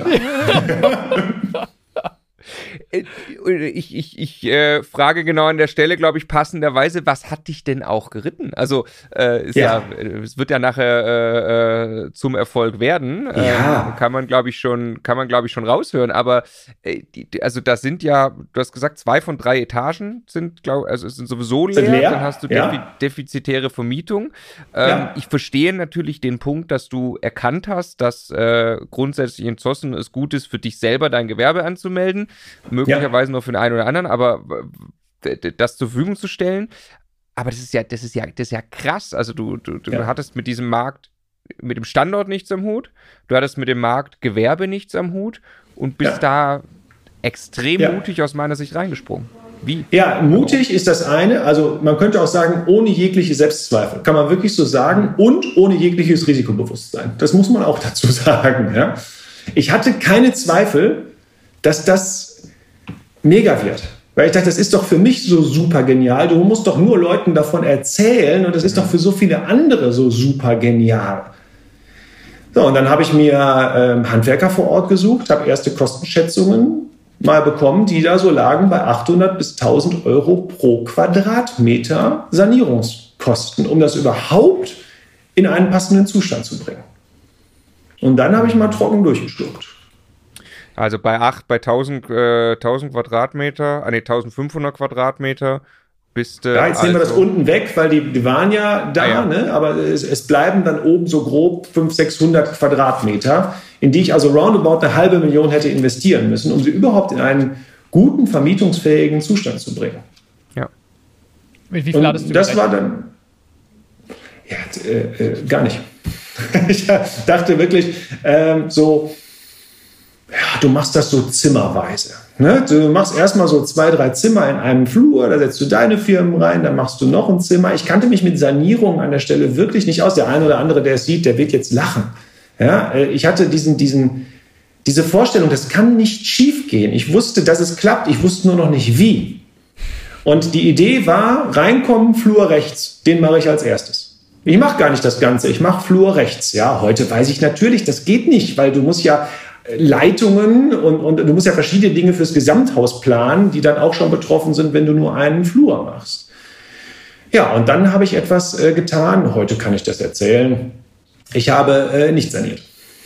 Ich, ich, ich äh, frage genau an der Stelle, glaube ich, passenderweise, was hat dich denn auch geritten? Also äh, ist ja. ja, es wird ja nachher äh, äh, zum Erfolg werden. Ja. Ähm, kann man, glaube ich, schon, kann man, glaube ich, schon raushören. Aber äh, die, also das sind ja, du hast gesagt, zwei von drei Etagen sind, glaube also sind sowieso leer. Sind leer. Dann hast du ja. defi- defizitäre Vermietung. Ähm, ja. Ich verstehe natürlich den Punkt, dass du erkannt hast, dass äh, grundsätzlich in Zossen es gut ist, für dich selber dein Gewerbe anzumelden. Möglicherweise ja. nur für den einen oder anderen, aber das zur Verfügung zu stellen. Aber das ist ja, das ist ja, das ist ja krass. Also du, du, du ja. hattest mit diesem Markt, mit dem Standort nichts am Hut, du hattest mit dem Markt Gewerbe nichts am Hut und bist ja. da extrem ja. mutig aus meiner Sicht reingesprungen. Wie? Ja, mutig ist das eine. Also man könnte auch sagen, ohne jegliche Selbstzweifel. Kann man wirklich so sagen. Und ohne jegliches Risikobewusstsein. Das muss man auch dazu sagen. Ja? Ich hatte keine Zweifel, dass das mega wird. Weil ich dachte, das ist doch für mich so super genial. Du musst doch nur Leuten davon erzählen und das ist doch für so viele andere so super genial. So, und dann habe ich mir ähm, Handwerker vor Ort gesucht, habe erste Kostenschätzungen mal bekommen, die da so lagen bei achthundert bis tausend Euro pro Quadratmeter Sanierungskosten, um das überhaupt in einen passenden Zustand zu bringen. Und dann habe ich mal trocken durchgeschluckt. Also bei acht, bei tausend, äh, tausend Quadratmeter, ah ne, eintausendfünfhundert Quadratmeter bist du. Ja, jetzt also nehmen wir das unten weg, weil die, die waren ja da, ah, ja. Ne? Aber es, es bleiben dann oben so grob fünfhundert, sechshundert Quadratmeter, in die ich also roundabout eine halbe Million hätte investieren müssen, um sie überhaupt in einen guten, vermietungsfähigen Zustand zu bringen. Ja. Mit wie viel Und hattest du das gerechnet? war dann. Ja, äh, äh, gar nicht. Ich dachte wirklich, ähm, so. Ja, du machst das so zimmerweise. Ne? Du machst erstmal so zwei, drei Zimmer in einem Flur, da setzt du deine Firmen rein, dann machst du noch ein Zimmer. Ich kannte mich mit Sanierung an der Stelle wirklich nicht aus. Der eine oder andere, der es sieht, der wird jetzt lachen. Ja, ich hatte diesen, diesen, diese Vorstellung, das kann nicht schief gehen. Ich wusste, dass es klappt, ich wusste nur noch nicht wie. Und die Idee war, reinkommen, Flur rechts, den mache ich als erstes. Ich mache gar nicht das Ganze, ich mache Flur rechts. Ja, heute weiß ich natürlich, das geht nicht, weil du musst ja Leitungen und, und du musst ja verschiedene Dinge fürs Gesamthaus planen, die dann auch schon betroffen sind, wenn du nur einen Flur machst. Ja, und dann habe ich etwas äh, getan. Heute kann ich das erzählen. Ich habe äh, nicht saniert.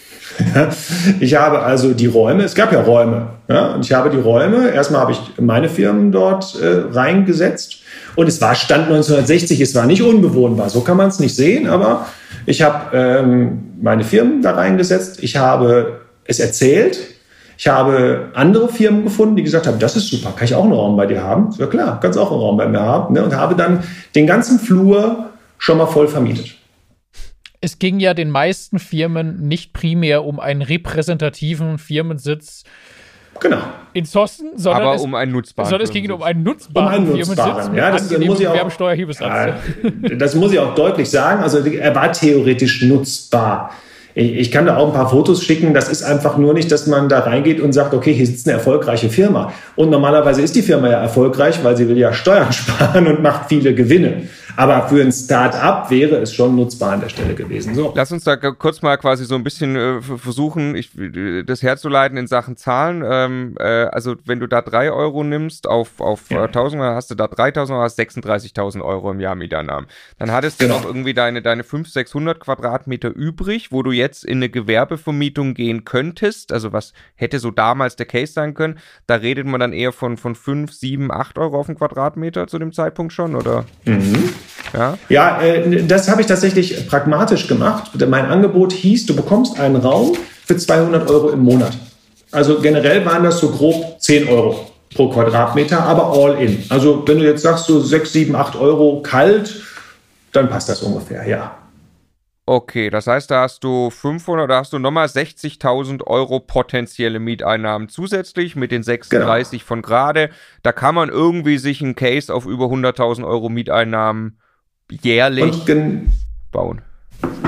Ich habe also die Räume, es gab ja Räume, ja, und ich habe die Räume, erstmal habe ich meine Firmen dort äh, reingesetzt und es war Stand neunzehnhundertsechzig, es war nicht unbewohnbar, so kann man es nicht sehen, aber ich habe ähm, meine Firmen da reingesetzt, ich habe es erzählt. Ich habe andere Firmen gefunden, die gesagt haben, das ist super, kann ich auch einen Raum bei dir haben? Ja klar, kannst auch einen Raum bei mir haben. Ne? Und habe dann den ganzen Flur schon mal voll vermietet. Es ging ja den meisten Firmen nicht primär um einen repräsentativen Firmensitz genau. in Zossen, sondern, aber es, um einen nutzbaren sondern es ging um einen nutzbaren, um einen Firmensitz nutzbaren. mit ja, das muss ich auch, Gewerbesteuerhebesatz. Ja, das muss ich auch deutlich sagen. Also er war theoretisch nutzbar. Ich kann da auch ein paar Fotos schicken. Das ist einfach nur nicht, dass man da reingeht und sagt, okay, hier sitzt eine erfolgreiche Firma. Und normalerweise ist die Firma ja erfolgreich, weil sie will ja Steuern sparen und macht viele Gewinne. Aber für ein Start-up wäre es schon nutzbar an der Stelle gewesen. So. Lass uns da kurz mal quasi so ein bisschen äh, versuchen, ich, das herzuleiten in Sachen Zahlen. Ähm, äh, also wenn du da drei Euro nimmst auf, auf ja. tausend, dann hast du da dreitausend, dann hast du sechsunddreißigtausend Euro im Jahr Mieteinnahmen. Dann hattest du genau. noch irgendwie deine, deine fünfhundert, sechshundert Quadratmeter übrig, wo du jetzt in eine Gewerbevermietung gehen könntest. Also was hätte so damals der Case sein können? Da redet man dann eher von, von fünf, sieben, acht Euro auf den Quadratmeter zu dem Zeitpunkt schon, oder? Mhm. Ja, ja äh, das habe ich tatsächlich pragmatisch gemacht. Mein Angebot hieß, du bekommst einen Raum für zweihundert Euro im Monat. Also generell waren das so grob zehn Euro pro Quadratmeter, aber all in. Also wenn du jetzt sagst, so sechs, sieben, acht Euro kalt, dann passt das ungefähr, ja. Okay, das heißt, da hast du fünfhundert, da hast du nochmal sechzigtausend Euro potenzielle Mieteinnahmen zusätzlich mit den sechsunddreißig genau. von gerade. Da kann man irgendwie sich einen Case auf über hunderttausend Euro Mieteinnahmen jährlich gen- bauen.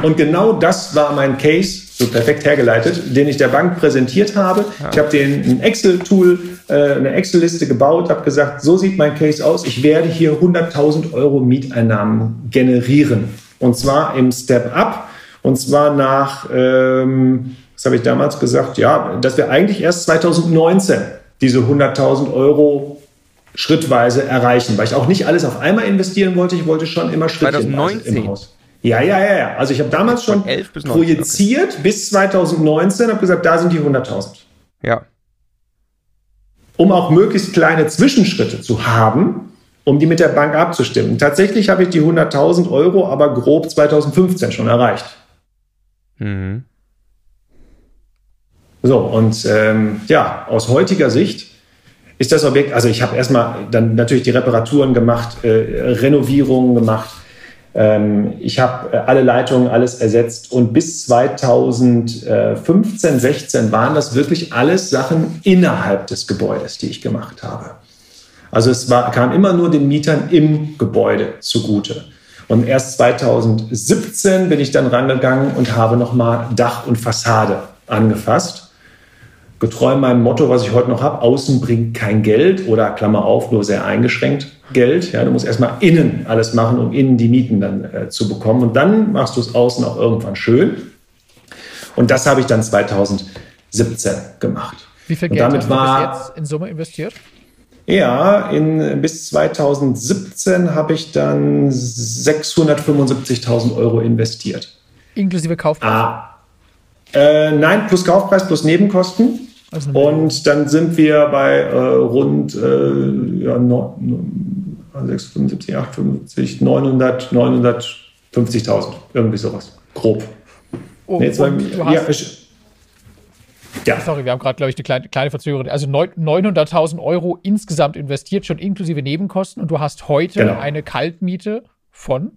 Und genau das war mein Case, so perfekt hergeleitet, den ich der Bank präsentiert habe. Ja. Ich habe denen ein Excel-Tool, äh, eine Excel-Liste gebaut, habe gesagt, so sieht mein Case aus. Ich werde hier hunderttausend Euro Mieteinnahmen generieren. Und zwar im Step-Up. Und zwar nach, ähm, was habe ich damals gesagt? Ja, dass wir eigentlich erst zwanzig neunzehn diese hunderttausend Euro schrittweise erreichen. Weil ich auch nicht alles auf einmal investieren wollte. Ich wollte schon immer schrittchenweise im Haus. Ja, ja, ja, ja. Also ich habe damals schon bis projiziert okay. bis zwanzig neunzehn, habe gesagt, da sind die hunderttausend. Ja. Um auch möglichst kleine Zwischenschritte zu haben, um die mit der Bank abzustimmen. Tatsächlich habe ich die hunderttausend Euro aber grob zwanzig fünfzehn schon erreicht. Mhm. So, und ähm, ja, aus heutiger Sicht ist das Objekt, also ich habe erstmal dann natürlich die Reparaturen gemacht, äh, Renovierungen gemacht, ähm, ich habe äh, alle Leitungen, alles ersetzt und bis zwanzig fünfzehn, sechzehn waren das wirklich alles Sachen innerhalb des Gebäudes, die ich gemacht habe. Also es war, kam immer nur den Mietern im Gebäude zugute. Und erst zwanzig siebzehn bin ich dann rangegangen und habe nochmal Dach und Fassade angefasst. Getreu meinem Motto, was ich heute noch habe, außen bringt kein Geld oder Klammer auf, nur sehr eingeschränkt Geld. Ja, du musst erstmal innen alles machen, um innen die Mieten dann äh, zu bekommen. Und dann machst du es außen auch irgendwann schön. Und das habe ich dann zwanzig siebzehn gemacht. Wie viel Geld und damit hast du war, bis jetzt in Summe investiert? Ja, in, bis zwanzig siebzehn habe ich dann sechshundertfünfundsiebzigtausend Euro investiert. Inklusive Kaufpreis? Ah, äh, nein, plus Kaufpreis, plus Nebenkosten. Also und dann sind wir bei äh, rund äh, ja, no, no, sechshundertfünfundsiebzig, achthundertfünfundsiebzig, neunhundert, neunhundertfünfzigtausend. Irgendwie sowas. Grob. Oh, nee, jetzt war, ja, ich, ja. Sorry, wir haben gerade, glaube ich, eine kleine, kleine Verzögerung. Also neunhunderttausend Euro insgesamt investiert, schon inklusive Nebenkosten. Und du hast heute genau. eine Kaltmiete von?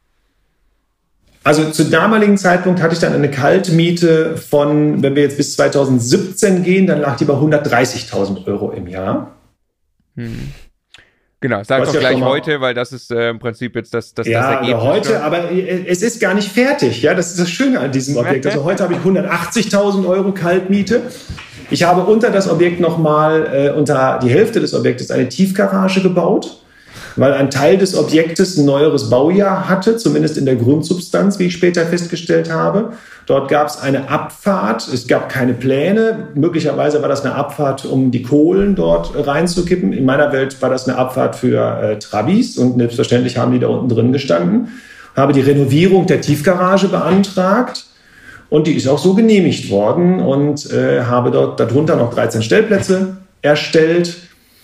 Also zu damaligen Zeitpunkt hatte ich dann eine Kaltmiete von, wenn wir jetzt bis zwanzig siebzehn gehen, dann lag die bei hundertdreißigtausend Euro im Jahr. Hm. Genau, sag doch ja gleich heute, weil das ist äh, im Prinzip jetzt das, das, ja, das Ergebnis. Ja, heute, aber es ist gar nicht fertig. Ja, das ist das Schöne an diesem Objekt. Also heute habe ich hundertachtzigtausend Euro Kaltmiete. Ich habe unter das Objekt nochmal, äh, unter die Hälfte des Objektes eine Tiefgarage gebaut, weil ein Teil des Objektes ein neueres Baujahr hatte, zumindest in der Grundsubstanz, wie ich später festgestellt habe. Dort gab es eine Abfahrt, es gab keine Pläne. Möglicherweise war das eine Abfahrt, um die Kohlen dort reinzukippen. In meiner Welt war das eine Abfahrt für äh, Trabis und selbstverständlich haben die da unten drin gestanden. Habe die Renovierung der Tiefgarage beantragt und die ist auch so genehmigt worden und äh, habe dort darunter noch dreizehn Stellplätze erstellt.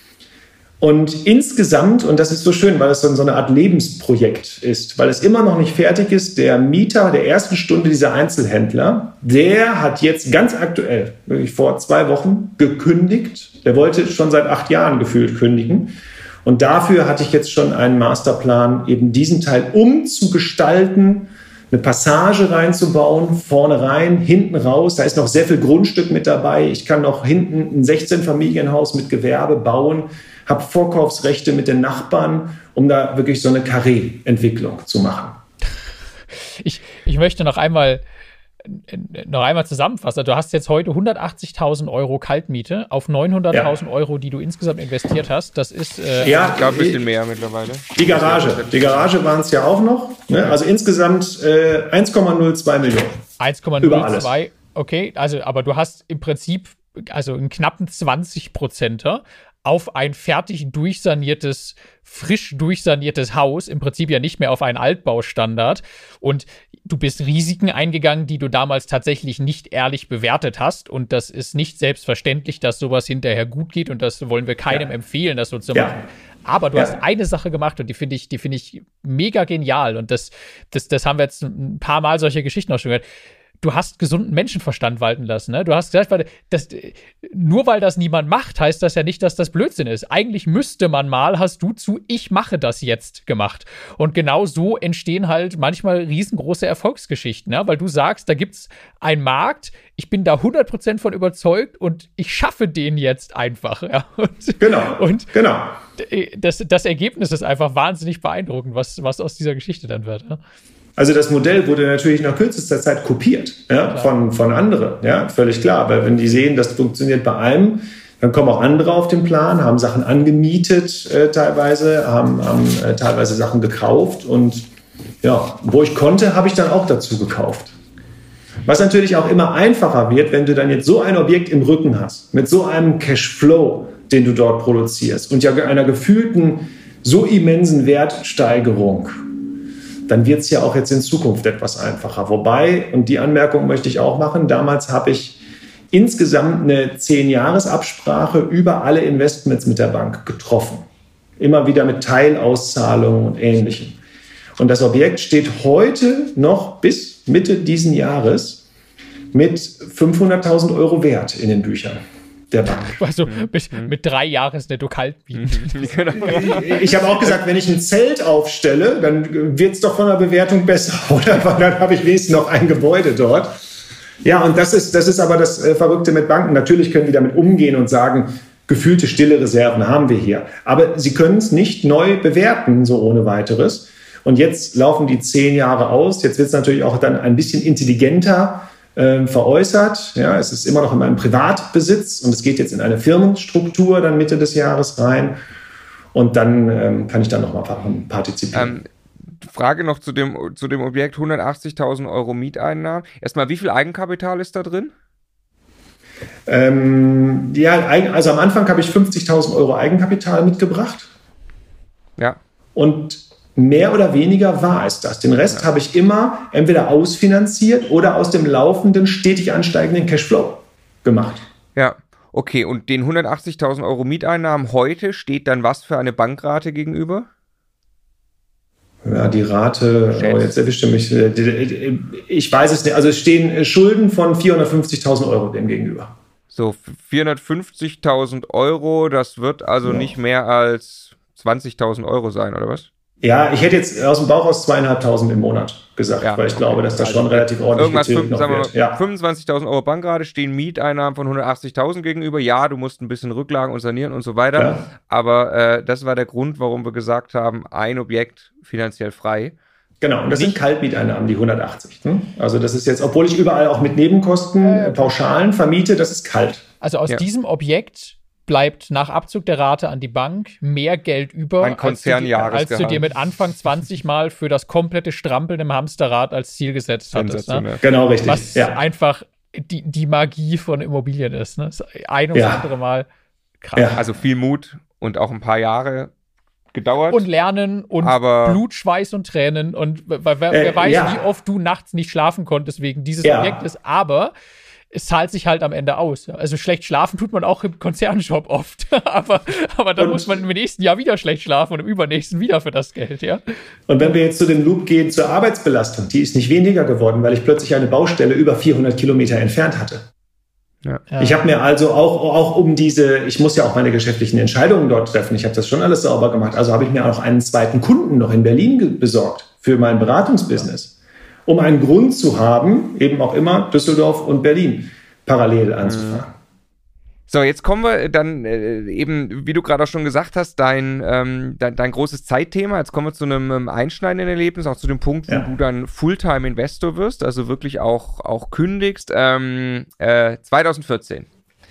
Und insgesamt, und das ist so schön, weil es dann so eine Art Lebensprojekt ist, weil es immer noch nicht fertig ist, der Mieter der ersten Stunde, dieser Einzelhändler, der hat jetzt ganz aktuell, wirklich vor zwei Wochen, gekündigt. Der wollte schon seit acht Jahren gefühlt kündigen. Und dafür hatte ich jetzt schon einen Masterplan, eben diesen Teil umzugestalten, eine Passage reinzubauen, vorne rein, hinten raus. Da ist noch sehr viel Grundstück mit dabei. Ich kann noch hinten ein sechzehn-Familienhaus mit Gewerbe bauen, habe Vorkaufsrechte mit den Nachbarn, um da wirklich so eine Carré-Entwicklung zu machen. Ich, ich möchte noch einmal, noch einmal zusammenfassen. Du hast jetzt heute hundertachtzigtausend Euro Kaltmiete auf neunhunderttausend ja. Euro, die du insgesamt investiert hast. Das ist äh, ja, ich glaube ein bisschen mehr mittlerweile. Die Garage. Die Garage waren es ja auch noch. Ne? Also insgesamt äh, eins Komma null zwei Millionen. eins Komma null zwei, okay. Also, aber du hast im Prinzip also einen knappen zwanzig Prozenter auf ein fertig durchsaniertes, frisch durchsaniertes Haus, im Prinzip ja nicht mehr auf einen Altbaustandard. Und du bist Risiken eingegangen, die du damals tatsächlich nicht ehrlich bewertet hast. Und das ist nicht selbstverständlich, dass sowas hinterher gut geht. Und das wollen wir keinem ja. empfehlen, das so zu ja. machen. Aber du ja. hast eine Sache gemacht und die finde ich, die finde ich mega genial. Und das, das, das haben wir jetzt ein paar Mal solche Geschichten auch schon gehört. Du hast gesunden Menschenverstand walten lassen. Ne? Du hast gesagt, weil das, nur weil das niemand macht, heißt das ja nicht, dass das Blödsinn ist. Eigentlich müsste man mal, hast du zu ich mache das jetzt gemacht. Und genau so entstehen halt manchmal riesengroße Erfolgsgeschichten. Ne? Weil du sagst, da gibt's einen Markt, ich bin da hundert Prozent von überzeugt und ich schaffe den jetzt einfach. Ja? Und, genau, und genau. Das, das Ergebnis ist einfach wahnsinnig beeindruckend, was, was aus dieser Geschichte dann wird. Ja? Also das Modell wurde natürlich nach kürzester Zeit kopiert, ja, von, von anderen, ja, völlig klar. Weil wenn die sehen, das funktioniert bei einem, dann kommen auch andere auf den Plan, haben Sachen angemietet äh, teilweise, haben, haben äh, teilweise Sachen gekauft und ja, wo ich konnte, habe ich dann auch dazu gekauft. Was natürlich auch immer einfacher wird, wenn du dann jetzt so ein Objekt im Rücken hast, mit so einem Cashflow, den du dort produzierst und ja einer gefühlten, so immensen Wertsteigerung, dann wird es ja auch jetzt in Zukunft etwas einfacher. Wobei, und die Anmerkung möchte ich auch machen, damals habe ich insgesamt eine zehn-Jahres-Absprache über alle Investments mit der Bank getroffen. Immer wieder mit Teilauszahlungen und Ähnlichem. Und das Objekt steht heute noch bis Mitte diesen Jahres mit fünfhunderttausend Euro Wert in den Büchern der Bank. Also mit, mit drei Jahresnetto Kaltmieten. Ich habe auch gesagt, wenn ich ein Zelt aufstelle, dann wird es doch von der Bewertung besser, oder? Weil dann habe ich wenigstens noch ein Gebäude dort. Ja, und das ist, das ist aber das äh, Verrückte mit Banken. Natürlich können die damit umgehen und sagen, gefühlte stille Reserven haben wir hier. Aber sie können es nicht neu bewerten, so ohne weiteres. Und jetzt laufen die zehn Jahre aus. Jetzt wird es natürlich auch dann ein bisschen intelligenter äh, veräußert. Ja, es ist immer noch in meinem Privatbesitz und es geht jetzt in eine Firmenstruktur dann Mitte des Jahres rein. Und dann ähm, kann ich dann nochmal partizipieren. Ähm, Frage noch zu dem, zu dem Objekt hundertachtzigtausend Euro Mieteinnahmen. Erstmal, wie viel Eigenkapital ist da drin? Ähm, ja, also am Anfang habe ich fünfzigtausend Euro Eigenkapital mitgebracht. Ja. Und mehr oder weniger war es das. Den Rest ja. habe ich immer entweder ausfinanziert oder aus dem laufenden, stetig ansteigenden Cashflow gemacht. Ja, okay. Und den hundertachtzigtausend Euro Mieteinnahmen heute steht dann was für eine Bankrate gegenüber? Ja, die Rate, oh, jetzt erwischte mich, ich weiß es nicht, also es stehen Schulden von vierhundertfünfzigtausend Euro dem gegenüber. So, vierhundertfünfzigtausend Euro, das wird also ja. nicht mehr als zwanzigtausend Euro sein, oder was? Ja, ich hätte jetzt aus dem Bauch aus zweieinhalbtausend im Monat gesagt, ja, weil ich okay. glaube, dass das also schon relativ ordentlich irgendwas fünf, sagen wir wird. Ja. fünfundzwanzigtausend Euro Bankrate, stehen Mieteinnahmen von hundertachtzigtausend gegenüber. Ja, du musst ein bisschen Rücklagen und sanieren und so weiter. Ja. Aber äh, das war der Grund, warum wir gesagt haben, ein Objekt finanziell frei. Genau, und das Nicht, sind Kaltmieteinnahmen, die hundertachtzig. Hm? Also das ist jetzt, obwohl ich überall auch mit Nebenkosten, äh, Pauschalen vermiete, das ist kalt. Also aus ja. diesem Objekt bleibt nach Abzug der Rate an die Bank mehr Geld über, Ein Konzernjahresgehalt. als, du, als du dir mit Anfang zwanzig Mal für das komplette Strampeln im Hamsterrad als Ziel gesetzt hattest. Ne? Genau, richtig. Was ja. einfach die, die Magie von Immobilien ist. Ne? Das ein und ja. andere Mal krass. Ja. Also viel Mut und auch ein paar Jahre gedauert. Und Lernen und aber Blut, Schweiß und Tränen. Und wer, wer äh, weiß, ja. wie oft du nachts nicht schlafen konntest wegen dieses ja. Objektes. Aber es zahlt sich halt am Ende aus. Also schlecht schlafen tut man auch im Konzernjob oft. aber aber dann und muss man im nächsten Jahr wieder schlecht schlafen und im übernächsten wieder für das Geld, ja. Und wenn wir jetzt zu dem Loop gehen, zur Arbeitsbelastung, die ist nicht weniger geworden, weil ich plötzlich eine Baustelle über vierhundert Kilometer entfernt hatte. Ja. Ich habe mir also auch, auch um diese, ich muss ja auch meine geschäftlichen Entscheidungen dort treffen, ich habe das schon alles sauber gemacht, also habe ich mir auch einen zweiten Kunden noch in Berlin ge- besorgt für mein Beratungsbusiness. Um einen Grund zu haben, eben auch immer Düsseldorf und Berlin parallel anzufahren. So, jetzt kommen wir dann äh, eben, wie du gerade auch schon gesagt hast, dein, ähm, dein, dein großes Zeitthema. Jetzt kommen wir zu einem ähm, einschneidenden Erlebnis, auch zu dem Punkt, wo ja. du dann Fulltime-Investor wirst, also wirklich auch, auch kündigst. Ähm, äh, zweitausendvierzehn.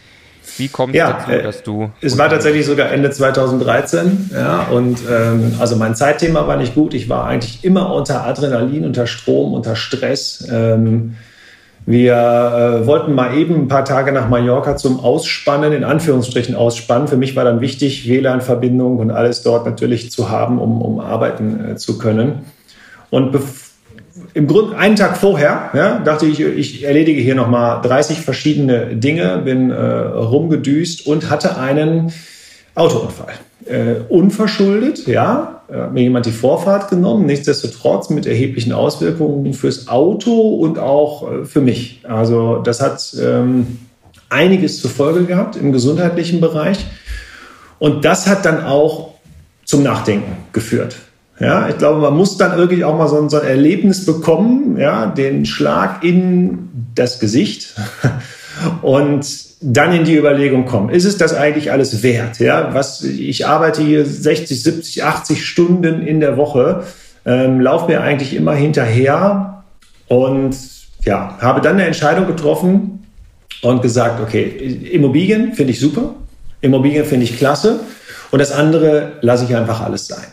Wie kommt es ja, dazu, dass du... Es war tatsächlich sogar Ende zweitausenddreizehn, ja, und ähm, also mein Zeitthema war nicht gut. Ich war eigentlich immer unter Adrenalin, unter Strom, unter Stress. Ähm, wir äh, wollten mal eben ein paar Tage nach Mallorca zum Ausspannen, in Anführungsstrichen Ausspannen. Für mich war dann wichtig, W L A N-Verbindung und alles dort natürlich zu haben, um, um arbeiten äh, zu können. Und bef- Im Grunde einen Tag vorher ja, dachte ich, ich erledige hier nochmal dreißig verschiedene Dinge, bin äh, rumgedüst und hatte einen Autounfall. Äh, unverschuldet, ja, hat mir jemand die Vorfahrt genommen, nichtsdestotrotz mit erheblichen Auswirkungen fürs Auto und auch äh, für mich. Also das hat ähm, einiges zur Folge gehabt im gesundheitlichen Bereich und das hat dann auch zum Nachdenken geführt. Ja, ich glaube, man muss dann wirklich auch mal so ein, so ein Erlebnis bekommen, ja, den Schlag in das Gesicht und dann in die Überlegung kommen, ist es das eigentlich alles wert? Ja, was, ich arbeite hier sechzig, siebzig, achtzig Stunden in der Woche ähm, laufe mir eigentlich immer hinterher und ja, habe dann eine Entscheidung getroffen und gesagt, okay, Immobilien finde ich super, Immobilien finde ich klasse und das andere lasse ich einfach alles sein.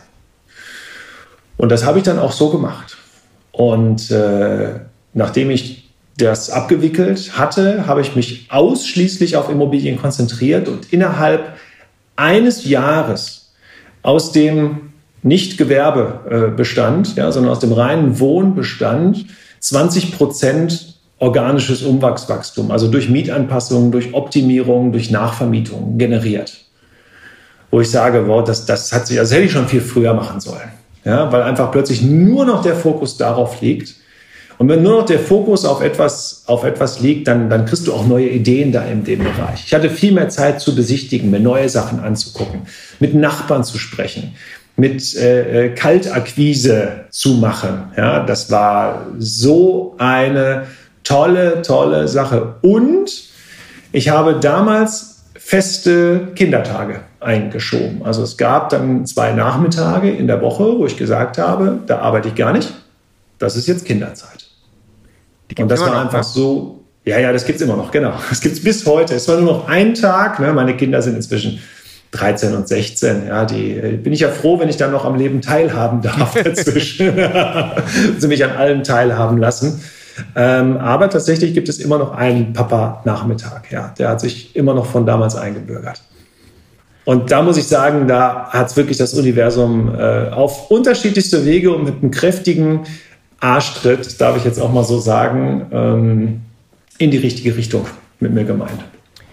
Und das habe ich dann auch so gemacht. Und äh, nachdem ich das abgewickelt hatte, habe ich mich ausschließlich auf Immobilien konzentriert und innerhalb eines Jahres aus dem Nicht-Gewerbebestand, ja, sondern aus dem reinen Wohnbestand zwanzig Prozent organisches Umwachswachstum, also durch Mietanpassungen, durch Optimierung, durch Nachvermietung generiert. Wo ich sage, wow, das, das hat sich, das hätte ich schon viel früher machen sollen. Ja, weil einfach plötzlich nur noch der Fokus darauf liegt. Und wenn nur noch der Fokus auf etwas, auf etwas liegt, dann, dann kriegst du auch neue Ideen da in dem Bereich. Ich hatte viel mehr Zeit zu besichtigen, mir neue Sachen anzugucken, mit Nachbarn zu sprechen, mit äh, Kaltakquise zu machen. Ja, das war so eine tolle, tolle Sache. Und ich habe damals feste Kindertage eingeschoben. Also es gab dann zwei Nachmittage in der Woche, wo ich gesagt habe, da arbeite ich gar nicht. Das ist jetzt Kinderzeit. Und das war einfach so, ja, ja, das gibt's immer noch, genau. Das gibt's bis heute. Es war nur noch ein Tag, ne? Meine Kinder sind inzwischen dreizehn und sechzehn. Ja, die bin ich ja froh, wenn ich dann noch am Leben teilhaben darf dazwischen. Sie mich an allem teilhaben lassen. Ähm, aber tatsächlich gibt es immer noch einen Papa-Nachmittag. Ja, der hat sich immer noch von damals eingebürgert. Und da muss ich sagen, da hat es wirklich das Universum äh, auf unterschiedlichste Wege und mit einem kräftigen Arschtritt, darf ich jetzt auch mal so sagen, ähm, in die richtige Richtung mit mir gemeint.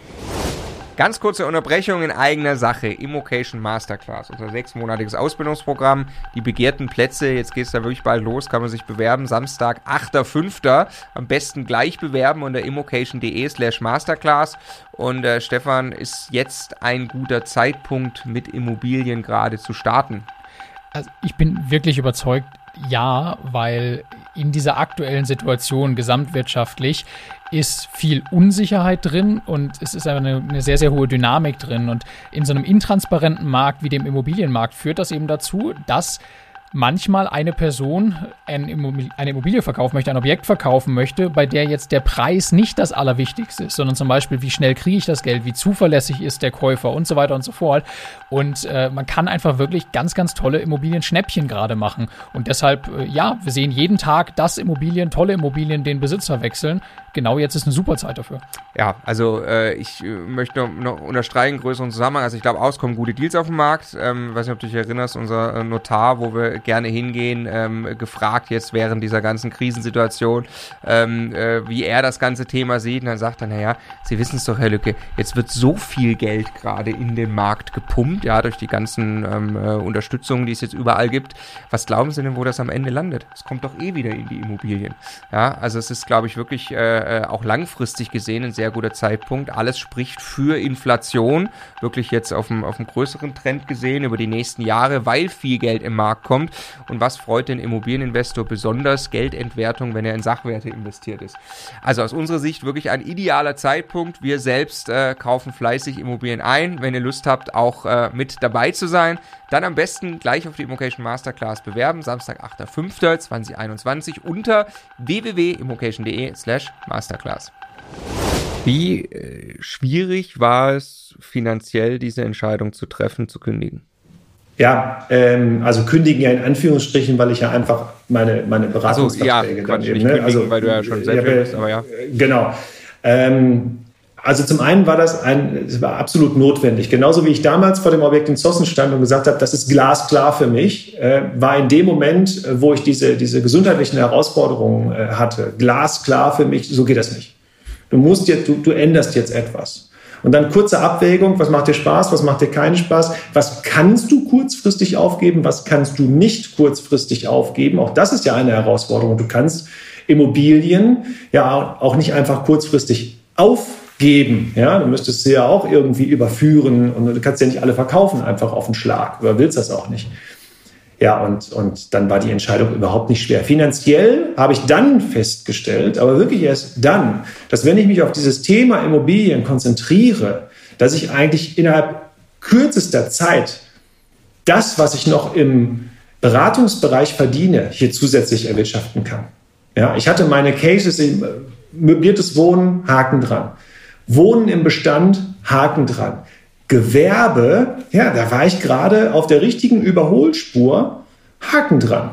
Ganz kurze Unterbrechung in eigener Sache. Immocation Masterclass, unser sechsmonatiges Ausbildungsprogramm. Die begehrten Plätze, jetzt geht es da wirklich bald los, kann man sich bewerben. Samstag, achter fünfter Am besten gleich bewerben unter immocation.de slash Masterclass. Und äh, Stefan, ist jetzt ein guter Zeitpunkt, mit Immobilien gerade zu starten? Also ich bin wirklich überzeugt, ja, weil in dieser aktuellen Situation gesamtwirtschaftlich ist viel Unsicherheit drin und es ist eine, eine sehr, sehr hohe Dynamik drin. Und in so einem intransparenten Markt wie dem Immobilienmarkt führt das eben dazu, dass manchmal eine Person eine Immobilie verkaufen möchte, ein Objekt verkaufen möchte, bei der jetzt der Preis nicht das Allerwichtigste ist, sondern zum Beispiel, wie schnell kriege ich das Geld, wie zuverlässig ist der Käufer und so weiter und so fort. Und äh, man kann einfach wirklich ganz, ganz tolle Immobilien-Schnäppchen gerade machen. Und deshalb, äh, ja, wir sehen jeden Tag, dass Immobilien, tolle Immobilien den Besitzer wechseln. Genau jetzt ist eine super Zeit dafür. Ja, also äh, ich äh, möchte noch, noch unterstreichen, größeren Zusammenhang. Also ich glaube, auskommen gute Deals auf dem Markt. Ähm, weiß nicht, ob du dich erinnerst, unser äh, Notar, wo wir gerne hingehen, ähm, gefragt jetzt während dieser ganzen Krisensituation, ähm, äh, wie er das ganze Thema sieht. Und dann sagt er, naja, Sie wissen es doch, Herr Lücke, jetzt wird so viel Geld gerade in den Markt gepumpt, ja, durch die ganzen ähm, äh, Unterstützungen, die es jetzt überall gibt. Was glauben Sie denn, wo das am Ende landet? Es kommt doch eh wieder in die Immobilien. Ja, also es ist, glaube ich, wirklich äh, auch langfristig gesehen ein sehr guter Zeitpunkt. Alles spricht für Inflation, wirklich jetzt auf einem, auf einem größeren Trend gesehen über die nächsten Jahre, weil viel Geld im Markt kommt. Und was freut den Immobilieninvestor besonders? Geldentwertung, wenn er in Sachwerte investiert ist. Also aus unserer Sicht wirklich ein idealer Zeitpunkt. Wir selbst äh, kaufen fleißig Immobilien ein. Wenn ihr Lust habt, auch äh, mit dabei zu sein, dann am besten gleich auf die Immocation Masterclass bewerben. Samstag, achter fünfter zweitausendeinundzwanzig unter w w w punkt immocation.de slash Masterclass. Wie äh, schwierig war es finanziell, diese Entscheidung zu treffen, zu kündigen? Ja, ähm, also kündigen ja in Anführungsstrichen, weil ich ja einfach meine, meine Beratungsverträge also, ja, dann eben, eben, ne? Kündigen, Also, weil du ja schon selbstständig ja, bist, aber ja. Genau. Ähm, also zum einen war das ein, es war absolut notwendig. Genauso wie ich damals vor dem Objekt in Zossen stand und gesagt habe, das ist glasklar für mich, äh, war in dem Moment, wo ich diese, diese gesundheitlichen Herausforderungen äh, hatte, glasklar für mich, so geht das nicht. Du musst jetzt, du, du änderst jetzt etwas. Und dann kurze Abwägung, was macht dir Spaß, was macht dir keinen Spaß, was kannst du kurzfristig aufgeben, was kannst du nicht kurzfristig aufgeben. Auch das ist ja eine Herausforderung. Du kannst Immobilien ja auch nicht einfach kurzfristig aufgeben. Ja, du müsstest sie ja auch irgendwie überführen und du kannst ja nicht alle verkaufen einfach auf den Schlag. Oder willst das auch nicht. Ja, und, und dann war die Entscheidung überhaupt nicht schwer. Finanziell habe ich dann festgestellt, aber wirklich erst dann, dass wenn ich mich auf dieses Thema Immobilien konzentriere, dass ich eigentlich innerhalb kürzester Zeit das, was ich noch im, Beratungsbereich verdiene, hier zusätzlich erwirtschaften kann. Ja, ich hatte meine Cases, möbliertes Wohnen, Haken dran. Wohnen im Bestand, Haken dran. Gewerbe, ja, da war ich gerade auf der richtigen Überholspur, Haken dran.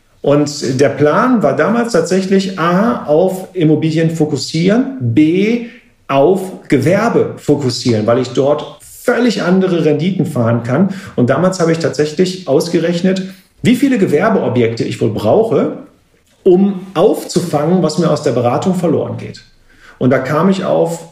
Und der Plan war damals tatsächlich A, auf Immobilien fokussieren, B, auf Gewerbe fokussieren, weil ich dort völlig andere Renditen fahren kann. Und damals habe ich tatsächlich ausgerechnet, wie viele Gewerbeobjekte ich wohl brauche, um aufzufangen, was mir aus der Beratung verloren geht. Und da kam ich auf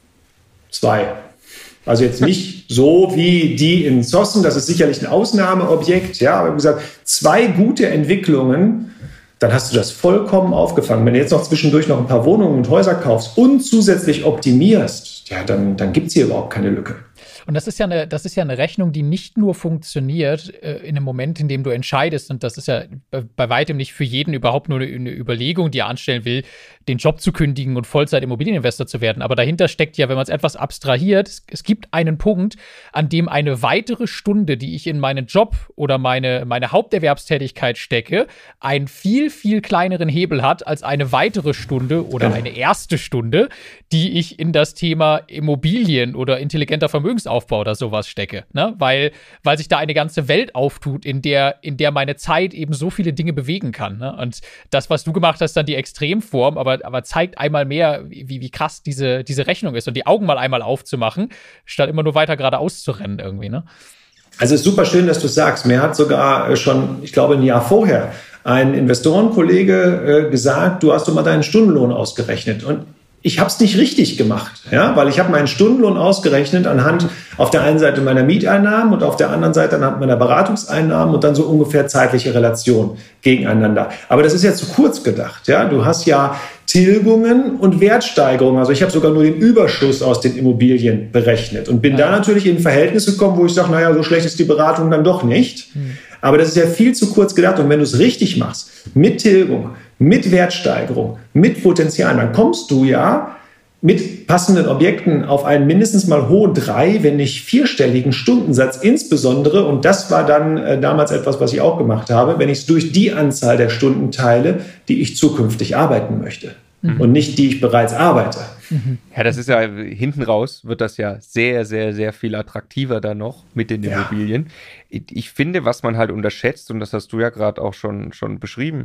zwei. Also jetzt nicht so wie die in Zossen, das ist sicherlich ein Ausnahmeobjekt, ja, aber ich habe gesagt, zwei gute Entwicklungen, dann hast du das vollkommen aufgefangen. Wenn du jetzt noch zwischendurch noch ein paar Wohnungen und Häuser kaufst und zusätzlich optimierst, ja, dann, dann gibt es hier überhaupt keine Lücke. Und das ist ja eine, das ist ja eine Rechnung, die nicht nur funktioniert äh, in einem Moment, in dem du entscheidest. Und das ist ja bei, bei weitem nicht für jeden überhaupt nur eine, eine Überlegung, die er anstellen will, den Job zu kündigen und Vollzeit-Immobilieninvestor zu werden. Aber dahinter steckt ja, wenn man es etwas abstrahiert, es, es gibt einen Punkt, an dem eine weitere Stunde, die ich in meinen Job oder meine, meine Haupterwerbstätigkeit stecke, einen viel, viel kleineren Hebel hat als eine weitere Stunde oder ja. eine erste Stunde, die ich in das Thema Immobilien oder intelligenter Vermögensaufbau oder sowas stecke, ne? Weil, weil sich da eine ganze Welt auftut, in der, in der meine Zeit eben so viele Dinge bewegen kann, ne? Und das, was du gemacht hast, dann die Extremform, aber, aber zeigt einmal mehr, wie, wie krass diese, diese Rechnung ist und die Augen mal einmal aufzumachen, statt immer nur weiter geradeaus zu rennen irgendwie, ne? Also es ist super schön, dass du es sagst. Mir hat sogar schon, ich glaube, ein Jahr vorher ein Investorenkollege äh, gesagt, du hast doch mal deinen Stundenlohn ausgerechnet. Und ich habe es nicht richtig gemacht, ja, weil ich habe meinen Stundenlohn ausgerechnet anhand auf der einen Seite meiner Mieteinnahmen und auf der anderen Seite anhand meiner Beratungseinnahmen und dann so ungefähr zeitliche Relation gegeneinander. Aber das ist ja zu kurz gedacht, ja. Du hast ja Tilgungen und Wertsteigerungen. Also ich habe sogar nur den Überschuss aus den Immobilien berechnet und bin ja. da natürlich in ein Verhältnis gekommen, wo ich sage, naja, so schlecht ist die Beratung dann doch nicht. Hm. Aber das ist ja viel zu kurz gedacht. Und wenn du es richtig machst, mit Tilgung, mit Wertsteigerung, mit Potenzial, dann kommst du ja mit passenden Objekten auf einen mindestens mal hohen drei, wenn nicht vierstelligen Stundensatz insbesondere. Und das war dann äh, damals etwas, was ich auch gemacht habe, wenn ich es durch die Anzahl der Stunden teile, die ich zukünftig arbeiten möchte. Mhm. Und nicht die ich bereits arbeite. Mhm. Ja, das ist ja, hinten raus wird das ja sehr, sehr, sehr viel attraktiver dann noch mit den Immobilien. Ja. Ich finde, was man halt unterschätzt, und das hast du ja gerade auch schon, schon beschrieben,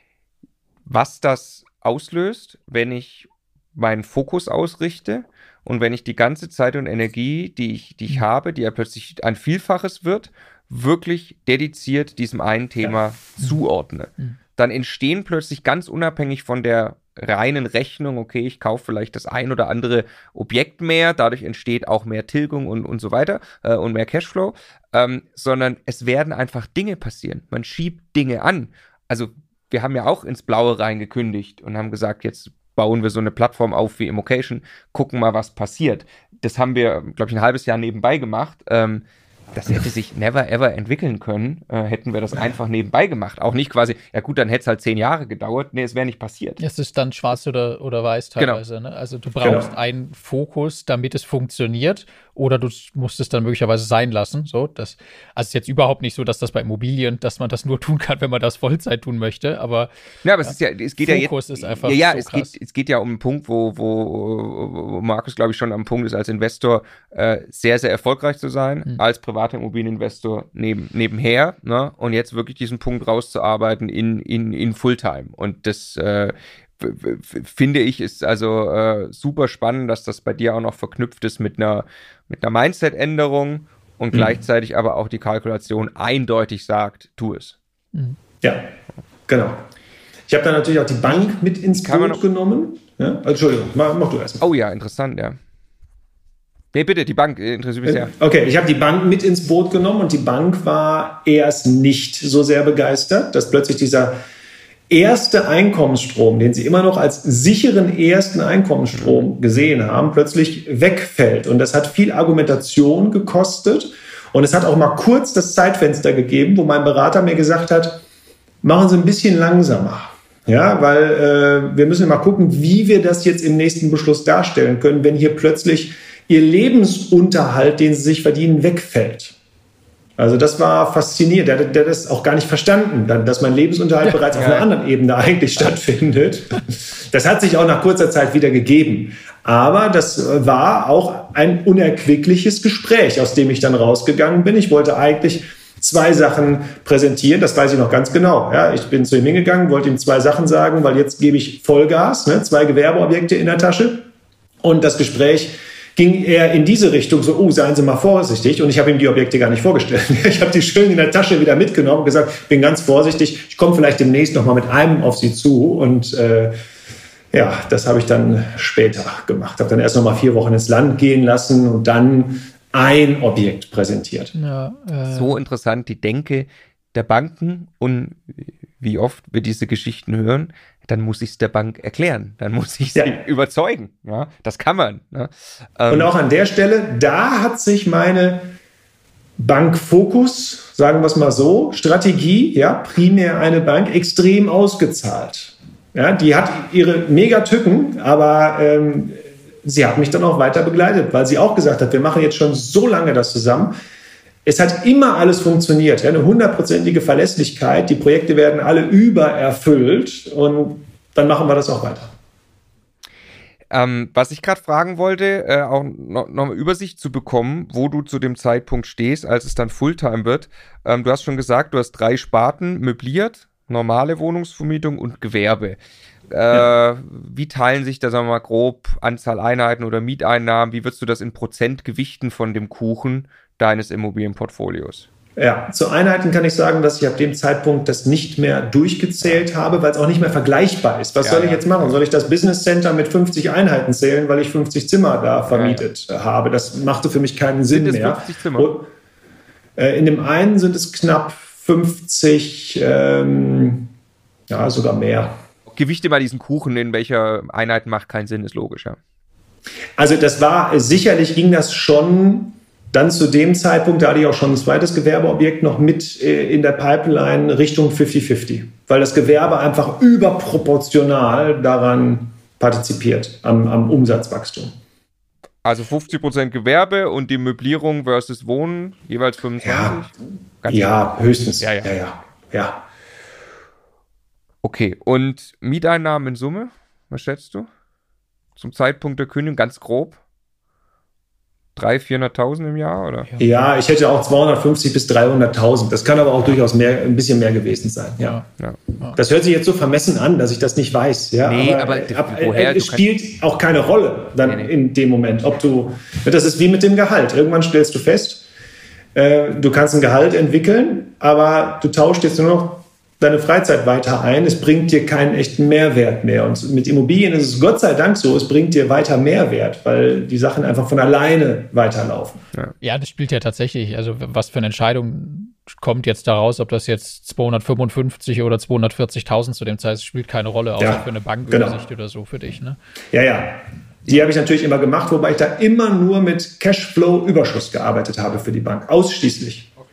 was das auslöst, wenn ich meinen Fokus ausrichte und wenn ich die ganze Zeit und Energie, die ich, die ich mhm. habe, die ja plötzlich ein Vielfaches wird, wirklich dediziert diesem einen Thema ja. zuordne. Mhm. Dann entstehen plötzlich ganz unabhängig von der reinen Rechnung, okay, ich kaufe vielleicht das ein oder andere Objekt mehr, dadurch entsteht auch mehr Tilgung und, und so weiter äh, und mehr Cashflow, ähm, sondern es werden einfach Dinge passieren. Man schiebt Dinge an. Also wir haben ja auch ins Blaue reingekündigt und haben gesagt, jetzt bauen wir so eine Plattform auf wie Immocation, gucken mal, was passiert. Das haben wir, glaube ich, ein halbes Jahr nebenbei gemacht. Ähm, das hätte sich never ever entwickeln können, äh, hätten wir das einfach nebenbei gemacht. Auch nicht quasi, ja gut, dann hätte es halt zehn Jahre gedauert. Nee, es wäre nicht passiert. Es ist dann schwarz oder, oder weiß teilweise. Genau. Ne? Also du brauchst genau. einen Fokus, damit es funktioniert, oder du musst es dann möglicherweise sein lassen. So, das, also es ist jetzt überhaupt nicht so, dass das bei Immobilien, dass man das nur tun kann, wenn man das Vollzeit tun möchte. Aber ja, aber es ist ja, es geht Fokus ja jetzt, ist einfach ja, ja so es krass. geht, es geht ja um einen Punkt, wo, wo, wo Markus, glaube ich, schon am Punkt ist, als Investor äh, sehr, sehr erfolgreich zu sein, mhm. als privater Immobilieninvestor neben, nebenher, ne? Und jetzt wirklich diesen Punkt rauszuarbeiten in, in, in Fulltime. Und das äh, finde ich, ist also äh, super spannend, dass das bei dir auch noch verknüpft ist mit einer, mit einer Mindset-Änderung und mhm. gleichzeitig aber auch die Kalkulation eindeutig sagt, tu es. Mhm. Ja, genau. Ich habe da natürlich auch die Bank mit ins Boot genommen. Ja? Also, Entschuldigung, mach, mach du erst mal. Oh ja, interessant, ja. Nee, bitte, die Bank interessiert mich sehr. Okay, ich habe die Bank mit ins Boot genommen und die Bank war erst nicht so sehr begeistert, dass plötzlich dieser erste Einkommensstrom, den sie immer noch als sicheren ersten Einkommensstrom gesehen haben, plötzlich wegfällt. Und das hat viel Argumentation gekostet. Und es hat auch mal kurz das Zeitfenster gegeben, wo mein Berater mir gesagt hat, machen Sie ein bisschen langsamer. Ja, weil äh, wir müssen mal gucken, wie wir das jetzt im nächsten Beschluss darstellen können, wenn hier plötzlich Ihr Lebensunterhalt, den Sie sich verdienen, wegfällt. Also das war faszinierend. Der, der hat das auch gar nicht verstanden, dass mein Lebensunterhalt ja, bereits auf ja. einer anderen Ebene eigentlich stattfindet. Das hat sich auch nach kurzer Zeit wieder gegeben. Aber das war auch ein unerquickliches Gespräch, aus dem ich dann rausgegangen bin. Ich wollte eigentlich zwei Sachen präsentieren, das weiß ich noch ganz genau. Ja, ich bin zu ihm hingegangen, wollte ihm zwei Sachen sagen, weil jetzt gebe ich Vollgas, ne, zwei Gewerbeobjekte in der Tasche. Und das Gespräch ging eher in diese Richtung, so, oh, seien Sie mal vorsichtig. Und ich habe ihm die Objekte gar nicht vorgestellt. Ich habe die schön in der Tasche wieder mitgenommen und gesagt, bin ganz vorsichtig, ich komme vielleicht demnächst noch mal mit einem auf Sie zu. Und äh, ja, das habe ich dann später gemacht. Habe dann erst noch mal vier Wochen ins Land gehen lassen und dann ein Objekt präsentiert. Ja, äh so interessant, die Denke der Banken, und wie oft wir diese Geschichten hören, dann muss ich es der Bank erklären, dann muss ich sie ja. überzeugen. Ja, das kann man. Ne? Ähm und auch an der Stelle, da hat sich meine Bankfokus, sagen wir es mal so, Strategie, ja, primär eine Bank, extrem ausgezahlt. Ja, die hat ihre Megatücken, aber ähm, sie hat mich dann auch weiter begleitet, weil sie auch gesagt hat, wir machen jetzt schon so lange das zusammen. Es hat immer alles funktioniert, ja, eine hundertprozentige Verlässlichkeit. Die Projekte werden alle übererfüllt und dann machen wir das auch weiter. Ähm, was ich gerade fragen wollte, äh, auch noch, noch eine Übersicht zu bekommen, wo du zu dem Zeitpunkt stehst, als es dann Fulltime wird. Ähm, du hast schon gesagt, du hast drei Sparten, möbliert, normale Wohnungsvermietung und Gewerbe. Äh, ja. Wie teilen sich da, sagen wir mal, grob Anzahl Einheiten oder Mieteinnahmen? Wie würdest du das in Prozent gewichten von dem Kuchen deines Immobilienportfolios? Ja, zu Einheiten kann ich sagen, dass ich ab dem Zeitpunkt das nicht mehr durchgezählt habe, weil es auch nicht mehr vergleichbar ist. Was ja, soll ich ja. jetzt machen? Soll ich das Business Center mit fünfzig Einheiten zählen, weil ich fünfzig Zimmer da vermietet ja, ja. habe? Das machte für mich keinen Sinn sind es mehr. fünfzig Zimmer? Und, äh, in dem einen sind es knapp fünfzig, ähm, ja, sogar mehr. Gewichte mal diesen Kuchen, in welcher Einheit macht keinen Sinn, ist logisch, ja. Also das war, sicherlich ging das schon dann zu dem Zeitpunkt, da hatte ich auch schon ein zweites Gewerbeobjekt noch mit in der Pipeline Richtung fünfzig fünfzig, weil das Gewerbe einfach überproportional daran partizipiert, am, am Umsatzwachstum. Also fünfzig Prozent Gewerbe und die Möblierung versus Wohnen jeweils fünfundzwanzig? Ja, ja höchstens. Ja, ja. ja, ja, ja. Okay, und Mieteinnahmen in Summe, was schätzt du? Zum Zeitpunkt der Kündigung, ganz grob? dreihunderttausend, vierhunderttausend im Jahr, oder? Ja, ich hätte auch zweihundertfünfzig bis dreihunderttausend. Das kann aber auch durchaus mehr, ein bisschen mehr gewesen sein. Ja. Ja. Das hört sich jetzt so vermessen an, dass ich das nicht weiß. Ja, nee, aber, aber ab, woher? Es spielt auch keine Rolle dann nee, nee. in dem Moment. Ob du, das ist wie mit dem Gehalt. Irgendwann stellst du fest, äh, du kannst ein Gehalt entwickeln, aber du tauschst jetzt nur noch deine Freizeit weiter ein, es bringt dir keinen echten Mehrwert mehr. Und mit Immobilien ist es Gott sei Dank so, es bringt dir weiter Mehrwert, weil die Sachen einfach von alleine weiterlaufen. Ja, ja, das spielt ja tatsächlich, also was für eine Entscheidung kommt jetzt daraus, ob das jetzt zweihundertfünfundfünfzig oder zweihundertvierzigtausend zu dem Zeitpunkt spielt keine Rolle, außer ja, für eine Bankübersicht genau. oder so für dich, ne? Ja, ja. Die habe ich natürlich immer gemacht, wobei ich da immer nur mit Cashflow-Überschuss gearbeitet habe für die Bank, ausschließlich. Okay.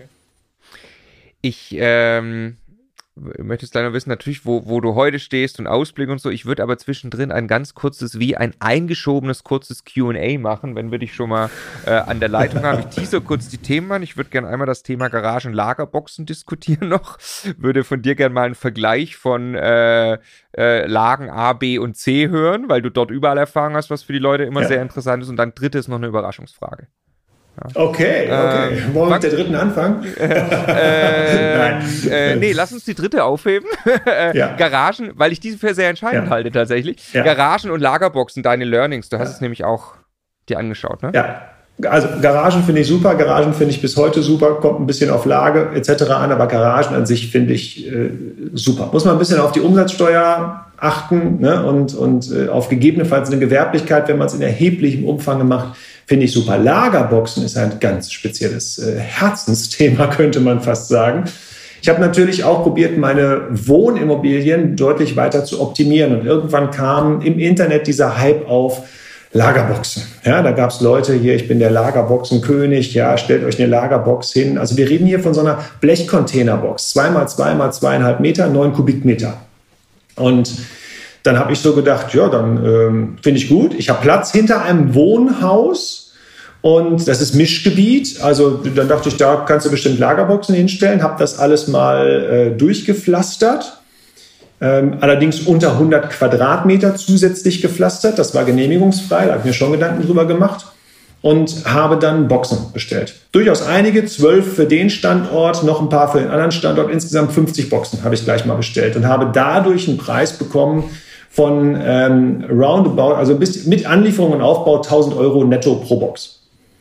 Ich, ähm... möchtest leider wissen, natürlich, wo, wo du heute stehst und Ausblick und so. Ich würde aber zwischendrin ein ganz kurzes, wie ein eingeschobenes, kurzes Q und A machen, wenn wir dich schon mal äh, an der Leitung haben. Ich teaser kurz die Themen an. Ich würde gerne einmal das Thema Garagen-Lagerboxen diskutieren noch. Würde von dir gerne mal einen Vergleich von äh, äh, Lagen A, B und C hören, weil du dort überall Erfahrung hast, was für die Leute immer ja. sehr interessant ist. Und dann drittes noch eine Überraschungsfrage. Ja. Okay, okay. Ähm, Wollen wir mit der dritten anfangen? Äh, Nein. Äh, nee, lass uns die dritte aufheben. ja. Garagen, weil ich diese für sehr entscheidend ja. halte tatsächlich. Ja. Garagen und Lagerboxen, deine Learnings. Du hast ja. es nämlich auch dir angeschaut, ne? Ja. Also Garagen finde ich super, Garagen finde ich bis heute super, kommt ein bisschen auf Lage et cetera an, aber Garagen an sich finde ich äh, super. Muss man ein bisschen auf die Umsatzsteuer achten, ne? und, und äh, auf gegebenenfalls eine Gewerblichkeit, wenn man es in erheblichem Umfang macht, finde ich super. Lagerboxen ist ein ganz spezielles äh, Herzensthema, könnte man fast sagen. Ich habe natürlich auch probiert, meine Wohnimmobilien deutlich weiter zu optimieren und irgendwann kam im Internet dieser Hype auf, Lagerboxen. Ja, da gab es Leute hier, ich bin der Lagerboxenkönig, ja, stellt euch eine Lagerbox hin. Also wir reden hier von so einer Blechcontainerbox, zwei mal zwei mal zweieinhalb Meter, neun Kubikmeter. Und dann habe ich so gedacht, ja, dann ähm, finde ich gut. Ich habe Platz hinter einem Wohnhaus Und das ist Mischgebiet. Also dann dachte ich, da kannst du bestimmt Lagerboxen hinstellen. Habe das alles mal äh, durchgepflastert. Ähm, allerdings unter hundert Quadratmeter zusätzlich gepflastert. Das war genehmigungsfrei. Da habe ich mir schon Gedanken drüber gemacht. Und habe dann Boxen bestellt. Durchaus einige, zwölf für den Standort, noch ein paar für den anderen Standort. Insgesamt fünfzig Boxen habe ich gleich mal bestellt und habe dadurch einen Preis bekommen von ähm, roundabout, also bis mit Anlieferung und Aufbau tausend Euro netto pro Box.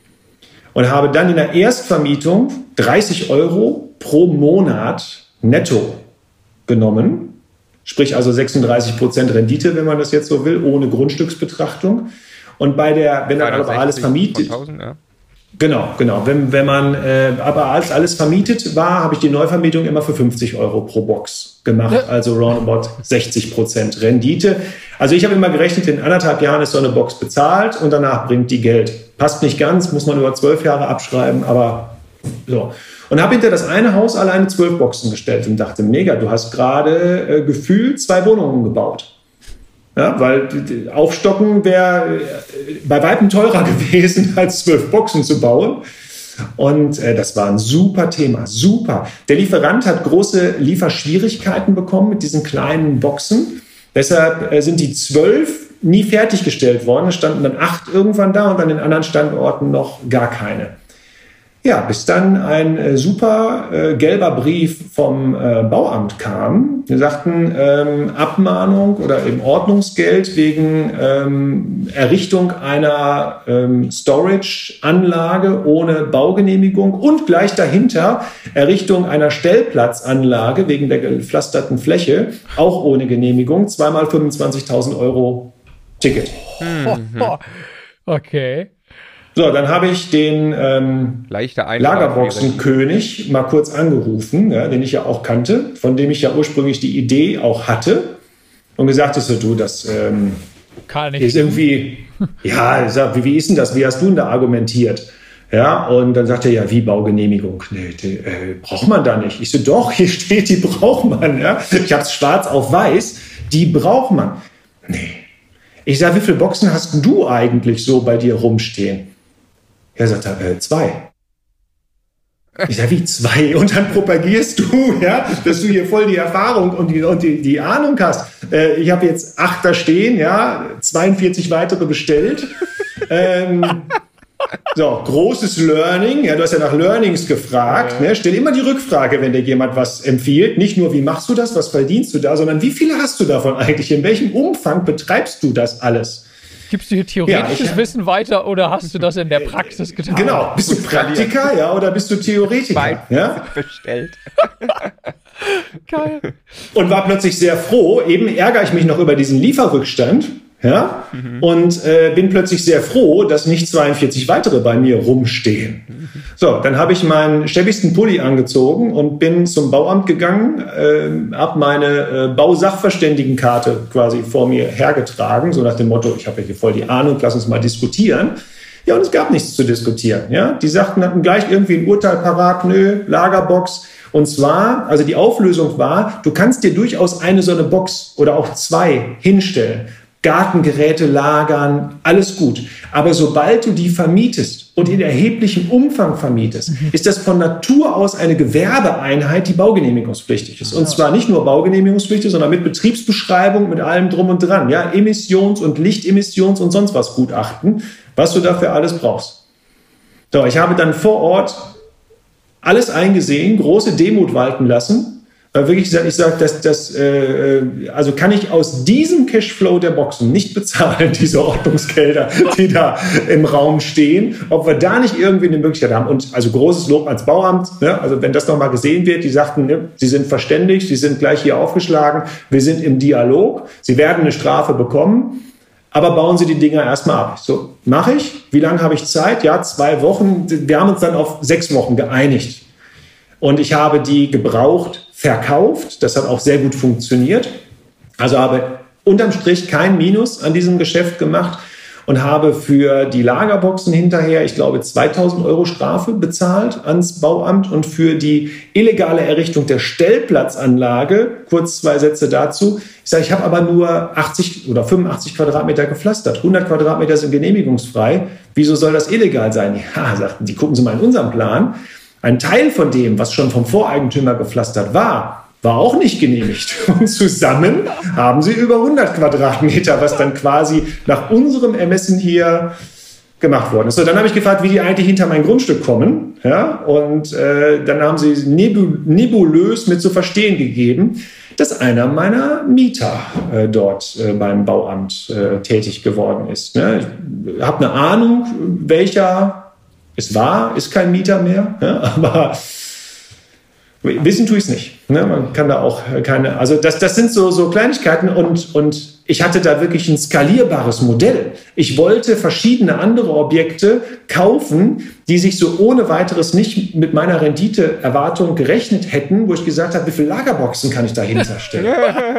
Und habe dann in der Erstvermietung dreißig Euro pro Monat netto genommen. Sprich also sechsunddreißig Prozent Rendite, wenn man das jetzt so will, ohne Grundstücksbetrachtung. Und bei der, wenn dann aber alles vermietet, tausend, ja. genau, genau, wenn, wenn man äh, aber als alles vermietet war, habe ich die Neuvermietung immer für fünfzig Euro pro Box gemacht, ja. Also roundabout sechzig Prozent Rendite. Also ich habe immer gerechnet, in anderthalb Jahren ist so eine Box bezahlt und danach bringt die Geld. Passt nicht ganz, muss man über zwölf Jahre abschreiben, aber so. Und habe hinter das eine Haus alleine zwölf Boxen gestellt und dachte, mega, du hast gerade äh, gefühlt zwei Wohnungen gebaut. Ja, weil aufstocken wäre bei weitem teurer gewesen, als zwölf Boxen zu bauen. Und äh, das war ein super Thema, super. Der Lieferant hat große Lieferschwierigkeiten bekommen mit diesen kleinen Boxen. Deshalb äh, sind die zwölf nie fertiggestellt worden. Es standen dann acht irgendwann da und an den anderen Standorten noch gar keine. Ja, bis dann ein äh, super äh, gelber Brief vom äh, Bauamt kam. Wir sagten ähm, Abmahnung oder eben Ordnungsgeld wegen ähm, Errichtung einer ähm, Storage-Anlage ohne Baugenehmigung und gleich dahinter Errichtung einer Stellplatzanlage wegen der gepflasterten Fläche, auch ohne Genehmigung, zweimal fünfundzwanzigtausend Euro Ticket. Mhm. Okay. So, dann habe ich den ähm, Lagerboxenkönig mal kurz angerufen, ja, den ich ja auch kannte, von dem ich ja ursprünglich die Idee auch hatte und gesagt, so, du, das ähm, Kann nicht ist irgendwie, ja, sag, wie, wie ist denn das, wie hast du denn da argumentiert? Ja, und dann sagt er, ja, wie Baugenehmigung? Nee, die, äh, braucht man da nicht. Ich so, doch, hier steht, die braucht man. Ja? Ich habe es schwarz auf weiß, die braucht man. Nee. Ich sage, wie viele Boxen hast du eigentlich so bei dir rumstehen? Er sagt, äh, zwei. Ich sage, wie zwei? Und dann propagierst du, ja, dass du hier voll die Erfahrung und die, und die, die Ahnung hast. Äh, ich habe jetzt acht da stehen, ja, zweiundvierzig weitere bestellt. ähm, so, großes Learning. Ja, du hast ja nach Learnings gefragt. Ja. Ne? Stell immer die Rückfrage, wenn dir jemand was empfiehlt. Nicht nur, wie machst du das, was verdienst du da, sondern wie viele hast du davon eigentlich? In welchem Umfang betreibst du das alles? Gibst du hier theoretisches ja, Wissen weiter oder hast du das in der Praxis getan? Genau. Bist du Praktiker, ja, oder bist du Theoretiker? Ja? Bestellt. Geil. Und war plötzlich sehr froh. Eben ärgere ich mich noch über diesen Lieferrückstand. Ja? Mhm. Und äh, bin plötzlich sehr froh, dass nicht zweiundvierzig weitere bei mir rumstehen. Mhm. So, dann habe ich meinen schäbigsten Pulli angezogen und bin zum Bauamt gegangen, äh, habe meine äh, Bausachverständigenkarte quasi vor mir hergetragen, so nach dem Motto, ich habe ja hier voll die Ahnung, lass uns mal diskutieren. Ja, und es gab nichts zu diskutieren. Ja? Die sagten, hatten gleich irgendwie ein Urteil parat, nö, Lagerbox. Und zwar, also die Auflösung war, du kannst dir durchaus eine so eine Box oder auch zwei hinstellen. Gartengeräte lagern, alles gut. Aber sobald du die vermietest und in erheblichem Umfang vermietest, mhm. ist das von Natur aus eine Gewerbeeinheit, die baugenehmigungspflichtig ist. Und zwar nicht nur baugenehmigungspflichtig, sondern mit Betriebsbeschreibung, mit allem drum und dran. Ja, Emissions- und Lichtemissions- und sonst was Gutachten, was du dafür alles brauchst. So, ich habe dann vor Ort alles eingesehen, große Demut walten lassen. Wirklich gesagt, ich sage, dass das, äh, also kann ich aus diesem Cashflow der Boxen nicht bezahlen, diese Ordnungsgelder, die da im Raum stehen, ob wir da nicht irgendwie eine Möglichkeit haben. Und also großes Lob ans Bauamt, ne? Also wenn das nochmal gesehen wird, die sagten, ne, sie sind verständigt, sie sind gleich hier aufgeschlagen, wir sind im Dialog, sie werden eine Strafe bekommen, aber bauen Sie die Dinger erstmal ab. So, mache ich. Wie lange habe ich Zeit? Ja, zwei Wochen. Wir haben uns dann auf sechs Wochen geeinigt. Und ich habe die gebraucht verkauft. Das hat auch sehr gut funktioniert. Also habe unterm Strich kein Minus an diesem Geschäft gemacht und habe für die Lagerboxen hinterher, ich glaube, zweitausend Euro Strafe bezahlt ans Bauamt und für die illegale Errichtung der Stellplatzanlage, kurz zwei Sätze dazu, ich sage, ich habe aber nur achtzig oder fünfundachtzig Quadratmeter gepflastert, hundert Quadratmeter sind genehmigungsfrei, wieso soll das illegal sein? Ja, sagten die, gucken Sie mal in unserem Plan, ein Teil von dem, was schon vom Voreigentümer gepflastert war, war auch nicht genehmigt. Und zusammen haben sie über hundert Quadratmeter, was dann quasi nach unserem Ermessen hier gemacht worden ist. So, dann habe ich gefragt, wie die eigentlich hinter mein Grundstück kommen. Ja, und äh, dann haben sie nebul- nebulös mir zu verstehen gegeben, dass einer meiner Mieter äh, dort äh, beim Bauamt äh, tätig geworden ist. Ne? Ich habe eine Ahnung, welcher es war, ist kein Mieter mehr, ja, aber wissen tue ich es nicht. Ne? Man kann da auch keine, also das, das sind so, so Kleinigkeiten und, und ich hatte da wirklich ein skalierbares Modell. Ich wollte verschiedene andere Objekte kaufen, die sich so ohne weiteres nicht mit meiner Renditeerwartung gerechnet hätten, wo ich gesagt habe, wie viele Lagerboxen kann ich dahinter stellen?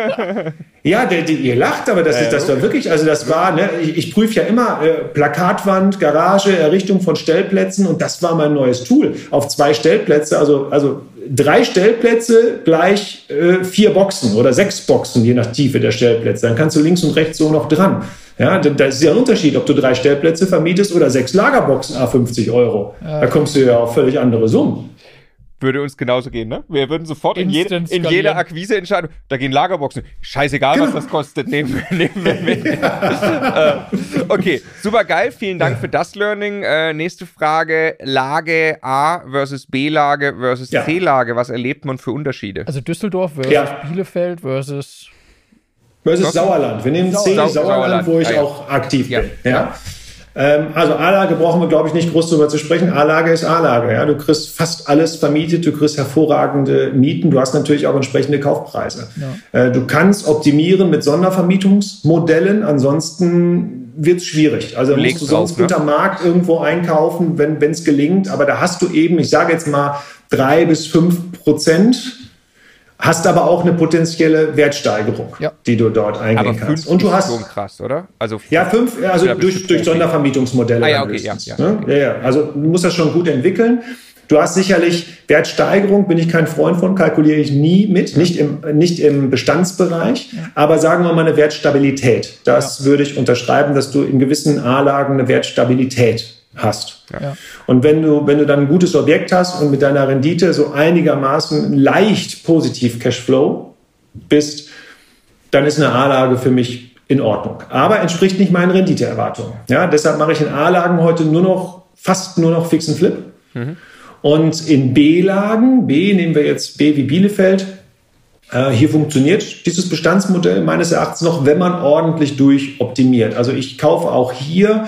Ja, der, die, ihr lacht, aber das, ist, das war wirklich, also das war, ne, ich, ich prüfe ja immer äh, Plakatwand, Garage, Errichtung von Stellplätzen und das war mein neues Tool. Auf zwei Stellplätze, also, also drei Stellplätze gleich äh, vier Boxen oder sechs Boxen, je nach Tiefe der Stellplätze. Dann kannst du links und rechts so noch dran. Ja, da ist ja ein Unterschied, ob du drei Stellplätze vermietest oder sechs Lagerboxen, à fünfzig Euro. Ja. Da kommst du ja auf völlig andere Summen. Würde uns genauso gehen, ne? Wir würden sofort in, jede, in jeder Akquiseentscheidung, da gehen Lagerboxen. Scheißegal, genau. Was das kostet, nehmen, nehmen wir mit. äh, okay, super geil. Vielen Dank ja. für das Learning. Äh, nächste Frage, Lage A versus B-Lage versus ja. C-Lage. Was erlebt man für Unterschiede? Also Düsseldorf versus ja. Bielefeld versus... Versus Sauerland. Wir nehmen C, Sau- Sauerland, Sauerland, wo ich ah, ja. auch aktiv ja. bin. Ja. ja. Ähm, also A-Lage brauchen wir, glaube ich, nicht groß drüber zu sprechen. A-Lage ist A-Lage. Ja. Du kriegst fast alles vermietet, du kriegst hervorragende Mieten, du hast natürlich auch entsprechende Kaufpreise. Ja. Äh, du kannst optimieren mit Sondervermietungsmodellen, ansonsten wird es schwierig. Also musst du sonst unter Markt irgendwo einkaufen, wenn es gelingt. Aber da hast du eben, ich sage jetzt mal, drei bis fünf Prozent. Hast aber auch eine potenzielle Wertsteigerung, ja. die du dort eingehen aber kannst. Und du hast schon krass, oder? Also ja, fünf, also durch, durch Sondervermietungsmodelle. Ah, ja, okay, ja, ja, ne? okay. ja, ja. Also du musst das schon gut entwickeln. Du hast sicherlich Wertsteigerung, bin ich kein Freund von, kalkuliere ich nie mit, ja. nicht im, nicht im Bestandsbereich, ja. aber sagen wir mal eine Wertstabilität. Das ja. würde ich unterschreiben, dass du in gewissen A-Lagen eine Wertstabilität hast. Ja. Und wenn du, wenn du dann ein gutes Objekt hast und mit deiner Rendite so einigermaßen leicht positiv Cashflow bist, dann ist eine A-Lage für mich in Ordnung. Aber entspricht nicht meinen Renditeerwartungen. Ja, deshalb mache ich in A-Lagen heute nur noch, fast nur noch Fix and Flip. Mhm. Und in B-Lagen, B nehmen wir jetzt B wie Bielefeld, äh, hier funktioniert dieses Bestandsmodell meines Erachtens noch, wenn man ordentlich durchoptimiert. Also ich kaufe auch hier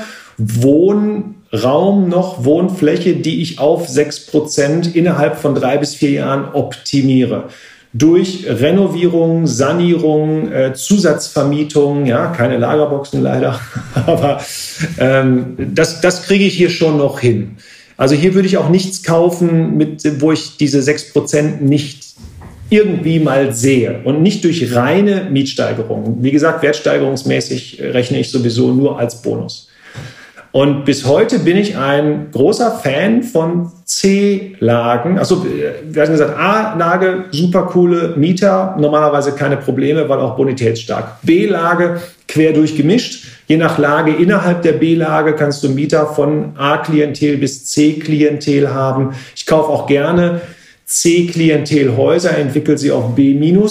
Wohnraum noch, Wohnfläche, die ich auf sechs Prozent innerhalb von drei bis vier Jahren optimiere. Durch Renovierung, Sanierung, äh, Zusatzvermietung, ja, keine Lagerboxen leider, aber ähm, das, das kriege ich hier schon noch hin. Also hier würde ich auch nichts kaufen, mit, wo ich diese sechs Prozent nicht irgendwie mal sehe und nicht durch reine Mietsteigerung. Wie gesagt, wertsteigerungsmäßig rechne ich sowieso nur als Bonus. Und bis heute bin ich ein großer Fan von C-Lagen. Also, wir hatten gesagt, A-Lage, super coole Mieter, normalerweise keine Probleme, weil auch bonitätsstark. B-Lage, quer durchgemischt. Je nach Lage innerhalb der B-Lage kannst du Mieter von A-Klientel bis C-Klientel haben. Ich kaufe auch gerne C-Klientel-Häuser, entwickle sie auf B-.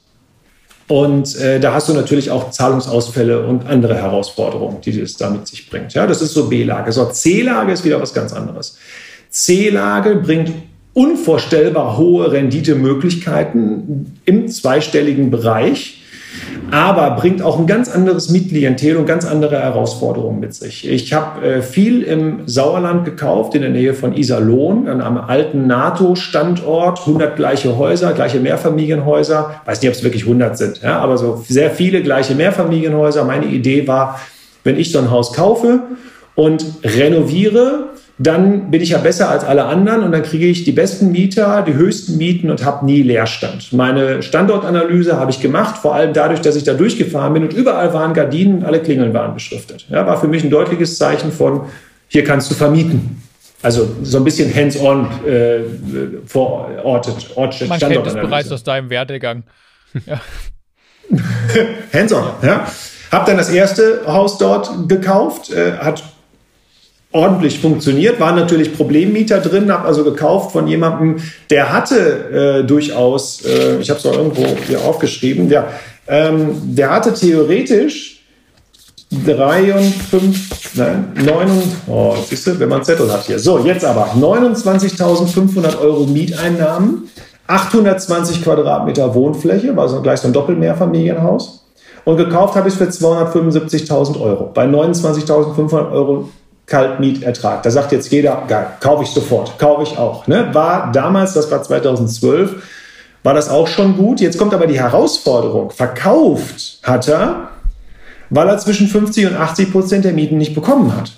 Und äh, da hast du natürlich auch Zahlungsausfälle und andere Herausforderungen, die es da mit sich bringt. Ja, das ist so B-Lage. So, C-Lage ist wieder was ganz anderes. C-Lage bringt unvorstellbar hohe Renditemöglichkeiten im zweistelligen Bereich, aber bringt auch ein ganz anderes Mietklientel und ganz andere Herausforderungen mit sich. Ich habe äh, viel im Sauerland gekauft, in der Nähe von Iserlohn, an einem alten NATO-Standort, hundert gleiche Häuser, gleiche Mehrfamilienhäuser. Ich weiß nicht, ob es wirklich hundert sind, ja, aber so sehr viele gleiche Mehrfamilienhäuser. Meine Idee war, wenn ich so ein Haus kaufe und renoviere dann bin ich ja besser als alle anderen und dann kriege ich die besten Mieter, die höchsten Mieten und habe nie Leerstand. Meine Standortanalyse habe ich gemacht, vor allem dadurch, dass ich da durchgefahren bin und überall waren Gardinen, alle Klingeln waren beschriftet. Ja, war für mich ein deutliches Zeichen von, hier kannst du vermieten. Also so ein bisschen hands-on äh, verortet. Ort, Man kennt es bereits aus deinem Werdegang. Ja. Hands-on, ja. Hab dann das erste Haus dort gekauft, äh, hat ordentlich funktioniert, waren natürlich Problemmieter drin, habe also gekauft von jemandem, der hatte äh, durchaus, äh, ich habe es auch irgendwo hier aufgeschrieben, der, ähm, der hatte theoretisch dreiundfünfzig, nein, neun, oh, siehst du, wenn man einen Zettel hat hier. So, jetzt aber neunundzwanzigtausendfünfhundert Euro Mieteinnahmen, achthundertzwanzig Quadratmeter Wohnfläche, war so gleich so ein Doppelmehrfamilienhaus. Und gekauft habe ich es für zweihundertfünfundsiebzigtausend Euro. Bei neunundzwanzigtausendfünfhundert Euro Kaltmietertrag. Da sagt jetzt jeder, geil, kaufe ich sofort, kaufe ich auch. Ne? War damals, das war zweitausendzwölf, war das auch schon gut. Jetzt kommt aber die Herausforderung. Verkauft hat er, weil er zwischen fünfzig und achtzig Prozent der Mieten nicht bekommen hat.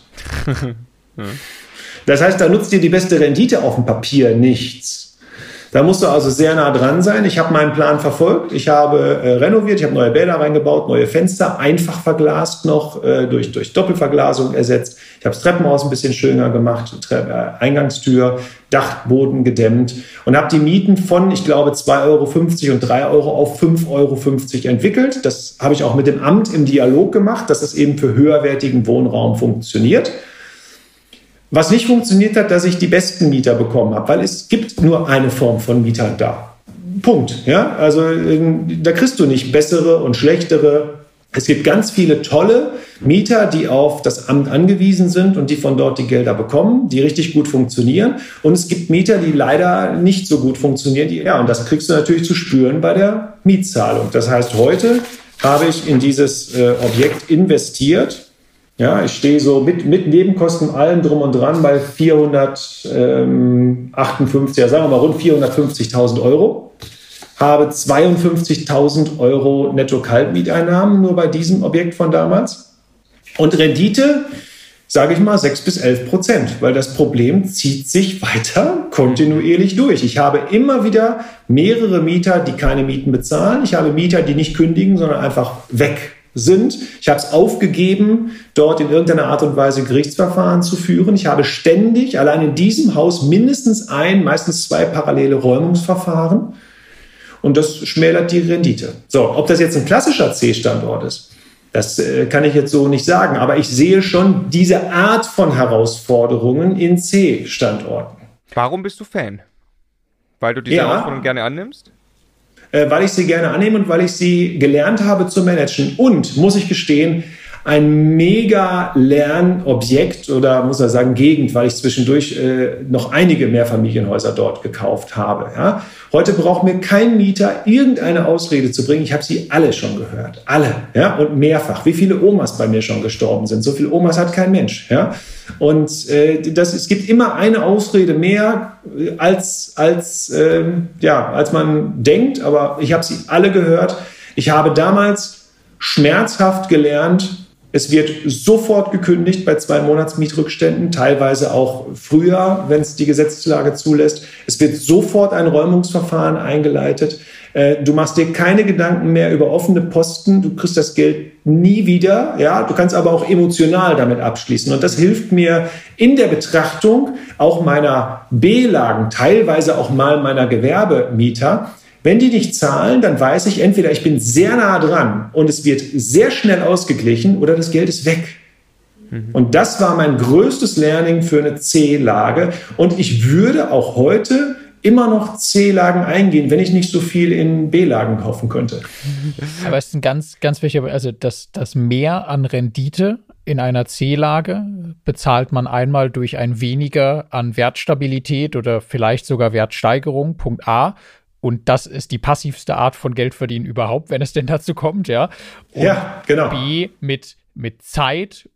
Das heißt, da nutzt dir die beste Rendite auf dem Papier nichts. Da musst du also sehr nah dran sein. Ich habe meinen Plan verfolgt. Ich habe äh, renoviert, ich habe neue Bäder reingebaut, neue Fenster, einfach verglast noch, äh, durch, durch Doppelverglasung ersetzt. Ich habe das Treppenhaus ein bisschen schöner gemacht, Tre- äh, Eingangstür, Dachboden gedämmt und habe die Mieten von, ich glaube, zwei Euro fünfzig und drei Euro auf fünf Euro fünfzig entwickelt. Das habe ich auch mit dem Amt im Dialog gemacht, dass das eben für höherwertigen Wohnraum funktioniert. Was nicht funktioniert hat, dass ich die besten Mieter bekommen habe, weil es gibt nur eine Form von Mietern da. Punkt. Ja? Also da kriegst du nicht bessere und schlechtere. Es gibt ganz viele tolle Mieter, die auf das Amt angewiesen sind und die von dort die Gelder bekommen, die richtig gut funktionieren. Und es gibt Mieter, die leider nicht so gut funktionieren. Die, ja, und das kriegst du natürlich zu spüren bei der Mietzahlung. Das heißt, heute habe ich in dieses äh, Objekt investiert. Ja, ich stehe so mit, mit Nebenkosten allem drum und dran bei vierhundertachtundfünfzig, ja, sagen wir mal rund vierhundertfünfzigtausend Euro. Habe zweiundfünfzigtausend Euro Netto-Kaltmieteinnahmen nur bei diesem Objekt von damals. Und Rendite, sage ich mal, sechs bis elf Prozent, weil das Problem zieht sich weiter kontinuierlich durch. Ich habe immer wieder mehrere Mieter, die keine Mieten bezahlen. Ich habe Mieter, die nicht kündigen, sondern einfach weg sind. Ich habe es aufgegeben, dort in irgendeiner Art und Weise Gerichtsverfahren zu führen. Ich habe ständig, allein in diesem Haus, mindestens ein, meistens zwei parallele Räumungsverfahren. Und das schmälert die Rendite. So, ob das jetzt ein klassischer C-Standort ist, das äh, kann ich jetzt so nicht sagen. Aber ich sehe schon diese Art von Herausforderungen in C-Standorten. Warum bist du Fan? Weil du diese ja. Herausforderungen gerne annimmst? Weil ich sie gerne annehme und weil ich sie gelernt habe zu managen. Und, muss ich gestehen, ein mega Lernobjekt oder muss man sagen Gegend, weil ich zwischendurch äh, noch einige Mehrfamilienhäuser dort gekauft habe. Ja? Heute braucht mir kein Mieter irgendeine Ausrede zu bringen. Ich habe sie alle schon gehört. Alle. Ja? Und mehrfach. Wie viele Omas bei mir schon gestorben sind. So viele Omas hat kein Mensch. Ja? Und äh, das, es gibt immer eine Ausrede mehr, als, als, äh, ja, als man denkt. Aber ich habe sie alle gehört. Ich habe damals schmerzhaft gelernt, es wird sofort gekündigt bei zwei Monats Mietrückständen, teilweise auch früher, wenn es die Gesetzeslage zulässt. Es wird sofort ein Räumungsverfahren eingeleitet. Du machst dir keine Gedanken mehr über offene Posten. Du kriegst das Geld nie wieder. Ja, du kannst aber auch emotional damit abschließen. Und das hilft mir in der Betrachtung auch meiner B-Lagen, teilweise auch mal meiner Gewerbemieter. Wenn die nicht zahlen, dann weiß ich entweder, ich bin sehr nah dran und es wird sehr schnell ausgeglichen oder das Geld ist weg. Mhm. Und das war mein größtes Learning für eine C-Lage. Und ich würde auch heute immer noch C-Lagen eingehen, wenn ich nicht so viel in B-Lagen kaufen könnte. Aber es ist ein ganz, ganz wichtiger, also das, das Mehr an Rendite in einer C-Lage bezahlt man einmal durch ein Weniger an Wertstabilität oder vielleicht sogar Wertsteigerung, Punkt A. Und das ist die passivste Art von Geldverdienen überhaupt, wenn es denn dazu kommt, ja. Und ja, genau. B, mit, mit Zeit,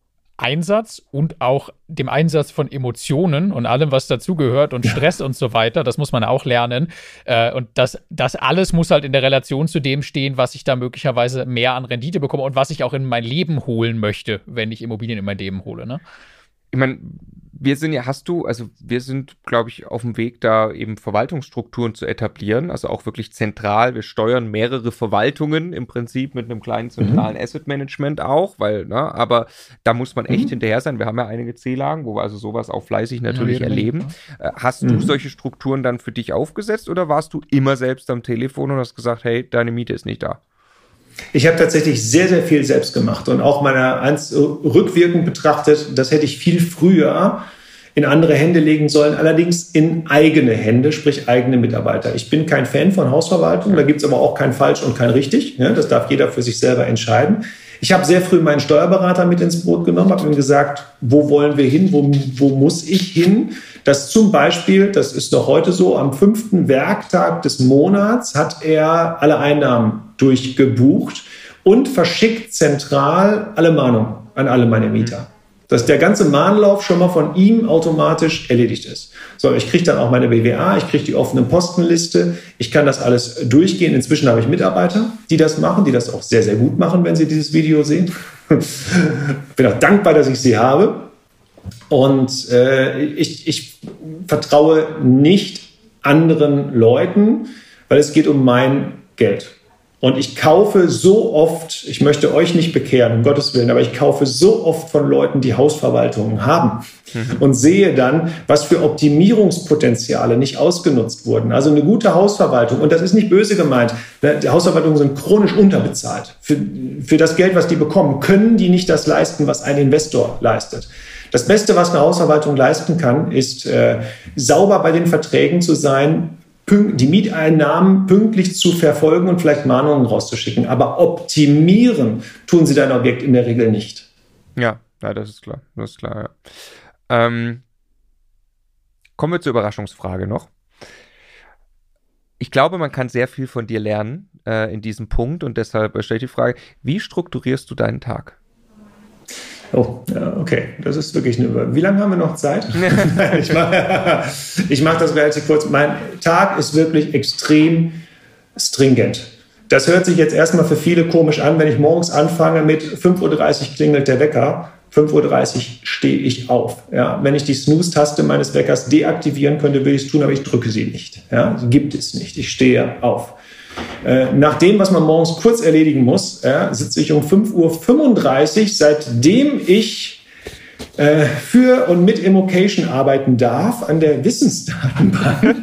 Einsatz und auch dem Einsatz von Emotionen und allem, was dazugehört und Stress ja. und so weiter, das muss man auch lernen. Äh, und das, das alles muss halt in der Relation zu dem stehen, was ich da möglicherweise mehr an Rendite bekomme und was ich auch in mein Leben holen möchte, wenn ich Immobilien in mein Leben hole, ne? ich meine, wir sind ja, hast du, also wir sind, glaube ich, auf dem Weg, da eben Verwaltungsstrukturen zu etablieren, also auch wirklich zentral. Wir steuern mehrere Verwaltungen im Prinzip mit einem kleinen zentralen mhm. Asset Management auch, weil, ne, aber da muss man echt mhm. hinterher sein. Wir haben ja einige C-Lagen, wo wir also sowas auch fleißig natürlich ja, erleben. Ja. Hast mhm. du solche Strukturen dann für dich aufgesetzt oder warst du immer selbst am Telefon und hast gesagt, hey, deine Miete ist nicht da? Ich habe tatsächlich sehr, sehr viel selbst gemacht und auch meiner eins rückwirkend betrachtet, das hätte ich viel früher in andere Hände legen sollen, allerdings in eigene Hände, sprich eigene Mitarbeiter. Ich bin kein Fan von Hausverwaltung, da gibt es aber auch kein falsch und kein richtig. Ja, das darf jeder für sich selber entscheiden. Ich habe sehr früh meinen Steuerberater mit ins Boot genommen, habe ihm gesagt, wo wollen wir hin, wo, wo muss ich hin? Dass zum Beispiel, das ist noch heute so, am fünften Werktag des Monats hat er alle Einnahmen durchgebucht und verschickt zentral alle Mahnungen an alle meine Mieter. Dass der ganze Mahnlauf schon mal von ihm automatisch erledigt ist. So, ich kriege dann auch meine B W A, ich kriege die offene Postenliste, ich kann das alles durchgehen. Inzwischen habe ich Mitarbeiter, die das machen, die das auch sehr, sehr gut machen, wenn sie dieses Video sehen. Bin auch dankbar, dass ich sie habe. Und äh, ich, ich vertraue nicht anderen Leuten, weil es geht um mein Geld. Und ich kaufe so oft, ich möchte euch nicht bekehren, um Gottes Willen, aber ich kaufe so oft von Leuten, die Hausverwaltungen haben mhm. und sehe dann, was für Optimierungspotenziale nicht ausgenutzt wurden. Also eine gute Hausverwaltung, und das ist nicht böse gemeint, die Hausverwaltungen sind chronisch unterbezahlt. Für, für das Geld, was die bekommen, können die nicht das leisten, was ein Investor leistet. Das Beste, was eine Hausverwaltung leisten kann, ist äh, sauber bei den Verträgen zu sein, die Mieteinnahmen pünktlich zu verfolgen und vielleicht Mahnungen rauszuschicken. Aber optimieren tun sie dein Objekt in der Regel nicht. Ja, ja, das ist klar. Das ist klar, ja. Ähm, kommen wir zur Überraschungsfrage noch. Ich glaube, man kann sehr viel von dir lernen äh, in diesem Punkt und deshalb stelle ich die Frage, wie strukturierst du deinen Tag? Oh, ja, okay. Das ist wirklich eine Über. Wie lange haben wir noch Zeit? ich mache ich mach das relativ kurz. Mein Tag ist wirklich extrem stringent. Das hört sich jetzt erstmal für viele komisch an, wenn ich morgens anfange mit fünf Uhr dreißig klingelt der Wecker. fünf Uhr dreißig stehe ich auf. Ja, wenn ich die Snooze-Taste meines Weckers deaktivieren könnte, würde ich es tun, aber ich drücke sie nicht. Ja, sie gibt es nicht. Ich stehe auf. Äh, nach dem, was man morgens kurz erledigen muss, äh, sitze ich um fünf Uhr fünfunddreißig, seitdem ich äh, für und mit Immocation arbeiten darf an der Wissensdatenbank.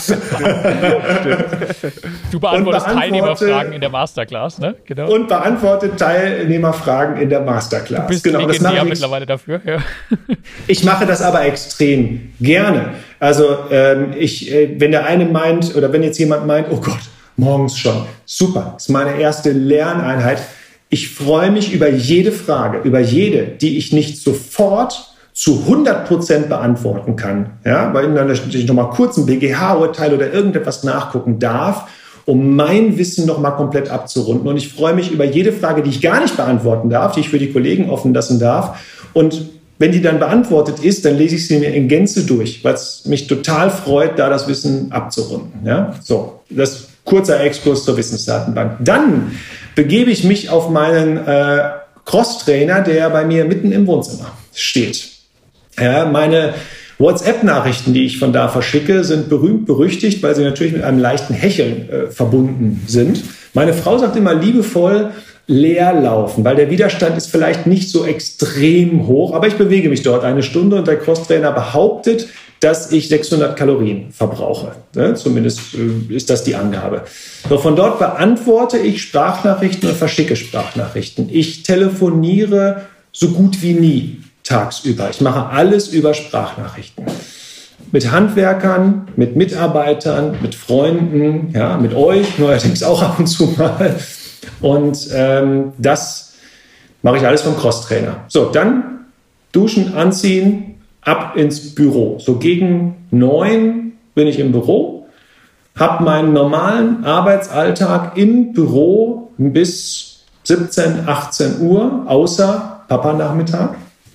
Du beantwortest Teilnehmerfragen in der Masterclass, ne? Genau. Und beantworte Teilnehmerfragen in der Masterclass. Du bist genau, legendär das mache ich mittlerweile dafür. Ja. Ich mache das aber extrem gerne. Also ähm, ich, äh, wenn der eine meint oder wenn jetzt jemand meint, oh Gott, morgens schon. Super. Das ist meine erste Lerneinheit. Ich freue mich über jede Frage, über jede, die ich nicht sofort zu hundert Prozent beantworten kann. Ja, weil ich noch mal kurz ein B G H-Urteil oder irgendetwas nachgucken darf, um mein Wissen noch mal komplett abzurunden. Und ich freue mich über jede Frage, die ich gar nicht beantworten darf, die ich für die Kollegen offen lassen darf. Und wenn die dann beantwortet ist, dann lese ich sie mir in Gänze durch, weil es mich total freut, da das Wissen abzurunden. Ja, so, das kurzer Exkurs zur Wissensdatenbank. Dann begebe ich mich auf meinen äh, Crosstrainer, der bei mir mitten im Wohnzimmer steht. Ja, meine WhatsApp-Nachrichten, die ich von da verschicke, sind berühmt berüchtigt, weil sie natürlich mit einem leichten Hecheln äh, verbunden sind. Meine Frau sagt immer liebevoll, leer laufen, weil der Widerstand ist vielleicht nicht so extrem hoch, aber ich bewege mich dort eine Stunde und der Crosstrainer behauptet, dass ich sechshundert Kalorien verbrauche. Ja, zumindest äh, ist das die Angabe. So, von dort beantworte ich Sprachnachrichten und verschicke Sprachnachrichten. Ich telefoniere so gut wie nie tagsüber. Ich mache alles über Sprachnachrichten. Mit Handwerkern, mit Mitarbeitern, mit Freunden, ja, mit euch, neuerdings auch ab und zu mal. Und ähm, das mache ich alles vom Crosstrainer. So, dann duschen, anziehen, ab ins Büro. So gegen neun bin ich im Büro, habe meinen normalen Arbeitsalltag im Büro bis siebzehn, achtzehn Uhr, außer Papa-Nachmittag.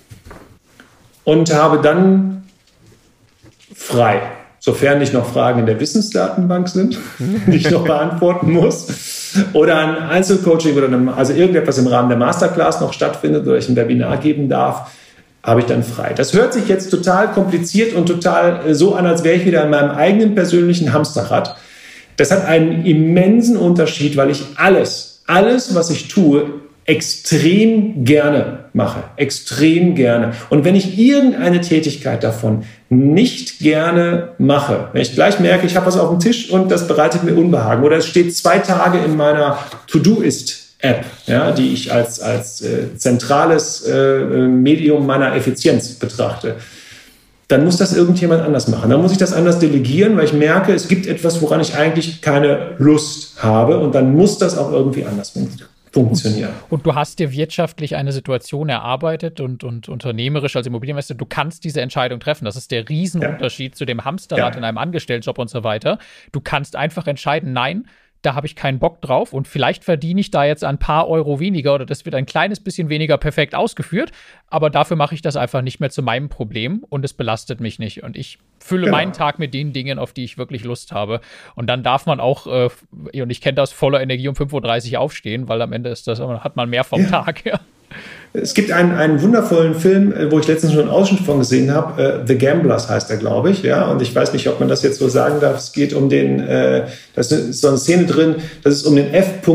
Und habe dann frei, sofern nicht noch Fragen in der Wissensdatenbank sind, die ich noch beantworten muss. Oder ein Einzelcoaching oder eine, also irgendetwas im Rahmen der Masterclass noch stattfindet oder ich ein Webinar geben darf. habe ich dann frei. Das hört sich jetzt total kompliziert und total so an, als wäre ich wieder in meinem eigenen persönlichen Hamsterrad. Das hat einen immensen Unterschied, weil ich alles, alles, was ich tue, extrem gerne mache. Extrem gerne. Und wenn ich irgendeine Tätigkeit davon nicht gerne mache, wenn ich gleich merke, ich habe was auf dem Tisch und das bereitet mir Unbehagen oder es steht zwei Tage in meiner To-Do-Ist-App, ja, die ich als, als äh, zentrales äh, Medium meiner Effizienz betrachte, dann muss das irgendjemand anders machen. Dann muss ich das anders delegieren, weil ich merke, es gibt etwas, woran ich eigentlich keine Lust habe und dann muss das auch irgendwie anders funktionieren. funktionieren. Und du hast dir wirtschaftlich eine Situation erarbeitet und, und unternehmerisch als Immobilieninvestor, du kannst diese Entscheidung treffen. Das ist der Riesenunterschied ja. zu dem Hamsterrad ja. in einem Angestelltenjob und so weiter. Du kannst einfach entscheiden, nein, da habe ich keinen Bock drauf und vielleicht verdiene ich da jetzt ein paar Euro weniger oder das wird ein kleines bisschen weniger perfekt ausgeführt, aber dafür mache ich das einfach nicht mehr zu meinem Problem und es belastet mich nicht und ich fülle genau. meinen Tag mit den Dingen, auf die ich wirklich Lust habe und dann darf man auch, äh, und ich kenne das, voller Energie um fünf Uhr dreißig aufstehen, weil am Ende ist das, hat man mehr vom ja. Tag, ja. Es gibt einen, einen wundervollen Film, wo ich letztens schon einen Ausschnitt von gesehen habe. The Gamblers heißt er, glaube ich. Ja, und ich weiß nicht, ob man das jetzt so sagen darf. Es geht um den, äh, da ist so eine Szene drin, dass es um den F.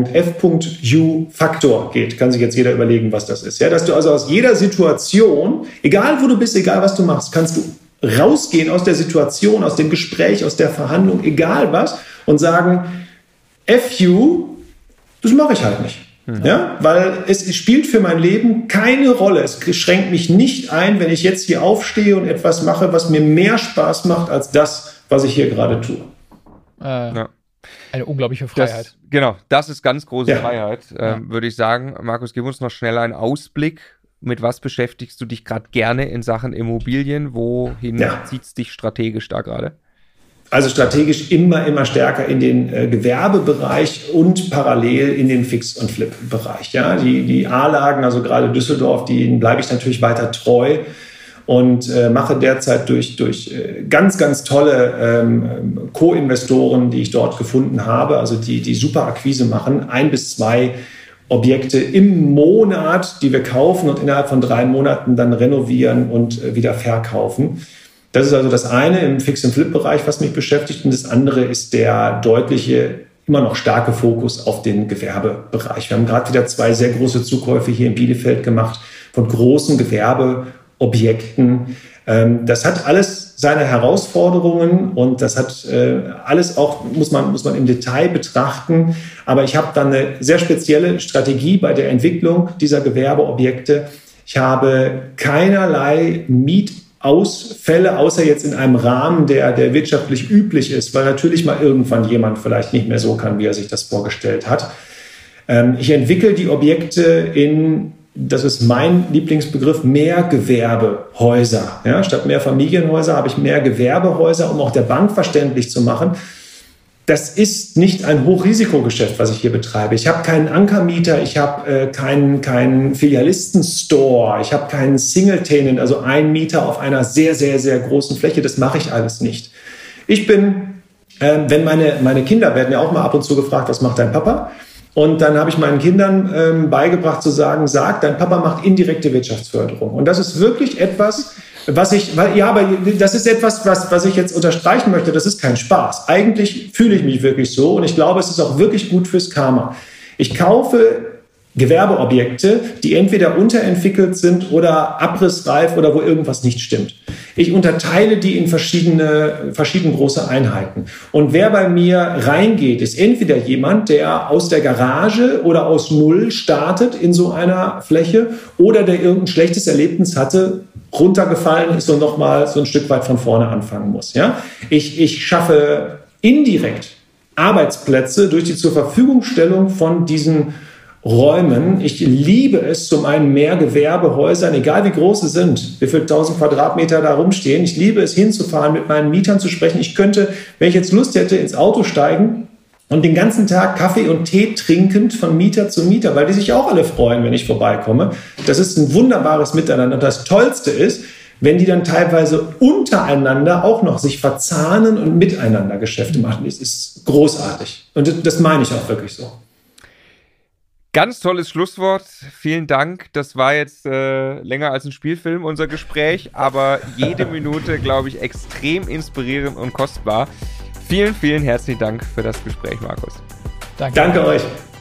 F.U-Faktor geht. Kann sich jetzt jeder überlegen, was das ist. Ja, dass du also aus jeder Situation, egal wo du bist, egal was du machst, kannst du rausgehen aus der Situation, aus dem Gespräch, aus der Verhandlung, egal was, und sagen, F U, das mache ich halt nicht. Ja, weil es spielt für mein Leben keine Rolle. Es schränkt mich nicht ein, wenn ich jetzt hier aufstehe und etwas mache, was mir mehr Spaß macht als das, was ich hier gerade tue. Äh, ja. Eine unglaubliche Freiheit. Das, genau, das ist ganz große ja. Freiheit, äh, ja. würde ich sagen. Markus, gib uns noch schnell einen Ausblick. Mit was beschäftigst du dich gerade gerne in Sachen Immobilien? Wohin ja. zieht es dich strategisch da gerade? Also strategisch immer, immer stärker in den äh, Gewerbebereich und parallel in den Fix- und Flip-Bereich. Ja? Die, die A-Lagen, also gerade Düsseldorf, denen bleibe ich natürlich weiter treu und äh, mache derzeit durch, durch äh, ganz, ganz tolle ähm, Co-Investoren, die ich dort gefunden habe, also die, die super Akquise machen, ein bis zwei Objekte im Monat, die wir kaufen und innerhalb von drei Monaten dann renovieren und äh, wieder verkaufen. Das ist also das eine im Fix-and-Flip-Bereich, was mich beschäftigt. Und das andere ist der deutliche, immer noch starke Fokus auf den Gewerbebereich. Wir haben gerade wieder zwei sehr große Zukäufe hier in Bielefeld gemacht von großen Gewerbeobjekten. Das hat alles seine Herausforderungen und das hat alles auch, muss man, muss man im Detail betrachten. Aber ich habe dann eine sehr spezielle Strategie bei der Entwicklung dieser Gewerbeobjekte. Ich habe keinerlei Miet Ausfälle, außer jetzt in einem Rahmen, der, der wirtschaftlich üblich ist, weil natürlich mal irgendwann jemand vielleicht nicht mehr so kann, wie er sich das vorgestellt hat. Ähm, ich entwickle die Objekte in, das ist mein Lieblingsbegriff, Mehrgewerbehäuser. Ja, statt mehr Familienhäuser habe ich mehr Gewerbehäuser, um auch der Bank verständlich zu machen. Das ist nicht ein Hochrisikogeschäft, was ich hier betreibe. Ich habe keinen Ankermieter, ich habe äh, keinen, keinen Filialisten-Store, ich habe keinen Single-Tenant, also einen Mieter auf einer sehr, sehr, sehr großen Fläche. Das mache ich alles nicht. Ich bin, äh, wenn meine, meine Kinder werden ja auch mal ab und zu gefragt, was macht dein Papa? Und dann habe ich meinen Kindern ähm, beigebracht zu sagen, sag, dein Papa macht indirekte Wirtschaftsförderung. Und das ist wirklich etwas, was ich, weil, ja, aber das ist etwas, was, was ich jetzt unterstreichen möchte, das ist kein Spaß. Eigentlich fühle ich mich wirklich so und ich glaube, es ist auch wirklich gut fürs Karma. Ich kaufe Gewerbeobjekte, die entweder unterentwickelt sind oder abrissreif oder wo irgendwas nicht stimmt. Ich unterteile die in verschiedene, verschiedene große Einheiten. Und wer bei mir reingeht, ist entweder jemand, der aus der Garage oder aus Null startet in so einer Fläche oder der irgendein schlechtes Erlebnis hatte, runtergefallen ist und nochmal so ein Stück weit von vorne anfangen muss. Ja? Ich, ich schaffe indirekt Arbeitsplätze durch die Zurverfügungstellung von diesen Räumen. Ich liebe es, zum einen mehr Gewerbehäusern, egal wie groß sie sind, wie viele tausend Quadratmeter da rumstehen. Ich liebe es, hinzufahren, mit meinen Mietern zu sprechen. Ich könnte, wenn ich jetzt Lust hätte, ins Auto steigen und den ganzen Tag Kaffee und Tee trinkend von Mieter zu Mieter, weil die sich auch alle freuen, wenn ich vorbeikomme. Das ist ein wunderbares Miteinander. Und das Tollste ist, wenn die dann teilweise untereinander auch noch sich verzahnen und miteinander Geschäfte machen. Das ist großartig. Und das meine ich auch wirklich so. Ganz tolles Schlusswort. Vielen Dank. Das war jetzt äh, länger als ein Spielfilm, unser Gespräch, aber jede Minute, glaube ich, extrem inspirierend und kostbar. Vielen, vielen herzlichen Dank für das Gespräch, Markus. Danke, Danke euch.